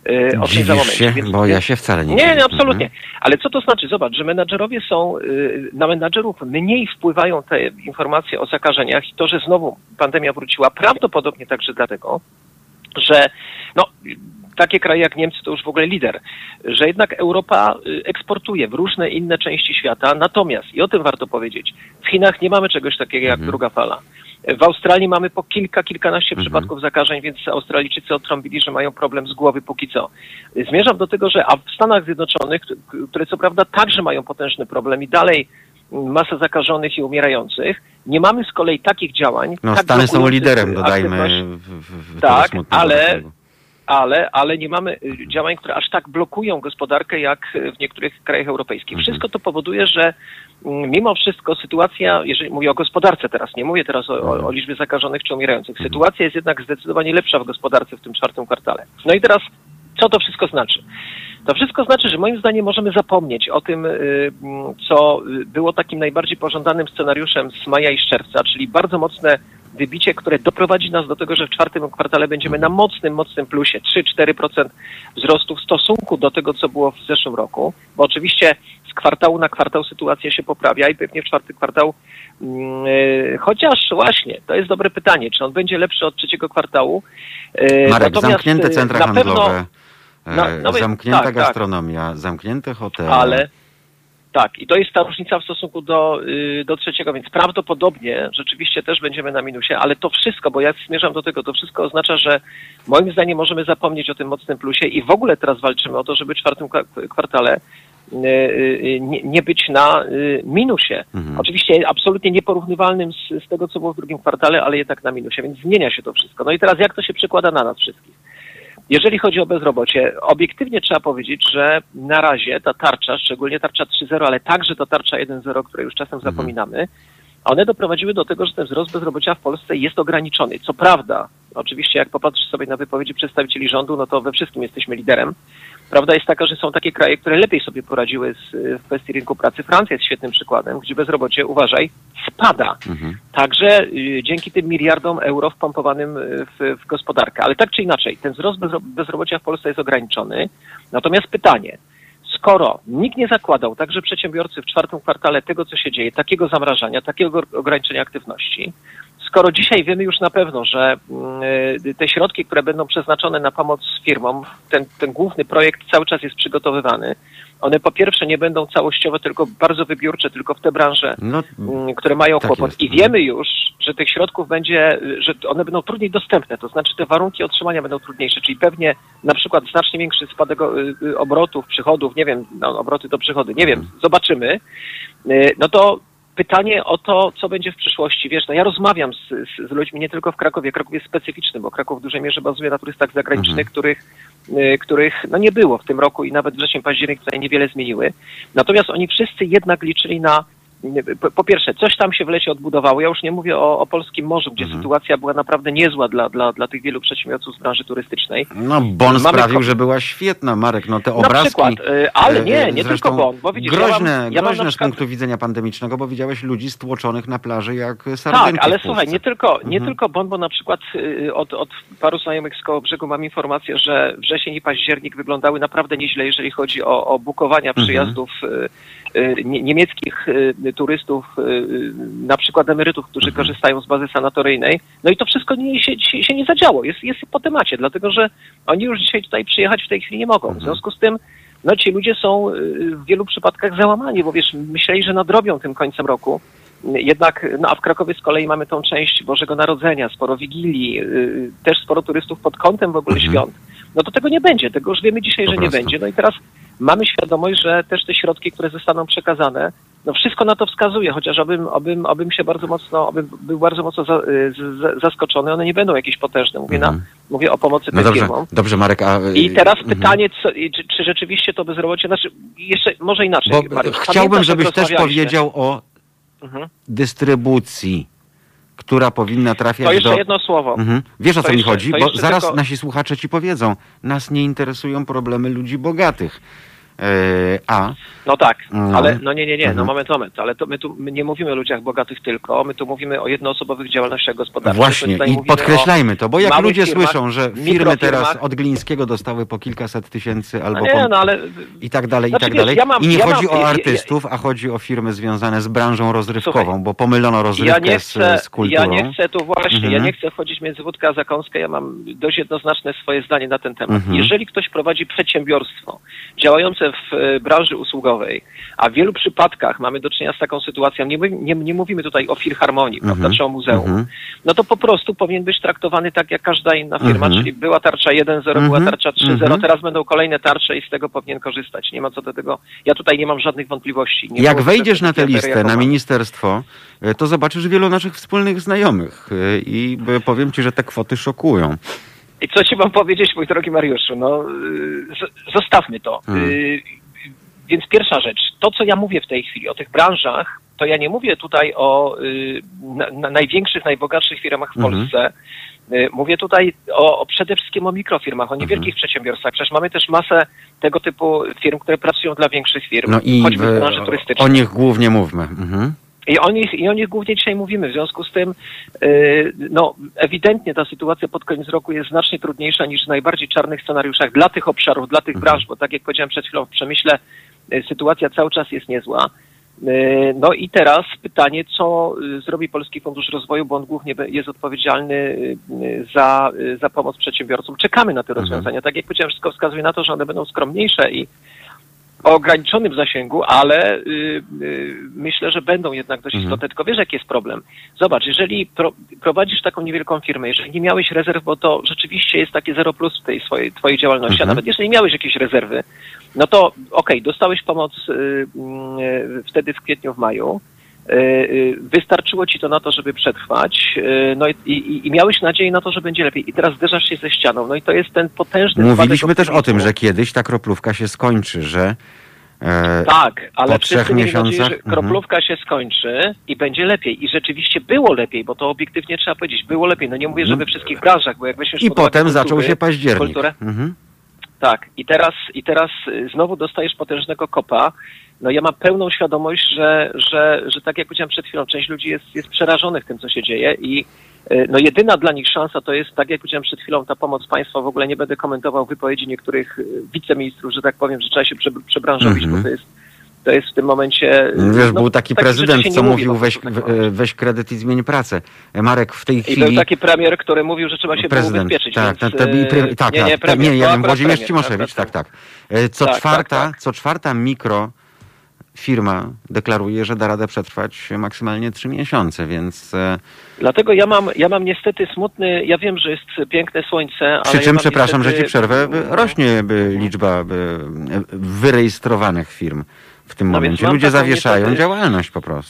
O tym załamaniu. się, Więc, bo ja się wcale nie Nie, nie, absolutnie. Ale co to znaczy? Zobacz, że menadżerowie są, na menadżerów mniej wpływają te informacje o zakażeniach i to, że znowu pandemia wróciła, prawdopodobnie także dlatego, że no, takie kraje jak Niemcy to już w ogóle lider, że jednak Europa eksportuje w różne inne części świata, natomiast, i o tym warto powiedzieć, w Chinach nie mamy czegoś takiego jak mhm. druga fala. W Australii mamy po kilka, kilkanaście mhm. przypadków zakażeń, więc Australijczycy odtrąbili, że mają problem z głowy póki co. Zmierzam do tego, że a w Stanach Zjednoczonych, które co prawda także mają potężny problem i dalej masę zakażonych i umierających, nie mamy z kolei takich działań. No, tak Stany są liderem, dodajmy. W, w, w tak, ale... Ale, ale nie mamy działań, które aż tak blokują gospodarkę, jak w niektórych krajach europejskich. Wszystko to powoduje, że mimo wszystko sytuacja, jeżeli mówię o gospodarce teraz, nie mówię teraz o, o, o liczbie zakażonych czy umierających, sytuacja jest jednak zdecydowanie lepsza w gospodarce w tym czwartym kwartale. No i teraz, co to wszystko znaczy? To wszystko znaczy, że moim zdaniem możemy zapomnieć o tym, co było takim najbardziej pożądanym scenariuszem z maja i z czerwca, czyli bardzo mocne wybicie, które doprowadzi nas do tego, że w czwartym kwartale będziemy na mocnym, mocnym plusie, trzy do czterech procent wzrostu w stosunku do tego, co było w zeszłym roku, bo oczywiście z kwartału na kwartał sytuacja się poprawia i pewnie w czwarty kwartał, yy, chociaż właśnie, to jest dobre pytanie, czy on będzie lepszy od trzeciego kwartału. Yy, Marek, zamknięte centra na handlowe, pewno, na, no, zamknięta tak, gastronomia, tak. zamknięte hotele. Ale tak, i to jest ta różnica w stosunku do, do trzeciego, więc prawdopodobnie rzeczywiście też będziemy na minusie, ale to wszystko, bo ja zmierzam do tego, to wszystko oznacza, że moim zdaniem możemy zapomnieć o tym mocnym plusie i w ogóle teraz walczymy o to, żeby w czwartym kwartale nie, nie być na minusie. Mhm. Oczywiście absolutnie nieporównywalnym z, z tego, co było w drugim kwartale, ale jednak na minusie, więc zmienia się to wszystko. No i teraz jak to się przekłada na nas wszystkich? Jeżeli chodzi o bezrobocie, obiektywnie trzeba powiedzieć, że na razie ta tarcza, szczególnie tarcza trzy zero, ale także ta tarcza jeden zero, o której już czasem mhm. zapominamy, one doprowadziły do tego, że ten wzrost bezrobocia w Polsce jest ograniczony. Co prawda, oczywiście jak popatrzysz sobie na wypowiedzi przedstawicieli rządu, no to we wszystkim jesteśmy liderem. Prawda jest taka, że są takie kraje, które lepiej sobie poradziły z, w kwestii rynku pracy. Francja jest świetnym przykładem, gdzie bezrobocie, uważaj, spada. Mhm. Także y, dzięki tym miliardom euro wpompowanym w, w gospodarkę. Ale tak czy inaczej, ten wzrost bezro, bezrobocia w Polsce jest ograniczony. Natomiast pytanie, skoro nikt nie zakładał, także przedsiębiorcy w czwartym kwartale tego, co się dzieje, takiego zamrażania, takiego ograniczenia aktywności, skoro dzisiaj wiemy już na pewno, że te środki, które będą przeznaczone na pomoc firmom, ten, ten główny projekt cały czas jest przygotowywany, one po pierwsze nie będą całościowe, tylko bardzo wybiórcze, tylko w te branże, no, które mają tak kłopot. Jest. I wiemy już, że tych środków będzie, że one będą trudniej dostępne, to znaczy te warunki otrzymania będą trudniejsze, czyli pewnie na przykład znacznie większy spadek obrotów, przychodów, nie wiem, no, obroty to przychody, nie wiem, zobaczymy. No to pytanie o to, co będzie w przyszłości. Wiesz, no ja rozmawiam z, z, z ludźmi nie tylko w Krakowie. Kraków jest specyficzny, bo Kraków w dużej mierze bazuje na turystach zagranicznych, mhm. których, y, których no nie było w tym roku i nawet wrzesień, październik tutaj niewiele zmieniły. Natomiast oni wszyscy jednak liczyli na Po, po pierwsze, coś tam się w lecie odbudowało. Ja już nie mówię o, o polskim morzu, gdzie mhm. sytuacja była naprawdę niezła dla, dla, dla tych wielu przedsiębiorców z branży turystycznej. No Bon Mamy sprawił, ko- że była świetna, Marek. No te obrazki... Na przykład, y, ale nie, nie tylko Bon. Bo widzisz, groźne, ja mam, ja groźne mam z przykład... punktu widzenia pandemicznego, bo widziałeś ludzi stłoczonych na plaży jak sardynki. Tak, ale słuchaj, nie tylko, nie mhm. tylko Bon, bo na przykład y, od, od paru znajomych z Kołobrzegu mam informację, że wrzesień i październik wyglądały naprawdę nieźle, jeżeli chodzi o, o bukowania mhm. przyjazdów y, y, niemieckich y, turystów, y, na przykład emerytów, którzy mhm. korzystają z bazy sanatoryjnej. No i to wszystko nie, się, się, się nie zadziało. Jest, jest po temacie, dlatego że oni już dzisiaj tutaj przyjechać w tej chwili nie mogą. W związku z tym no ci ludzie są w wielu przypadkach załamani, bo wiesz, myśleli, że nadrobią tym końcem roku. Jednak, no a w Krakowie z kolei mamy tą część Bożego Narodzenia, sporo Wigilii, też sporo turystów pod kątem w ogóle mhm. świąt. No to tego nie będzie, tego już wiemy dzisiaj, po że prostu. nie będzie. No i teraz mamy świadomość, że też te środki, które zostaną przekazane, no wszystko na to wskazuje, chociaż obym, obym, obym się bardzo mocno, obym był bardzo mocno za, z, zaskoczony, one nie będą jakieś potężne. Mówię, mhm. na, mówię o pomocy no tym dobrze, firmom. Dobrze, Marek, a... I teraz mhm. pytanie, co, czy, czy rzeczywiście to bezrobocie, znaczy jeszcze może inaczej. Bo Mariusz, chciałbym, żebyś też powiedział o mhm. dystrybucji, która powinna trafiać do... To jeszcze do... jedno słowo. Mhm. Wiesz, o co to mi jeszcze, chodzi? Bo jeszcze zaraz tylko... nasi słuchacze ci powiedzą, nas nie interesują problemy ludzi bogatych. Yy, a... No tak, no. ale no nie, nie, nie, mhm. no moment, moment, ale to my tu my nie mówimy o ludziach bogatych tylko, my tu mówimy o jednoosobowych działalnościach gospodarczych. Właśnie i podkreślajmy to, bo jak ludzie firmach, słyszą, że firmy teraz od Glińskiego dostały po kilkaset tysięcy albo no nie, po... no, ale... i tak dalej, znaczy, i tak wiesz, dalej. ja mam, I nie ja chodzi mam, o ja, artystów, ja, a chodzi o firmy związane z branżą rozrywkową, słuchaj, bo pomylono rozrywkę ja nie chcę, z, z kulturą. Ja nie chcę tu właśnie, mhm. ja nie chcę wchodzić między wódkę a zakąskę, ja mam dość jednoznaczne swoje zdanie na ten temat. Mhm. Jeżeli ktoś prowadzi przedsiębiorstwo działające w e, branży usługowej, a w wielu przypadkach mamy do czynienia z taką sytuacją, nie, nie, nie mówimy tutaj o filharmonii, mhm. prawda, czy o muzeum, mhm. no to po prostu powinien być traktowany tak jak każda inna firma, mhm. czyli była tarcza jeden zero, mhm. była tarcza trzy zero, mhm. teraz będą kolejne tarcze i z tego powinien korzystać. Nie ma co do tego, ja tutaj nie mam żadnych wątpliwości. Nie jak wejdziesz na tę listę, na ministerstwo, to zobaczysz wielu naszych wspólnych znajomych i powiem ci, że te kwoty szokują. I co ci mam powiedzieć, mój drogi Mariuszu, no z- zostawmy to. Hmm. Y- więc pierwsza rzecz, to co ja mówię w tej chwili o tych branżach, to ja nie mówię tutaj o y- na- na największych, najbogatszych firmach w Mhm. Polsce. Y- mówię tutaj o, o przede wszystkim o mikrofirmach, o niewielkich mhm. przedsiębiorstwach. Przecież mamy też masę tego typu firm, które pracują dla większych firm, no i choćby w branży w, turystycznej. o nich głównie mówmy. Mhm. I o nich, i o nich głównie dzisiaj mówimy. W związku z tym, yy, no, ewidentnie ta sytuacja pod koniec roku jest znacznie trudniejsza niż w najbardziej czarnych scenariuszach dla tych obszarów, dla tych branż, bo tak jak powiedziałem przed chwilą w przemyśle, yy, sytuacja cały czas jest niezła. Yy, no i teraz pytanie, co yy, zrobi Polski Fundusz Rozwoju, bo on głównie jest odpowiedzialny yy, za, yy, za pomoc przedsiębiorcom. Czekamy na te Mhm. rozwiązania. Tak jak powiedziałem, wszystko wskazuje na to, że one będą skromniejsze i o ograniczonym zasięgu, ale y, y, myślę, że będą jednak dość mhm. istotne. Tylko wiesz, jaki jest problem? Zobacz, jeżeli pro, prowadzisz taką niewielką firmę, jeżeli nie miałeś rezerw, bo to rzeczywiście jest takie zero plus w tej swojej twojej działalności, mhm. a nawet jeżeli miałeś jakieś rezerwy, no to okej, okay, dostałeś pomoc y, y, wtedy w kwietniu, w maju, wystarczyło ci to na to, żeby przetrwać, no i, i, i miałeś nadzieję na to, że będzie lepiej. I teraz zderzasz się ze ścianą. No i to jest ten potężny Mówiliśmy też o tym, że kiedyś ta kroplówka się skończy, że e, tak, ale po trzech wszyscy mieli nadzieję, miesiącach że kroplówka mhm. się skończy i będzie lepiej. I rzeczywiście było lepiej, bo to obiektywnie trzeba powiedzieć, było lepiej. No nie mówię, że we wszystkich branżach, bo jak weźmiesz i pod uwagę potem kulturę, zaczął się październik. Kulturę, mhm. Tak, i teraz, i teraz znowu dostajesz potężnego kopa. No ja mam pełną świadomość, że, że, że tak jak powiedziałem przed chwilą, część ludzi jest, jest przerażonych tym, co się dzieje i no jedyna dla nich szansa to jest, tak jak powiedziałem przed chwilą, ta pomoc państwa. W ogóle nie będę komentował wypowiedzi niektórych wiceministrów, że tak powiem, że trzeba się przebranżowić, mm-hmm. bo to jest, to jest w tym momencie... Wiesz, no, był taki prezydent, co mówił mówi, weź, weź kredyt i zmień pracę. Marek, w tej chwili... I był taki premier, który mówił, że trzeba się prezydent, ubezpieczyć. tak, więc, tak, tak, pre, tak, nie, nie, tak, nie, ja wiem, Włodzimierz premier, Cimoszewicz, tak, tak. Co tak, czwarta, tak, tak. co czwarta mikro firma deklaruje, że da radę przetrwać maksymalnie trzy miesiące, więc... Dlatego ja mam, ja mam niestety smutny, ja wiem, że jest piękne słońce, ale... Przy czym, ja przepraszam, niestety... że ci przerwę, rośnie by liczba by wyrejestrowanych firm w tym no momencie. Ludzie zawieszają niestety... działalność po prostu.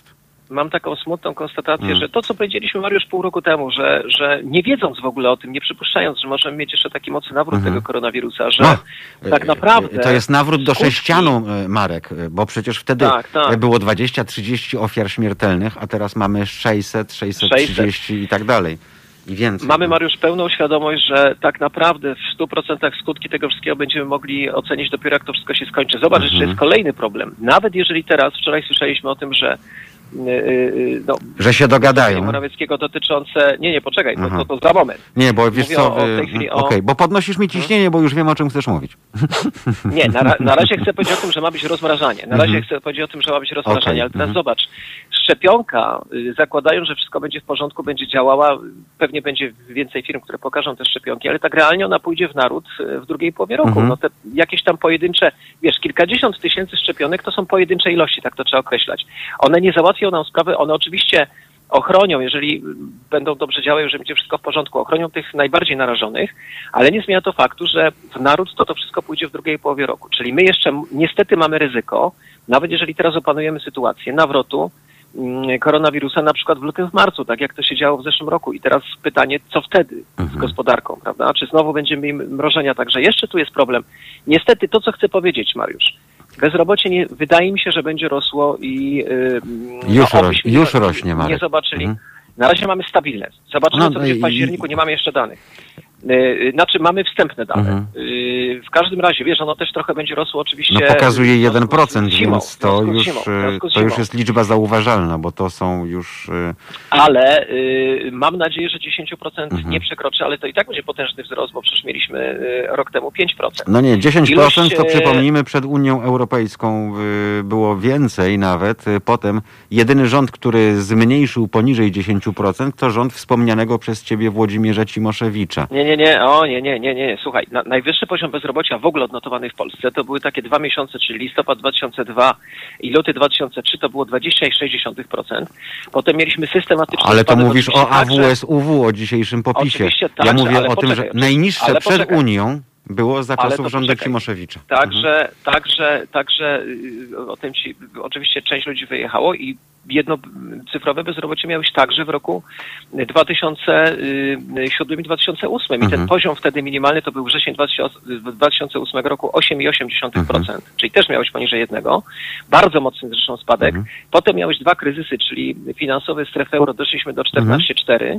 mam taką smutną konstatację, Mm. że to, co powiedzieliśmy, Mariusz, pół roku temu, że, że nie wiedząc w ogóle o tym, nie przypuszczając, że możemy mieć jeszcze taki mocny nawrót Mhm. tego koronawirusa, że No, tak e, naprawdę... To jest nawrót do skutki- sześcianu, e, Marek, e, bo przecież wtedy Tak, tak. było dwadzieścia trzydzieści ofiar śmiertelnych, a teraz mamy sześćset, sześćset trzydzieści i tak dalej. I więcej. Mamy, Mariusz, pełną świadomość, że tak naprawdę w stu procentach skutki tego wszystkiego będziemy mogli ocenić dopiero, jak to wszystko się skończy. Zobacz, Mhm. jeszcze jest kolejny problem. Nawet jeżeli teraz, wczoraj słyszeliśmy o tym, że yy, yy, no, Że się dogadają. Morawieckiego dotyczące... Nie, nie, poczekaj, to, Aha. to, to za moment. Nie, bo wiesz Mówię co, o- o y, tej chwili o- okej, bo podnosisz mi ciśnienie, bo już wiem, o czym chcesz mówić. Nie, na, ra- na razie chcę powiedzieć o tym, że ma być rozmrażanie. Na razie Mhm. chcę powiedzieć o tym, że ma być rozmrażanie, Okej, ale teraz mhm. zobacz, szczepionka, y, zakładają, że wszystko będzie w porządku, będzie działała, pewnie będzie więcej firm, które pokażą te szczepionki, ale tak realnie ona pójdzie w naród y, w drugiej połowie roku. Mhm. No te jakieś tam pojedyncze, wiesz, kilkadziesiąt tysięcy szczepionek to są pojedyncze ilości, tak to trzeba określać. One nie załatwią nam sprawy, one oczywiście ochronią, jeżeli będą dobrze działały, jeżeli będzie wszystko w porządku, ochronią tych najbardziej narażonych, ale nie zmienia to faktu, że w naród to to wszystko pójdzie w drugiej połowie roku. Czyli my jeszcze m- niestety mamy ryzyko, nawet jeżeli teraz opanujemy sytuację nawrotu mm, koronawirusa na przykład w lutym, w marcu, tak jak to się działo w zeszłym roku. I teraz pytanie, co wtedy z Mhm. gospodarką, prawda? Czy znowu będziemy mieli mrożenia? Także jeszcze tu jest problem. Niestety to, co chcę powiedzieć, Mariusz, bezrobocie nie, wydaje mi się, że będzie rosło i yy, Już no, roś- obyśmy już nie, rośnie, nie Marek. zobaczyli. Mhm. Na razie mamy stabilne. Zobaczymy, No, co będzie i- w październiku, nie mamy jeszcze danych. Yy, Znaczy mamy wstępne dane. Mhm. Yy, W każdym razie, wiesz, ono też trochę będzie rosło oczywiście... No pokazuje w związku jeden procent, z zimą, więc w to związku z już, zimą, w y, związku z to już zimą. jest liczba zauważalna, bo to są już... y, Ale y, mam nadzieję, że dziesięć procent Mhm. nie przekroczy, ale to i tak będzie potężny wzrost, bo przecież mieliśmy y, rok temu pięć procent. No nie, dziesięć procent to Ilość, e, przypomnijmy, przed Unią Europejską y, było więcej nawet. Y, Potem jedyny rząd, który zmniejszył poniżej dziesięć procent, to rząd wspomnianego przez ciebie Włodzimierza Cimoszewicza. Nie, nie, nie, o nie, nie, nie, nie, słuchaj, na, najwyższy poziom bezrobocia w ogóle odnotowany w Polsce to były takie dwa miesiące, czyli listopad dwa tysiące drugi i luty dwa tysiące trzeci, to było dwadzieścia przecinek sześć procent. Potem mieliśmy systematyczny Ale to spadek mówisz o oczywiście A W także- S U W, o dzisiejszym popisie. Oczywiście Ja także, mówię ale o tym, poczekaj, że najniższe ale przed poczekaj. Unią było za Ale czasów to rządu poczekaj. Cimoszewicza. Także, także, także y, o tym ci, oczywiście część ludzi wyjechało i jednocyfrowe bezrobocie miałeś także w roku dwa tysiące siódmym i dwa tysiące ósmym. I Mhm. ten poziom wtedy minimalny to był wrzesień dwa tysiące ósmego roku osiem przecinek osiem procent, Mhm. czyli też miałeś poniżej jednego. Bardzo mocny zresztą spadek. Mhm. Potem miałeś dwa kryzysy, czyli finansowy, strefę euro, doszliśmy do czternaście przecinek cztery.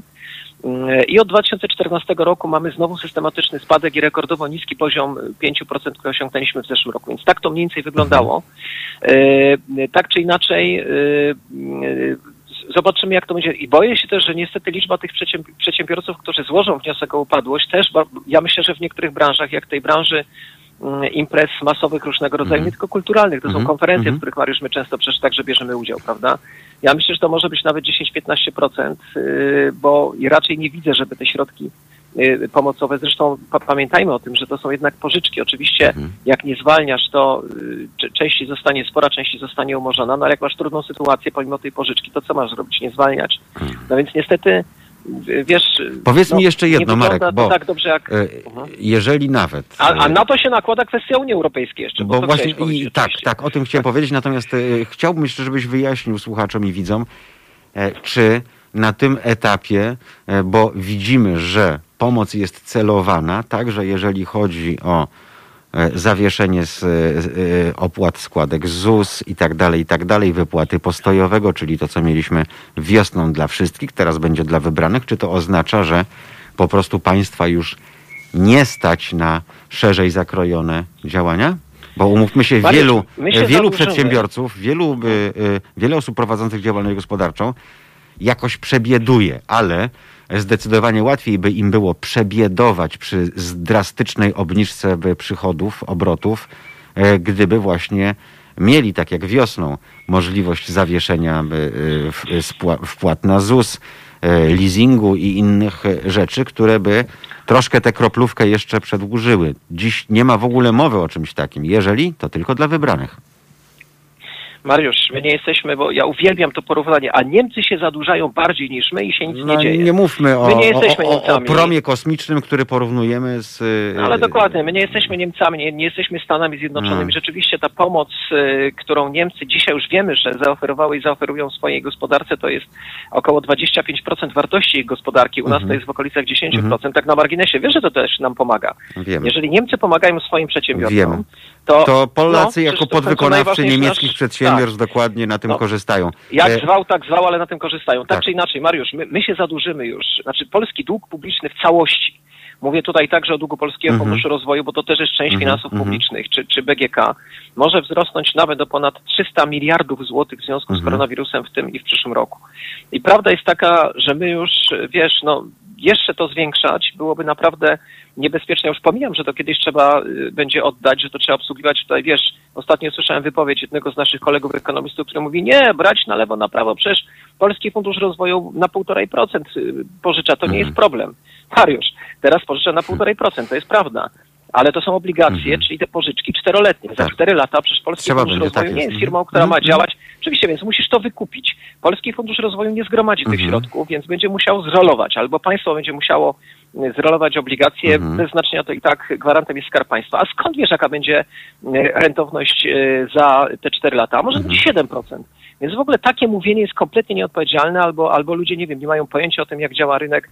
I od dwa tysiące czternastego roku mamy znowu systematyczny spadek i rekordowo niski poziom pięć procent, który osiągnęliśmy w zeszłym roku. Więc tak to mniej więcej wyglądało. E, tak czy inaczej, e, e, zobaczymy, jak to będzie. I boję się też, że niestety liczba tych przedsięb- przedsiębiorców, którzy złożą wniosek o upadłość, też, ba- ja myślę, że w niektórych branżach, jak tej branży mm, imprez masowych różnego rodzaju, Mhm. nie tylko kulturalnych, to Mhm. są konferencje, Mhm. w których, Mariusz, my często przecież także bierzemy udział, prawda? Ja myślę, że to może być nawet dziesięć do piętnastu procent, yy, bo raczej nie widzę, żeby te środki yy, pomocowe, zresztą pa- pamiętajmy o tym, że to są jednak pożyczki. Oczywiście Mhm. jak nie zwalniasz, to yy, cze- części zostanie, spora część zostanie umorzona, no ale jak masz trudną sytuację pomimo tej pożyczki, to co masz zrobić? Nie zwalniać. No więc niestety, yy, wiesz... Powiedz no, mi jeszcze nie jedno, wygląda Marek, to bo tak dobrze jak... e, Mhm. jeżeli nawet... A, a e, na to się nakłada kwestia Unii Europejskiej jeszcze. Bo, Bo to właśnie chciałeś powiedzieć i, tak, oczywiście. tak, o tym chciałem powiedzieć, natomiast e, chciałbym jeszcze, żebyś wyjaśnił słuchaczom i widzom, e, czy na tym etapie, e, bo widzimy, że pomoc jest celowana, także jeżeli chodzi o e, zawieszenie z, e, opłat składek Z U S i tak dalej, i tak dalej, wypłaty postojowego, czyli to, co mieliśmy wiosną dla wszystkich, teraz będzie dla wybranych, czy to oznacza, że po prostu państwa już nie stać na szerzej zakrojone działania? Bo umówmy się, Mariusz, wielu, my się wielu zadłużymy. przedsiębiorców, wielu, y, y, wiele osób prowadzących działalność gospodarczą jakoś przebieduje, ale zdecydowanie łatwiej by im było przebiedować przy z drastycznej obniżce by przychodów, obrotów, y, gdyby właśnie mieli, tak jak wiosną, możliwość zawieszenia y, y, w- spła- wpłat na Z U S, y, leasingu i innych y, rzeczy, które by troszkę tę kroplówkę jeszcze przedłużyły. Dziś nie ma w ogóle mowy o czymś takim. Jeżeli, to tylko dla wybranych. Mariusz, my nie jesteśmy, bo ja uwielbiam to porównanie, a Niemcy się zadłużają bardziej niż my i się nic No, nie dzieje. nie mówmy o, my nie jesteśmy o, o, o Niemcami. promie kosmicznym, który porównujemy z... No, ale dokładnie, my nie jesteśmy Niemcami, nie, nie jesteśmy Stanami Zjednoczonymi. Hmm. Rzeczywiście ta pomoc, y, którą Niemcy dzisiaj już wiemy, że zaoferowały i zaoferują swojej gospodarce, to jest około dwadzieścia pięć procent wartości ich gospodarki. U nas Mhm. to jest w okolicach dziesięć procent. Tak na marginesie, wiesz, że to też nam pomaga. Wiemy. Jeżeli Niemcy pomagają swoim przedsiębiorcom, Wiemy. to... To Polacy no, jako przecież to- to podwykonawcy najważniejsze niemieckich nasz- przedsiębiorstw dokładnie na tym No. korzystają. Jak E, zwał, tak zwał, ale na tym korzystają. Tak, Tak. czy inaczej, Mariusz, my, my się zadłużymy już. Znaczy polski dług publiczny w całości. Mówię tutaj także o długu Polskiego Mhm. Funduszu Rozwoju, bo to też jest część Mhm, finansów mhm. publicznych, czy, czy B G K. Może wzrosnąć nawet do ponad trzysta miliardów złotych w związku z Mhm. koronawirusem w tym i w przyszłym roku. I prawda jest taka, że my już, wiesz, no jeszcze to zwiększać byłoby naprawdę niebezpieczne. Ja już pomijam, że to kiedyś trzeba y, będzie oddać, że to trzeba obsługiwać tutaj, wiesz, ostatnio słyszałem wypowiedź jednego z naszych kolegów ekonomistów, który mówi, nie, brać na lewo, na prawo, przecież Polski Fundusz Rozwoju na półtorej procent pożycza, to nie Mhm. jest problem. Mariusz, teraz pożycza na półtorej procent, to jest prawda. Ale to są obligacje, Mhm. czyli te pożyczki czteroletnie. Za Tak. cztery lata przecież Polski Trzeba Fundusz będzie, Rozwoju tak nie jest. jest firmą, Mhm. która ma Mhm. działać. Oczywiście, więc musisz to wykupić. Polski Fundusz Rozwoju nie zgromadzi tych Mhm. środków, więc będzie musiał zrolować, albo państwo będzie musiało y, zrolować obligacje, Mhm. bez znaczenia to i tak gwarantem jest Skarb Państwa. A skąd wiesz, jaka będzie y, rentowność y, za te cztery lata? A może Mhm. być siedem procent. Więc w ogóle takie mówienie jest kompletnie nieodpowiedzialne, albo, albo ludzie, nie wiem, nie mają pojęcia o tym, jak działa rynek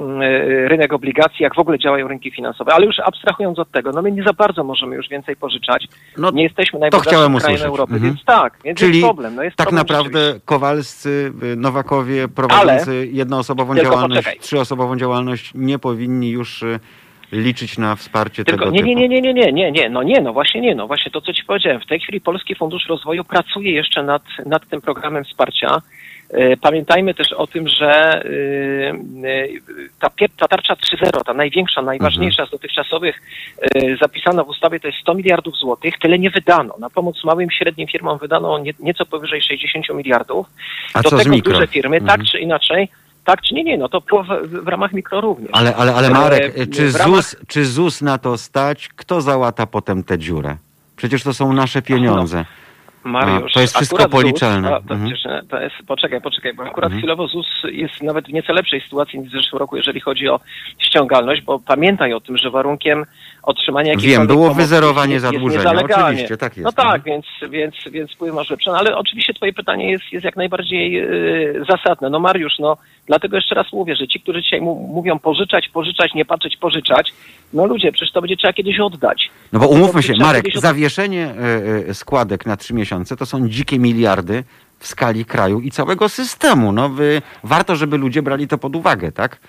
rynek obligacji, jak w ogóle działają rynki finansowe. Ale już abstrahując od tego, no my nie za bardzo możemy już więcej pożyczać. No, nie jesteśmy chciałem najbogatszym krajem usłyszeć. Europy, Mhm. więc tak, więc Czyli jest problem. No jest tak problem naprawdę rzeczywiście. Kowalscy, y, Nowakowie prowadzący jednoosobową Tylko działalność, poczekaj. trzyosobową działalność nie powinni już y, liczyć na wsparcie Tylko tego nie, typu. nie, nie, nie, nie, nie, nie, nie, no nie, no właśnie nie, no właśnie to, co ci powiedziałem. W tej chwili Polski Fundusz Rozwoju pracuje jeszcze nad, nad tym programem wsparcia. E, Pamiętajmy też o tym, że y, y, ta, pie- ta tarcza trzy zero, ta największa, najważniejsza z dotychczasowych y, zapisana w ustawie, to jest sto miliardów złotych. Tyle nie wydano. Na pomoc małym i średnim firmom wydano nie, nieco powyżej sześćdziesiąt miliardów. A Do co z tego mikro? duże firmy, Mhm. tak czy inaczej, tak czy nie, nie, no to było w, w ramach mikro również. Ale, ale, ale Marek, E, czy w ramach- ZUS, czy ZUS na to stać? Kto załata potem tę dziurę? Przecież to są nasze pieniądze. Mariusz, A, to jest wszystko akurat policzalne. ZUS, a, to, Mhm. przecież, to jest, poczekaj, poczekaj, bo akurat Mhm. chwilowo ZUS jest nawet w nieco lepszej sytuacji niż w zeszłym roku, jeżeli chodzi o ściągalność, bo pamiętaj o tym, że warunkiem otrzymania jakiejkolwiek Wiem, było pomocy wyzerowanie jest, jest zadłużenia, niezalegalnie. oczywiście, tak jest. No tak, Mhm. więc, więc, więc wpływ masz lepszy. No, ale oczywiście twoje pytanie jest, jest jak najbardziej yy, zasadne. No Mariusz, no dlatego jeszcze raz mówię, że ci, którzy dzisiaj mu, mówią pożyczać, pożyczać, nie patrzeć, pożyczać, no ludzie, przecież to będzie trzeba kiedyś oddać. No bo umówmy się, Trzeba Marek, kiedyś od- zawieszenie y, y, składek na trzy miesiące to są dzikie miliardy w skali kraju i całego systemu. No wy, warto, żeby ludzie brali to pod uwagę, tak?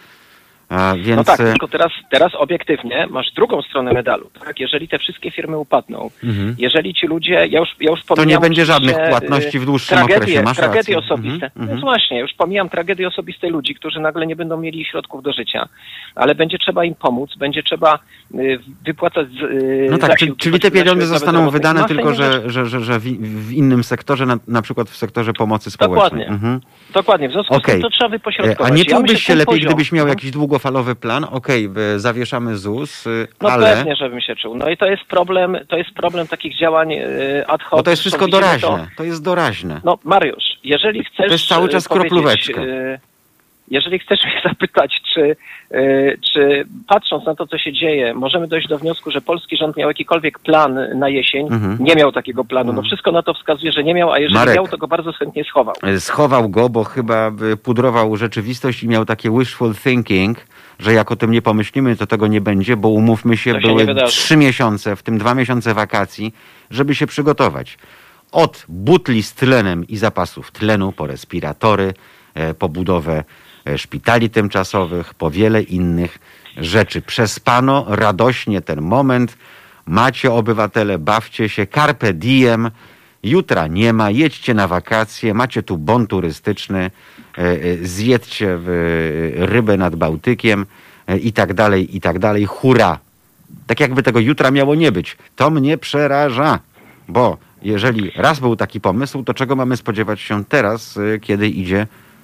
A, więc No tak, y, tylko teraz, teraz obiektywnie masz drugą stronę medalu. Tak? Jeżeli te wszystkie firmy upadną, mhm. jeżeli ci ludzie, ja już, ja już to nie pomijam będzie oczywiście, żadnych płatności w dłuższym y, okresie. tragedie, Masz tragedie rację. osobiste. Mhm, Więc mhm. właśnie, już pomijam tragedie osobiste ludzi, którzy nagle nie będą mieli środków do życia, ale będzie trzeba im pomóc, będzie trzeba y, wypłacać y, No tak, czyli, zasiłki, czyli te choćby pieniądze zasiłek zostaną bezrobotnych. wydane, Masę tylko innych rzeczy. że, że, że, że w, w innym sektorze, na, na przykład w sektorze pomocy społecznej. Dokładnie. Mhm. Dokładnie, w związku z Okej. tym to trzeba wypośrodkować. A nie Ja czułbyś myślę, się ten lepiej, poziom- gdybyś miał no. jakiś długofalowy plan? Okej, okay, zawieszamy ZUS, y, No ale... pewnie, żebym się czuł. No i to jest problem, to jest problem takich działań y, ad hoc. Bo to jest wszystko Widzimy doraźne. To, To jest doraźne. no Mariusz, jeżeli chcesz... To jest cały czas y, powiedzieć, kroplóweczka. y, Jeżeli chcesz mnie zapytać, czy, y, czy patrząc na to, co się dzieje, możemy dojść do wniosku, że polski rząd miał jakikolwiek plan na jesień, Mhm. nie miał takiego planu. No Mhm. wszystko na to wskazuje, że nie miał, a jeżeli Marek. miał, to go bardzo chętnie schował. Schował go, bo chyba y, pudrował rzeczywistość i miał takie wishful thinking, że jak o tym nie pomyślimy, to tego nie będzie, bo umówmy się, To się nie były wydarzy. trzy miesiące, w tym dwa miesiące wakacji, żeby się przygotować. Od butli z tlenem i zapasów tlenu po respiratory, e, po budowę e, szpitali tymczasowych, po wiele innych rzeczy. Przespano radośnie ten moment. Macie, obywatele, bawcie się, carpe diem. Jutra nie ma, jedźcie na wakacje, macie tu bon turystyczny, e, e, zjedźcie w, e, rybę nad Bałtykiem e, i tak dalej, i tak dalej. Hurra! Tak jakby tego jutra miało nie być. To mnie przeraża, bo jeżeli raz był taki pomysł, to czego mamy spodziewać się teraz, y, kiedy idzie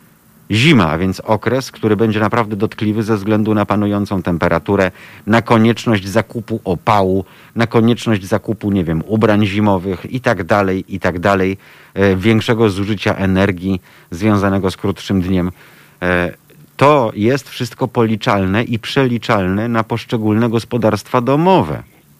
Zima, a więc okres, który będzie naprawdę dotkliwy ze względu na panującą temperaturę, na konieczność zakupu opału, na konieczność zakupu, nie wiem, ubrań zimowych i tak dalej, i tak dalej, e, większego zużycia energii związanego z krótszym dniem. E, to jest wszystko policzalne i przeliczalne na poszczególne gospodarstwa domowe.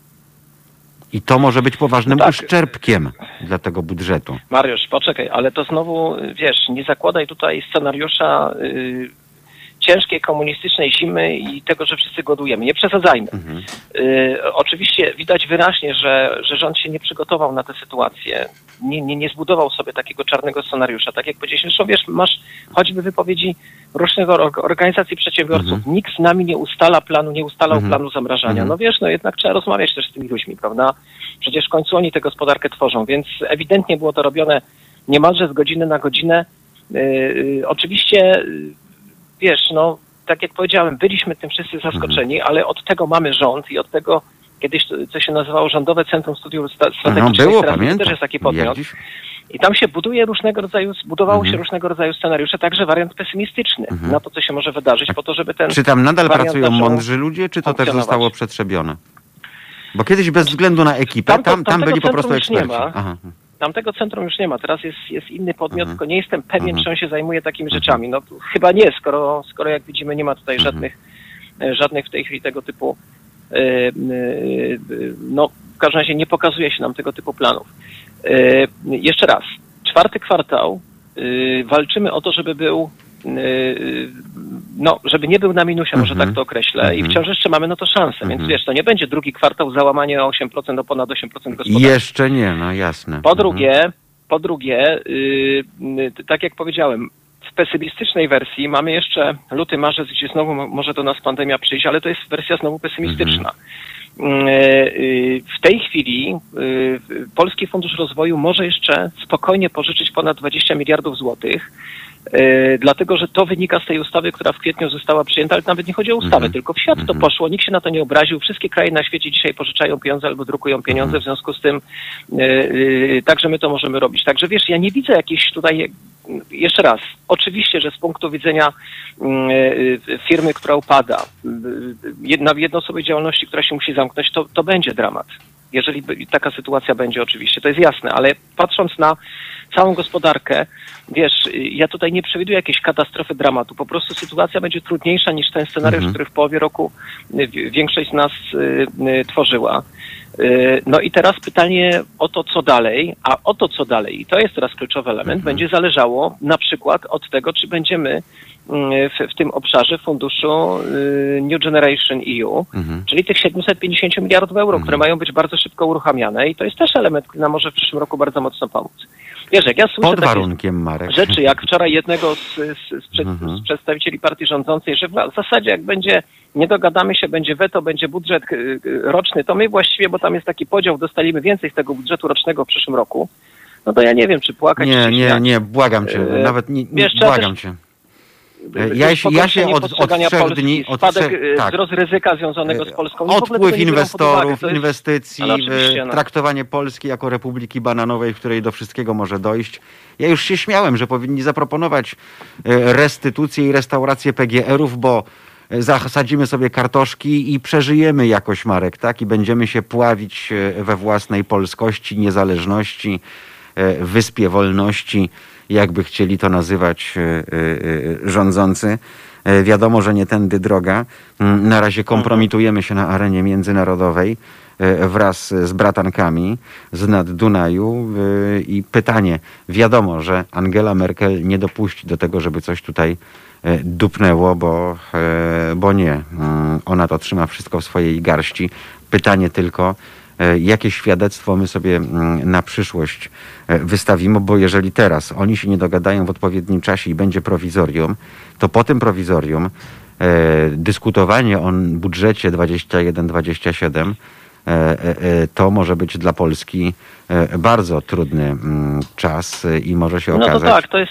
I to może być poważnym No tak. uszczerbkiem dla tego budżetu. Mariusz, poczekaj, ale to znowu, wiesz, nie zakładaj tutaj scenariusza y, ciężkiej komunistycznej zimy i tego, że wszyscy głodujemy. Nie przesadzajmy. Mhm. Y, oczywiście widać wyraźnie, że, że rząd się nie przygotował na tę sytuację. Nie, nie, nie zbudował sobie takiego czarnego scenariusza. Tak jak powiedziałeś, zresztą wiesz, masz choćby wypowiedzi różnych organizacji przedsiębiorców. Mhm. Nikt z nami nie ustala planu, nie ustalał Mhm. planu zamrażania. Mhm. No wiesz, no jednak trzeba rozmawiać też z tymi ludźmi, prawda? Przecież w końcu oni tę gospodarkę tworzą, więc ewidentnie było to robione niemalże z godziny na godzinę. Yy, yy, oczywiście, yy, wiesz, no, tak jak powiedziałem, byliśmy tym wszyscy zaskoczeni, mhm. ale od tego mamy rząd i od tego kiedyś, to, co się nazywało Rządowe Centrum Studiów Strategicznych, No, było, teraz pamiętam. też jest taki podmiot. Jak dziś? I tam się buduje różnego rodzaju, zbudowało Mhm. się różnego rodzaju scenariusze, także wariant pesymistyczny Mhm. na to, co się może wydarzyć, po to, żeby ten Czy tam nadal wariant pracują zaczął mądrzy ludzie, czy to też funkcjonować. zostało przetrzebione? Bo kiedyś bez względu na ekipę, Tamto- tam, tam tamtego byli po prostu centrum już nie eksperci. ma. Aha. Tamtego centrum już nie ma, teraz jest, jest inny podmiot, Mhm. tylko nie jestem pewien, Mhm. czy on się zajmuje takimi Mhm. rzeczami. No chyba nie, skoro, skoro jak widzimy nie ma tutaj Mhm. żadnych, e, żadnych w tej chwili tego typu, e, e, no w każdym razie nie pokazuje się nam tego typu planów. E, jeszcze raz, czwarty kwartał, e, walczymy o to, żeby był, e, no żeby nie był na minusie, może Mhm. tak to określę, i Mhm. wciąż jeszcze mamy na to szansę, Mhm. więc wiesz, to nie będzie drugi kwartał załamanie o osiem procent, o ponad osiem procent gospodarki. Jeszcze nie, no jasne. Po Mhm. drugie, po drugie, yy, yy, tak jak powiedziałem, w pesymistycznej wersji mamy jeszcze luty, marzec, gdzie znowu mo- może do nas pandemia przyjść, ale to jest wersja znowu pesymistyczna. Yy, yy, w tej chwili yy, Polski Fundusz Rozwoju może jeszcze spokojnie pożyczyć ponad dwadzieścia miliardów złotych, yy, dlatego że to wynika z tej ustawy, która w kwietniu została przyjęta, ale nawet nie chodzi o ustawę, Mhm. tylko w świat to Mhm. poszło, nikt się na to nie obraził, wszystkie kraje na świecie dzisiaj pożyczają pieniądze albo drukują pieniądze, Mhm. w związku z tym yy, yy, także my to możemy robić. Także wiesz, ja nie widzę jakiejś tutaj, jeszcze raz, oczywiście, że z punktu widzenia yy, firmy, która upada, yy, na jednoosobowej działalności, która się musi zamknąć, to, to będzie dramat. Jeżeli by- taka sytuacja będzie oczywiście, to jest jasne, ale patrząc na całą gospodarkę, wiesz, ja tutaj nie przewiduję jakiejś katastrofy, dramatu. Po prostu sytuacja będzie trudniejsza niż ten scenariusz, Mhm. który w połowie roku y, wi- większość z nas y, y, tworzyła. Y, No i teraz pytanie o to, co dalej, a o to, co dalej, i to jest teraz kluczowy element, Mhm. będzie zależało na przykład od tego, czy będziemy y, w, w tym obszarze funduszu y, New Generation E U, Mhm. czyli tych siedemset pięćdziesiąt miliardów euro, Mhm. które mają być bardzo szybko uruchamiane, i to jest też element, który nam może w przyszłym roku bardzo mocno pomóc. Wiesz, jak ja słyszę Pod takie warunkiem, Marek. rzeczy, jak wczoraj jednego z, z, z, przed, Mhm. z przedstawicieli partii rządzącej, że w zasadzie jak będzie, nie dogadamy się, będzie weto, będzie budżet y, y, roczny, to my właściwie, bo tam jest taki podział, dostaliśmy więcej z tego budżetu rocznego w przyszłym roku, no to ja nie wiem, czy płakać, Nie, czy nie, śmiać. nie, błagam cię, E, nawet nie, nie wiesz, trzeba błagam też- cię. Y, Ja y, się- ja się pogorszenie od- od postrzegania trzech Polski, dni- od spadek, trzech- y, tak. wzrost ryzyka związanego z Polską. Oni w ogóle tego Odpływ nie biorą pod uwagę. inwestorów, To jest- inwestycji, Ale oczywiście, e, no. traktowanie Polski jako Republiki Bananowej, w której do wszystkiego może dojść. Ja już się śmiałem, że powinni zaproponować e, restytucję i restaurację P G R-ów, bo e, zasadzimy sobie kartoszki i przeżyjemy jakoś, Marek, tak? I będziemy się pławić e, we własnej polskości, niezależności, e, wyspie wolności, jakby chcieli to nazywać e, e, e, rządzący. E, Wiadomo, że nie tędy droga. Mm, Na razie kompromitujemy się na arenie międzynarodowej e, wraz z bratankami z nad Dunaju e, i pytanie, wiadomo, że Angela Merkel nie dopuści do tego, żeby coś tutaj e, dupnęło, bo, e, bo nie. Mm, Ona to trzyma wszystko w swojej garści. Pytanie tylko, e, jakie świadectwo my sobie mm, na przyszłość e, wystawimy, bo jeżeli teraz oni się nie dogadają w odpowiednim czasie i będzie prowizorium, to po tym prowizorium e, dyskutowanie o budżecie dwadzieścia jeden dwadzieścia siedem e, e, e, to może być dla Polski e, bardzo trudny mm, czas e, i może się No to okazać... tak, to jest też,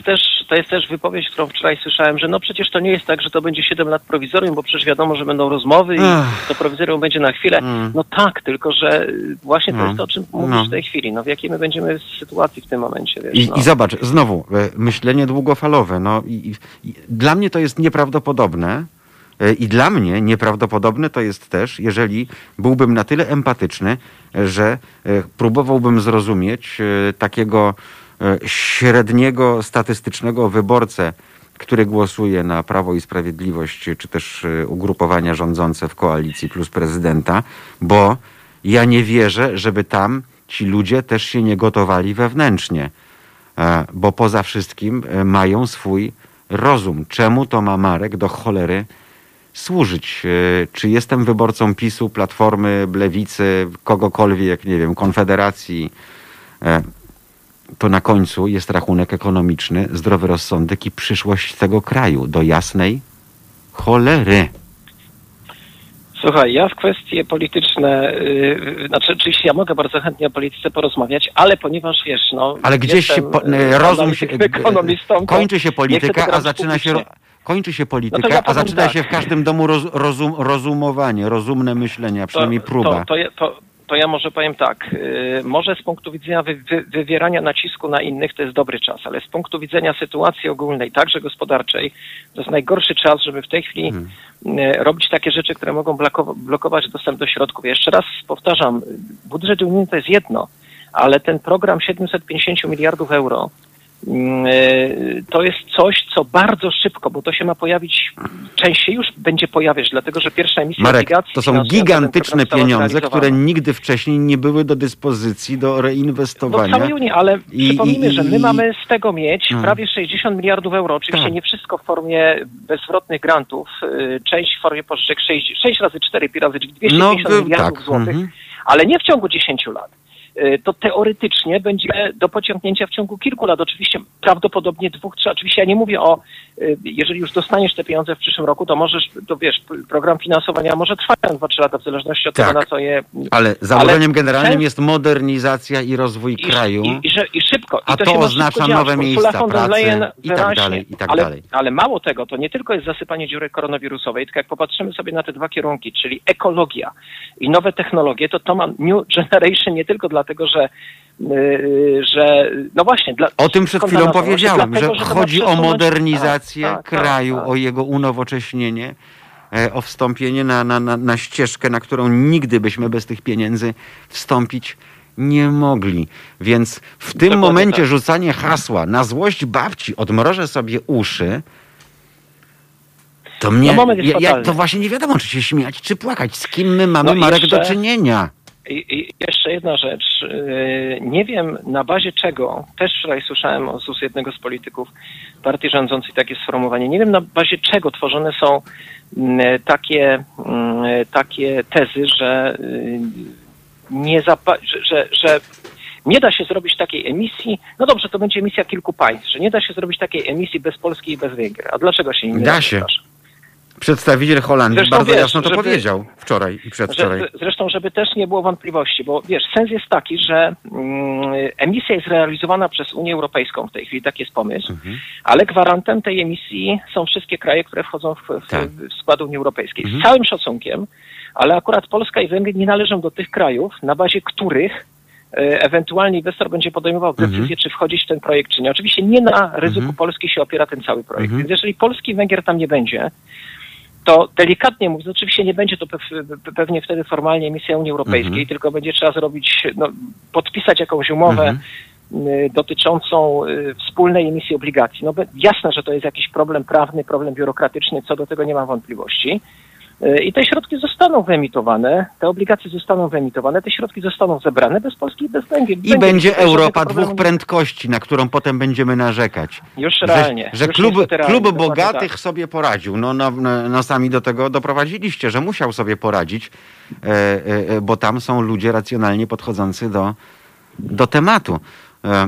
wiesz, to jest też wypowiedź, którą wczoraj słyszałem, że no przecież to nie jest tak, że to będzie siedem lat prowizorium, bo przecież wiadomo, że będą rozmowy i Ech. to prowizorium będzie na chwilę. Mm. No tak, tylko że właśnie to No. jest to, o czym mówisz No. w tej chwili. No w jakiej my będziemy sytuacji w tym momencie, wiesz. I, no. I zobacz, znowu, e, myślenie długofalowe. No, i, i, i dla mnie to jest nieprawdopodobne e, i dla mnie nieprawdopodobne to jest też, jeżeli byłbym na tyle empatyczny, e, że e, próbowałbym zrozumieć e, takiego e, średniego, statystycznego wyborcę, który głosuje na Prawo i Sprawiedliwość, czy też e, ugrupowania rządzące w koalicji plus prezydenta, bo ja nie wierzę, żeby tam ci ludzie też się nie gotowali wewnętrznie, e, bo poza wszystkim e, mają swój rozum. Czemu to ma Marek do cholery służyć? E, Czy jestem wyborcą PiSu, Platformy, Lewicy, kogokolwiek, nie wiem, Konfederacji, e, to na końcu jest rachunek ekonomiczny, zdrowy rozsądek i przyszłość tego kraju. Do jasnej cholery. Słuchaj, ja w kwestie polityczne, yy, znaczy oczywiście ja mogę bardzo chętnie o polityce porozmawiać, ale ponieważ wiesz, no... Ale gdzieś się jestem, po, yy, rozum się, ekonomistą, to kończy się nie chcę polityka, tego a robić zaczyna się publicznie. kończy się No polityka, to ja a powiem zaczyna tak. się w każdym domu roz, rozum, rozumowanie, rozumne myślenie, a przynajmniej to, próba. To, to, ja- to, to ja może powiem tak, yy, może z punktu widzenia wy, wy, wywierania nacisku na innych to jest dobry czas, ale z punktu widzenia sytuacji ogólnej, także gospodarczej, to jest najgorszy czas, żeby w tej chwili Hmm. yy, robić takie rzeczy, które mogą blokowa- blokować dostęp do środków. Ja jeszcze raz powtarzam, budżet unijny to jest jedno, ale ten program siedemset pięćdziesiąt miliardów euro, Yy, to jest coś, co bardzo szybko, bo to się ma pojawić, część się już będzie pojawiać, dlatego że pierwsza emisja Marek, obligacji to są finansująca ten gigantyczne program została pieniądze, zrealizowana. które nigdy wcześniej nie były do dyspozycji do No w reinwestowania. całej Unii, ale I- przypomnijmy, i- że my i- mamy z tego mieć No. prawie sześćdziesiąt miliardów euro. Oczywiście Tak. nie wszystko w formie bezzwrotnych grantów, yy, część w formie pożyczek sześć, sześć razy cztery, pi razy dwieście pięćdziesiąt wy- miliardów tak, złotych, mhm. ale nie w ciągu dziesięciu lat. Yy, To teoretycznie będzie do pociągnięcia w ciągu kilku lat. Oczywiście prawdopodobnie dwóch, trzech. Oczywiście ja nie mówię o, yy, jeżeli już dostaniesz te pieniądze w przyszłym roku, to możesz, to wiesz, p- program finansowania może trwać dwa trzy lata, w zależności od Tak. tego, na co je... Ale założeniem Ale generalnym ten- jest modernizacja i rozwój I, kraju. i, i, że- i szybko. I A to, to się ma oznacza szybko dziać. nowe Ursula miejsca von der pracy Leyen i tak wyraźnie, dalej, i tak ale, dalej. ale mało tego, to nie tylko jest zasypanie dziury koronawirusowej, tylko jak popatrzymy sobie na te dwa kierunki, czyli ekologia i nowe technologie, to to ma New Generation nie tylko dlatego, że yy, że no właśnie... Dla, O tym przed skąd chwilą ta nazwa? Właśnie powiedziałem, dlatego, że to ma chodzi o przesunąć- modernizację tak, tak, kraju, tak, tak. o jego unowocześnienie, e, o wstąpienie na, na, na, na ścieżkę, na którą nigdy byśmy bez tych pieniędzy wstąpić nie mogli. Więc w tym Dokładnie momencie tak. rzucanie hasła na złość babci, odmrożę sobie uszy, to mnie, No moment jest ja, ja, fatalny. to właśnie nie wiadomo, czy się śmiać, czy płakać. Z kim my mamy, No i Marek, jeszcze- do czynienia? I, I jeszcze jedna rzecz. Yy, Nie wiem na bazie czego, też wczoraj słyszałem z ust jednego z polityków partii rządzącej takie sformułowanie, nie wiem na bazie czego tworzone są mm, takie, mm, takie tezy, że yy, nie zapa- że, że, że nie da się zrobić takiej emisji, no dobrze, to będzie emisja kilku państw, że nie da się zrobić takiej emisji bez Polski i bez Węgier. A dlaczego się nie da? Da się. Przedstawiciel Holandii Zresztą bardzo wiesz, jasno to żeby- powiedział wczoraj i przedwczoraj. Że, zresztą, żeby też nie było wątpliwości, bo wiesz, sens jest taki, że mm, emisja jest realizowana przez Unię Europejską w tej chwili, taki jest pomysł, Mhm. ale gwarantem tej emisji są wszystkie kraje, które wchodzą w, w, Tak. w skład Unii Europejskiej. Mhm. Z całym szacunkiem, ale akurat Polska i Węgry nie należą do tych krajów, na bazie których e, ewentualnie inwestor będzie podejmował decyzję, Mhm. czy wchodzić w ten projekt, czy nie. Oczywiście nie na ryzyku Mhm. Polski się opiera ten cały projekt. Mhm. Więc jeżeli Polski i Węgier tam nie będzie, to delikatnie mówiąc, oczywiście nie będzie to pe- pewnie wtedy formalnie emisja Unii Europejskiej, Mhm. tylko będzie trzeba zrobić, no, podpisać jakąś umowę Mhm. y, dotyczącą y, wspólnej emisji obligacji. No be- jasne, że to jest jakiś problem prawny, problem biurokratyczny, co do tego nie mam wątpliwości. Y, I te środki zostaną wyemitowane, te obligacje zostaną wyemitowane, te środki zostaną zebrane bez Polski i bez Węgier. I będzie Tutaj żadnego Europa problemu dwóch nie- prędkości, na którą potem będziemy narzekać. Już Że, realnie. że już klub, niestety realnie, klub dokładnie bogatych tak. sobie poradził. No, no, no, no sami do tego doprowadziliście, że musiał sobie poradzić, e, e, bo tam są ludzie racjonalnie podchodzący do, do tematu. E,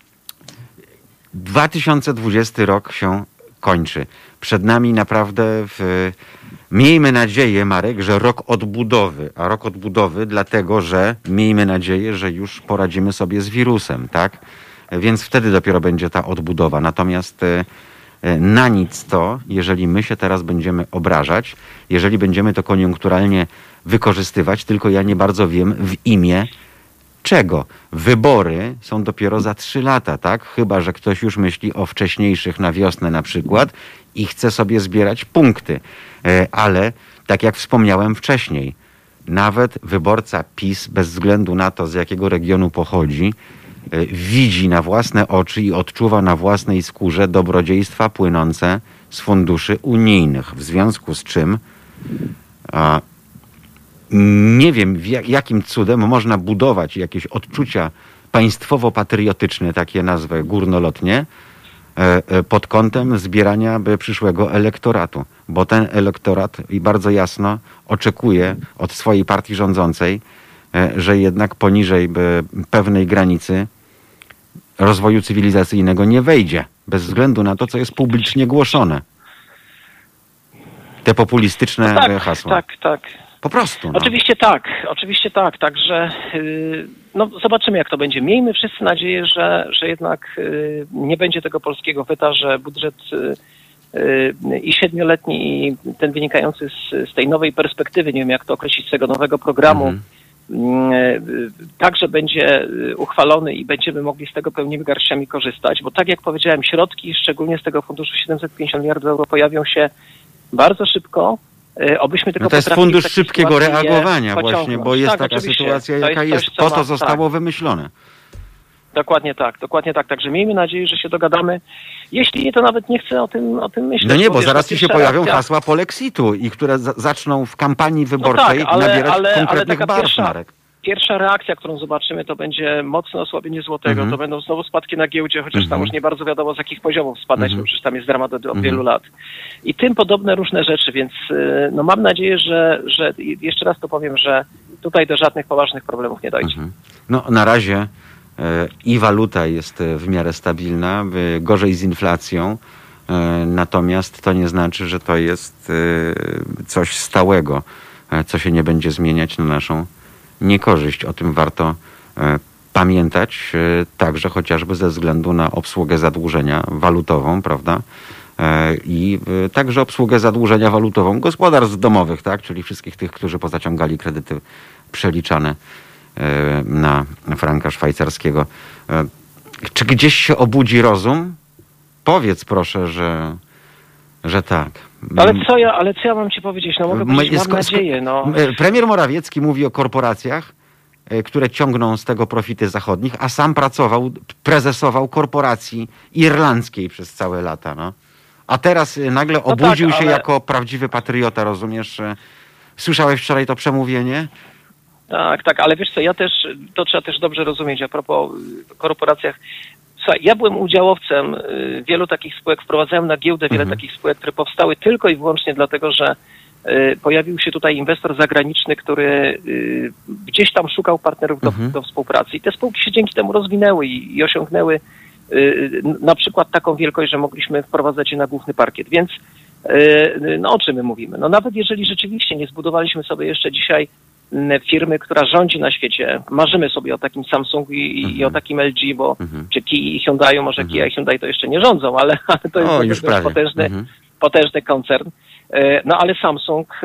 dwa tysiące dwudziesty rok się kończy. Przed nami naprawdę w, miejmy nadzieję, Marek, że rok odbudowy, a rok odbudowy dlatego, że miejmy nadzieję, że już poradzimy sobie z wirusem, tak? więc wtedy dopiero będzie ta odbudowa. Natomiast na nic to, jeżeli my się teraz będziemy obrażać, jeżeli będziemy to koniunkturalnie wykorzystywać, tylko ja nie bardzo wiem w imię czego. Wybory są dopiero za trzy lata, tak? Chyba że ktoś już myśli o wcześniejszych na wiosnę na przykład i chce sobie zbierać punkty. Ale tak jak wspomniałem wcześniej, nawet wyborca PiS, bez względu na to, z jakiego regionu pochodzi, widzi na własne oczy i odczuwa na własnej skórze dobrodziejstwa płynące z funduszy unijnych. W związku z czym a, nie wiem, jak, jakim cudem można budować jakieś odczucia państwowo-patriotyczne, takie nazwę górnolotnie, pod kątem zbierania przyszłego elektoratu. Bo ten elektorat i bardzo jasno oczekuje od swojej partii rządzącej, że jednak poniżej pewnej granicy rozwoju cywilizacyjnego nie wejdzie. Bez względu na to, co jest publicznie głoszone. Te populistyczne no tak, hasła. Tak, tak. Po prostu. No. Oczywiście tak, oczywiście tak, także yy, no zobaczymy jak to będzie. Miejmy wszyscy nadzieję, że, że jednak yy, nie będzie tego polskiego weta, że budżet yy, yy, i siedmioletni i ten wynikający z, z tej nowej perspektywy, nie wiem jak to określić, z tego nowego programu, mhm. także będzie uchwalony i będziemy mogli z tego pełnymi garściami korzystać, bo tak jak powiedziałem, środki, szczególnie z tego funduszu siedemset pięćdziesiąt miliardów euro pojawią się bardzo szybko, obyśmy tylko no to jest fundusz szybkiego reagowania właśnie, bo jest tak, taka oczywiście. sytuacja, to jaka jest. jest. Po ma, to zostało tak. wymyślone. Dokładnie tak, dokładnie tak. Także miejmy nadzieję, że się dogadamy. Jeśli nie, to nawet nie chcę o tym, o tym myśleć. No nie, bo wiesz, zaraz ci się pojawią reakcja... hasła polexitu i które za- zaczną w kampanii wyborczej no tak, ale, nabierać ale, konkretnych ale barw, pierwsza, Marek. Pierwsza reakcja, którą zobaczymy, to będzie mocne osłabienie złotego, Mhm. to będą znowu spadki na giełdzie, chociaż Mhm. tam już nie bardzo wiadomo z jakich poziomów spadać, Mhm. bo przecież tam jest dramat od, od Mhm. wielu lat. I tym podobne różne rzeczy, więc no mam nadzieję, że, że jeszcze raz to powiem, że tutaj do żadnych poważnych problemów nie dojdzie. Mhm. No na razie e, i waluta jest w miarę stabilna, e, gorzej z inflacją, e, natomiast to nie znaczy, że to jest e, coś stałego, e, co się nie będzie zmieniać na naszą niekorzyść. O tym warto e, pamiętać, e, także chociażby ze względu na obsługę zadłużenia walutową, prawda? E, I e, także obsługę zadłużenia walutową gospodarstw domowych, tak? Czyli wszystkich tych, którzy pozaciągali kredyty przeliczane e, na franka szwajcarskiego. E, czy gdzieś się obudzi rozum? Powiedz proszę, że, że tak. Ale co ja, ale co ja mam ci powiedzieć? No mogę powiedzieć, mam Sko- nadzieję. No. Premier Morawiecki mówi o korporacjach, e, które ciągną z tego profity zachodnich, a sam pracował, prezesował korporacji irlandzkiej przez całe lata. No. A teraz e, nagle obudził tak, się ale- jako prawdziwy patriota, rozumiesz? E, Słyszałeś wczoraj to przemówienie? Tak, tak, ale wiesz co, ja też, to trzeba też dobrze rozumieć a propos y, korporacjach. Słuchaj, ja byłem udziałowcem y, wielu takich spółek, wprowadzałem na giełdę wiele Mhm. takich spółek, które powstały tylko i wyłącznie dlatego, że y, pojawił się tutaj inwestor zagraniczny, który y, gdzieś tam szukał partnerów do, Mhm. do współpracy. I te spółki się dzięki temu rozwinęły i, i osiągnęły y, na przykład taką wielkość, że mogliśmy wprowadzać je na główny parkiet. Więc y, no o czym my mówimy? No nawet jeżeli rzeczywiście nie zbudowaliśmy sobie jeszcze dzisiaj firmy, która rządzi na świecie. Marzymy sobie o takim Samsungu i, Mhm. i o takim L G, bo Mhm. czy Kia i Hyundai, może Mhm. Kia i Hyundai to jeszcze nie rządzą, ale, ale to jest O, taki już dość prawie. potężny, Mhm. potężny koncern. E, No ale Samsung e,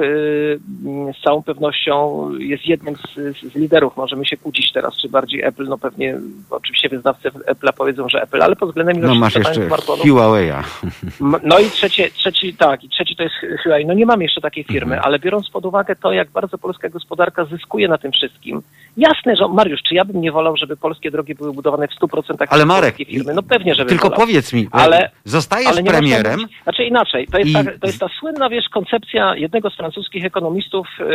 z całą pewnością jest jednym z, z liderów. Możemy się kłócić teraz, czy bardziej Apple. No pewnie oczywiście wyznawcy Apple'a powiedzą, że Apple, ale pod względem No ilości masz sprzedanych jeszcze smartfonów. Huawei'a. M- No i trzecie, trzeci, tak, i trzeci to jest Huawei. No nie mamy jeszcze takiej firmy, Mhm. ale biorąc pod uwagę to, jak bardzo polska gospodarka zyskuje na tym wszystkim. Jasne, że Mariusz, czy ja bym nie wolał, żeby polskie drogi były budowane w stu procentach Ale przez Marek, polskie firmy? No pewnie, żeby tylko wolał. powiedz mi, Ale- zostajesz Ale nie można premierem, mówić- Znaczy inaczej, to jest, i- ta, to jest ta słynna, wiesz, koncepcja jednego z francuskich ekonomistów y,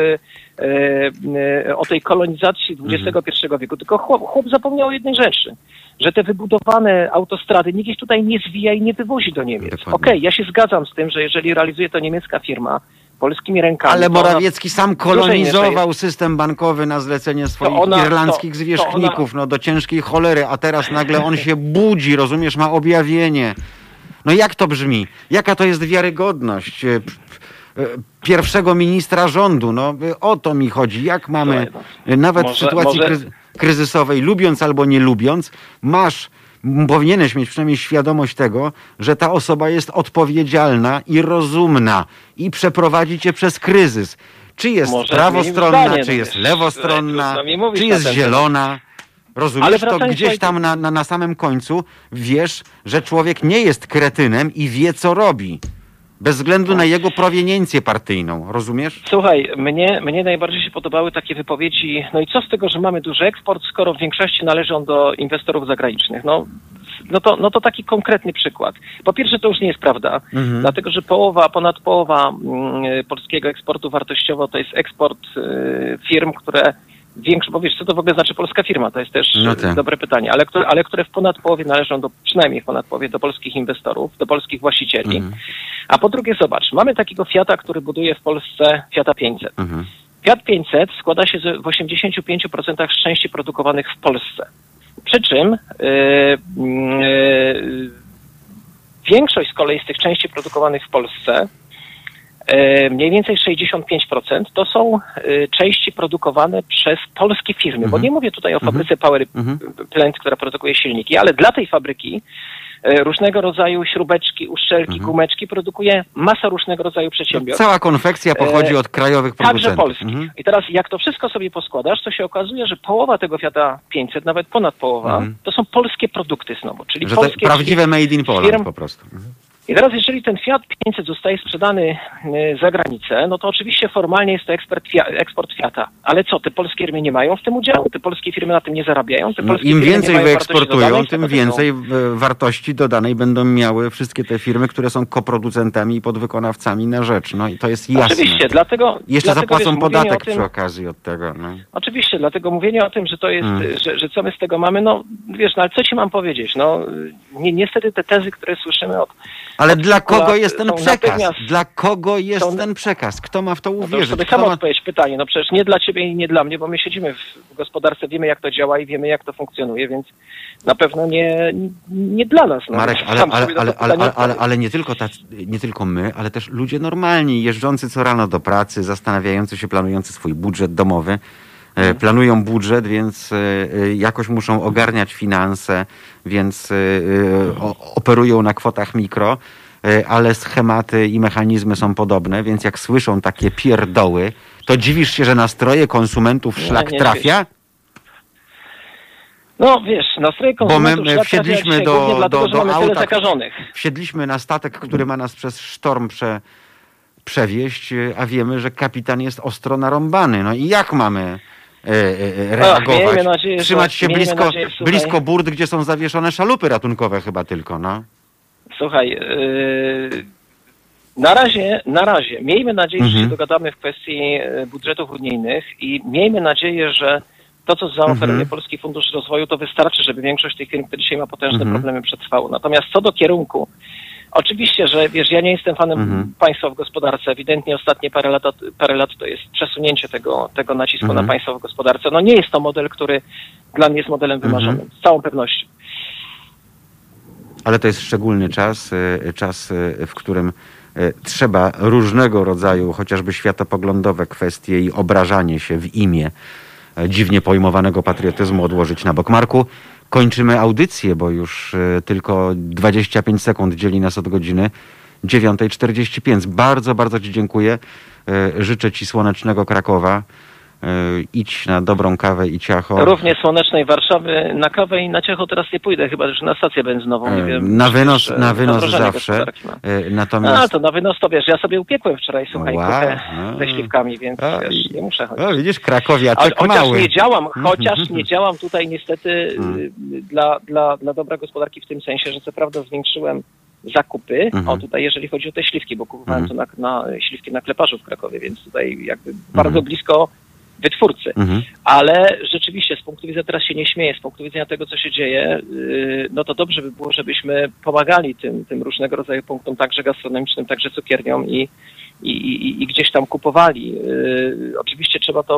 y, y, o tej kolonizacji dwudziestego pierwszego wieku. Tylko chłop, chłop zapomniał o jednej rzeczy, że te wybudowane autostrady nikt ich tutaj nie zwija i nie wywozi do Niemiec. Okej, Dokładnie. ja się zgadzam z tym, że jeżeli realizuje to niemiecka firma polskimi rękami... ale to ona- Morawiecki sam dużej mierze kolonizował system bankowy na zlecenie swoich ona- irlandzkich to- zwierzchników, no do ciężkiej cholery, a teraz nagle on się budzi, rozumiesz, ma objawienie. No jak to brzmi? Jaka to jest wiarygodność e, p- p- e, pierwszego ministra rządu? No e, o to mi chodzi. Jak mamy, Słuchaj, no, e, nawet w może- sytuacji może- kryzy- kryzysowej, lubiąc albo nie lubiąc, masz powinieneś mieć przynajmniej świadomość tego, że ta osoba jest odpowiedzialna i rozumna i przeprowadzi cię przez kryzys. Czy jest Może prawostronna, zdanie, czy no jest wiesz, lewostronna, trudno mi mówić czy na jest ten zielona. Rozumiesz, Ale to wracając gdzieś tutaj- tam na, na, na samym końcu wiesz, że człowiek nie jest kretynem i wie, co robi. Bez względu na jego proweniencję partyjną. Rozumiesz? Słuchaj, mnie, mnie najbardziej się podobały takie wypowiedzi, no i co z tego, że mamy duży eksport, skoro w większości należy on do inwestorów zagranicznych? No, no, to, no to taki konkretny przykład. Po pierwsze, to już nie jest prawda, Mhm. dlatego że połowa, ponad połowa mm, polskiego eksportu wartościowo to jest eksport y, firm, które większe, bo wiesz, co to w ogóle znaczy polska firma? To jest też No y, tak. dobre pytanie, ale które, ale które w ponad połowie należą do, przynajmniej w ponad połowie do polskich inwestorów, do polskich właścicieli. Mhm. A po drugie, zobacz, mamy takiego Fiata, który buduje w Polsce Fiata pięćset. Mhm. Fiat pięćset składa się z, w osiemdziesięciu pięciu procentach z części produkowanych w Polsce. Przy czym yy, yy, większość z kolei z tych części produkowanych w Polsce, yy, mniej więcej sześćdziesiąt pięć procent, to są yy, części produkowane przez polskie firmy. Bo Mhm. nie mówię tutaj o Mhm. fabryce Power Mhm. Plant, która produkuje silniki, ale dla tej fabryki e, różnego rodzaju śrubeczki, uszczelki, Mhm. gumeczki produkuje masa różnego rodzaju przedsiębiorstw. Cała konfekcja pochodzi E, od krajowych Także producentów. polskich. Mhm. I teraz jak to wszystko sobie poskładasz, to się okazuje, że połowa tego Fiata pięćset, nawet ponad połowa, Mhm. to są polskie produkty znowu, czyli Że to polskie... prawdziwe made in Poland firm- po prostu. Mhm. I teraz jeżeli ten Fiat pięćset zostaje sprzedany y, za granicę, no to oczywiście formalnie jest to eksport, Fia- eksport Fiata. Ale co, te polskie firmy nie mają w tym udziału? Te polskie firmy na tym nie zarabiają? Te No, polskie im firmy nie więcej mają wartości wyeksportują, dodanej? tym Co to więcej e, wartości dodanej będą miały wszystkie te firmy, które są koproducentami i podwykonawcami na rzecz. No i to jest jasne. Oczywiście, dlatego... Jeszcze dlatego, zapłacą wiesz, mówienie podatek o tym, przy okazji od tego. No. Oczywiście, dlatego mówienie o tym, że to jest, Mm. że, że co my z tego mamy, no wiesz, no ale co ci mam powiedzieć? No ni niestety te tezy, które słyszymy od... Ale od dla kilku kogo lat jest ten są przekaz? natychmiast- Dla kogo jest są- ten przekaz? Kto ma w to No to już uwierzyć? sobie Kto sam ma... odpowiedź pytanie, no przecież nie dla ciebie i nie dla mnie, bo my siedzimy w gospodarce, wiemy jak to działa i wiemy jak to funkcjonuje, więc na pewno nie, nie dla nas. No. Marek, ale, Sam ale, sobie na ale, to ale, pytanie ale, ale, odpowiem. ale nie, tylko tacy, nie tylko my, ale też ludzie normalni, jeżdżący co rano do pracy, zastanawiający się, planujący swój budżet domowy. E, Planują budżet, więc e, e, jakoś muszą ogarniać finanse, więc e, e, o, operują na kwotach mikro, e, ale schematy i mechanizmy są podobne, więc jak słyszą takie pierdoły, to dziwisz się, że nastroje konsumentów Nie, szlak nie trafia? No wiesz, nastroje Bo my, konsumentów my szlak trafia wsiedliśmy dzisiaj do, głównie dlatego, do, że do mamy tyle auta, zakażonych. wsiedliśmy na statek, który ma nas przez sztorm prze, przewieźć, a wiemy, że kapitan jest ostro narąbany. No i jak mamy e, e, reagować? miejmy nadzieję, że- Trzymać się miejmy blisko, nadzieję, słuchaj. blisko burt, gdzie są zawieszone szalupy ratunkowe chyba tylko, no. Słuchaj, yy, na razie, na razie, miejmy nadzieję, że Mhm. się dogadamy w kwestii yy, budżetów unijnych i miejmy nadzieję, że to, co zaoferuje Mhm. Polski Fundusz Rozwoju, to wystarczy, żeby większość tych firm, które dzisiaj ma potężne Mhm. problemy, przetrwało. Natomiast co do kierunku, oczywiście, że wiesz, ja nie jestem fanem Mhm. państwa w gospodarce. Ewidentnie ostatnie parę lat, parę lat to jest przesunięcie tego, tego nacisku Mhm. na państwo w gospodarce. No nie jest to model, który dla mnie jest modelem wymarzonym, Mhm. z całą pewnością. Ale to jest szczególny czas, e, czas, e, w którym e, trzeba różnego rodzaju, chociażby światopoglądowe kwestie i obrażanie się w imię e, dziwnie pojmowanego patriotyzmu odłożyć na bok. Marku, kończymy audycję, bo już e, tylko dwadzieścia pięć sekund dzieli nas od godziny dziewiąta czterdzieści pięć. Bardzo, bardzo Ci dziękuję. E, Życzę Ci słonecznego Krakowa. E, Idź na dobrą kawę i ciacho. Równie słonecznej Warszawy. Na kawę i na ciacho teraz nie pójdę, chyba że na stację benzynową. Nie E, wiem, Na wynos, czy, na wynos zagrożenie zawsze. gospodarki ma. E, A, Natomiast... to na wynos to wiesz, ja sobie upiekłem wczoraj, słuchaj, Wow, kupę no. ze śliwkami, więc A, wiesz, i- nie muszę chodzić. O, widzisz, Ale, krakowiaczek chociaż mały. nie działam, chociaż nie działam tutaj niestety y, Mm. dla, dla, dla dobra gospodarki w tym sensie, że co prawda zwiększyłem zakupy, Mhm. o tutaj jeżeli chodzi o te śliwki, bo kupowałem Mhm. to na, na śliwki na Kleparzu w Krakowie, więc tutaj jakby bardzo blisko wytwórcy. Mhm. Ale rzeczywiście z punktu widzenia, teraz się nie śmieję, z punktu widzenia tego, co się dzieje, yy, no to dobrze by było, żebyśmy pomagali tym, tym różnego rodzaju punktom, także gastronomicznym, także cukierniom i, i, i, i gdzieś tam kupowali. Yy, oczywiście trzeba to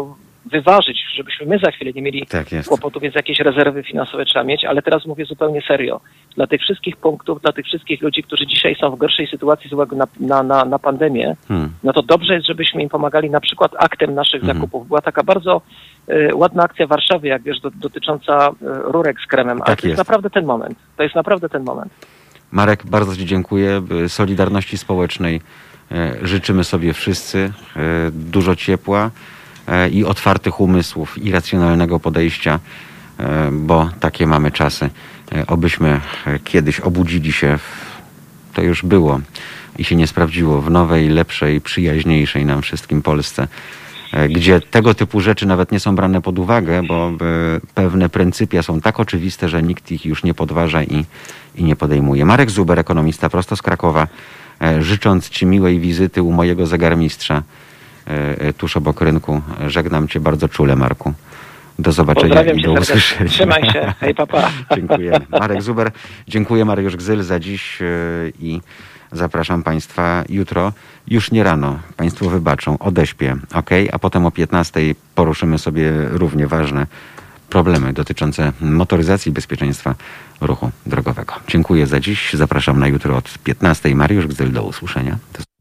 wyważyć, żebyśmy my za chwilę nie mieli Tak jest. kłopotów, więc jakieś rezerwy finansowe trzeba mieć, ale teraz mówię zupełnie serio. Dla tych wszystkich punktów, dla tych wszystkich ludzi, którzy dzisiaj są w gorszej sytuacji z uwagi na, na, na, na pandemię, Hmm. no to dobrze jest, żebyśmy im pomagali na przykład aktem naszych Mhm. zakupów. Była taka bardzo e, ładna akcja w Warszawie, jak wiesz, do, dotycząca e, rurek z kremem, ale Tak to jest jest. naprawdę ten moment. To jest naprawdę ten moment. Marek, bardzo Ci dziękuję. Solidarności społecznej e, życzymy sobie wszyscy. E, Dużo ciepła e, i otwartych umysłów i racjonalnego podejścia, e, bo takie mamy czasy. E, Obyśmy e, kiedyś obudzili się, w, to już było i się nie sprawdziło, w nowej, lepszej, przyjaźniejszej nam wszystkim Polsce, e, gdzie tego typu rzeczy nawet nie są brane pod uwagę, bo e, pewne pryncypia są tak oczywiste, że nikt ich już nie podważa i, i nie podejmuje. Marek Zuber, ekonomista prosto z Krakowa, e, życząc Ci miłej wizyty u mojego zegarmistrza e, e, tuż obok rynku. Żegnam Cię bardzo czule, Marku. Do zobaczenia Pozdrawiam i cię do serdecznie. usłyszenia. Trzymaj się. Hej, papa. Dziękuję. Marek Zuber. Dziękuję, Mariusz Gzyl, za dziś e, i zapraszam Państwa jutro, już nie rano, Państwo wybaczą, odeśpię, ok? A potem o piętnastej poruszymy sobie równie ważne problemy dotyczące motoryzacji i bezpieczeństwa ruchu drogowego. Dziękuję za dziś, zapraszam na jutro od piętnastej. Mariusz Gzyl, do usłyszenia. Do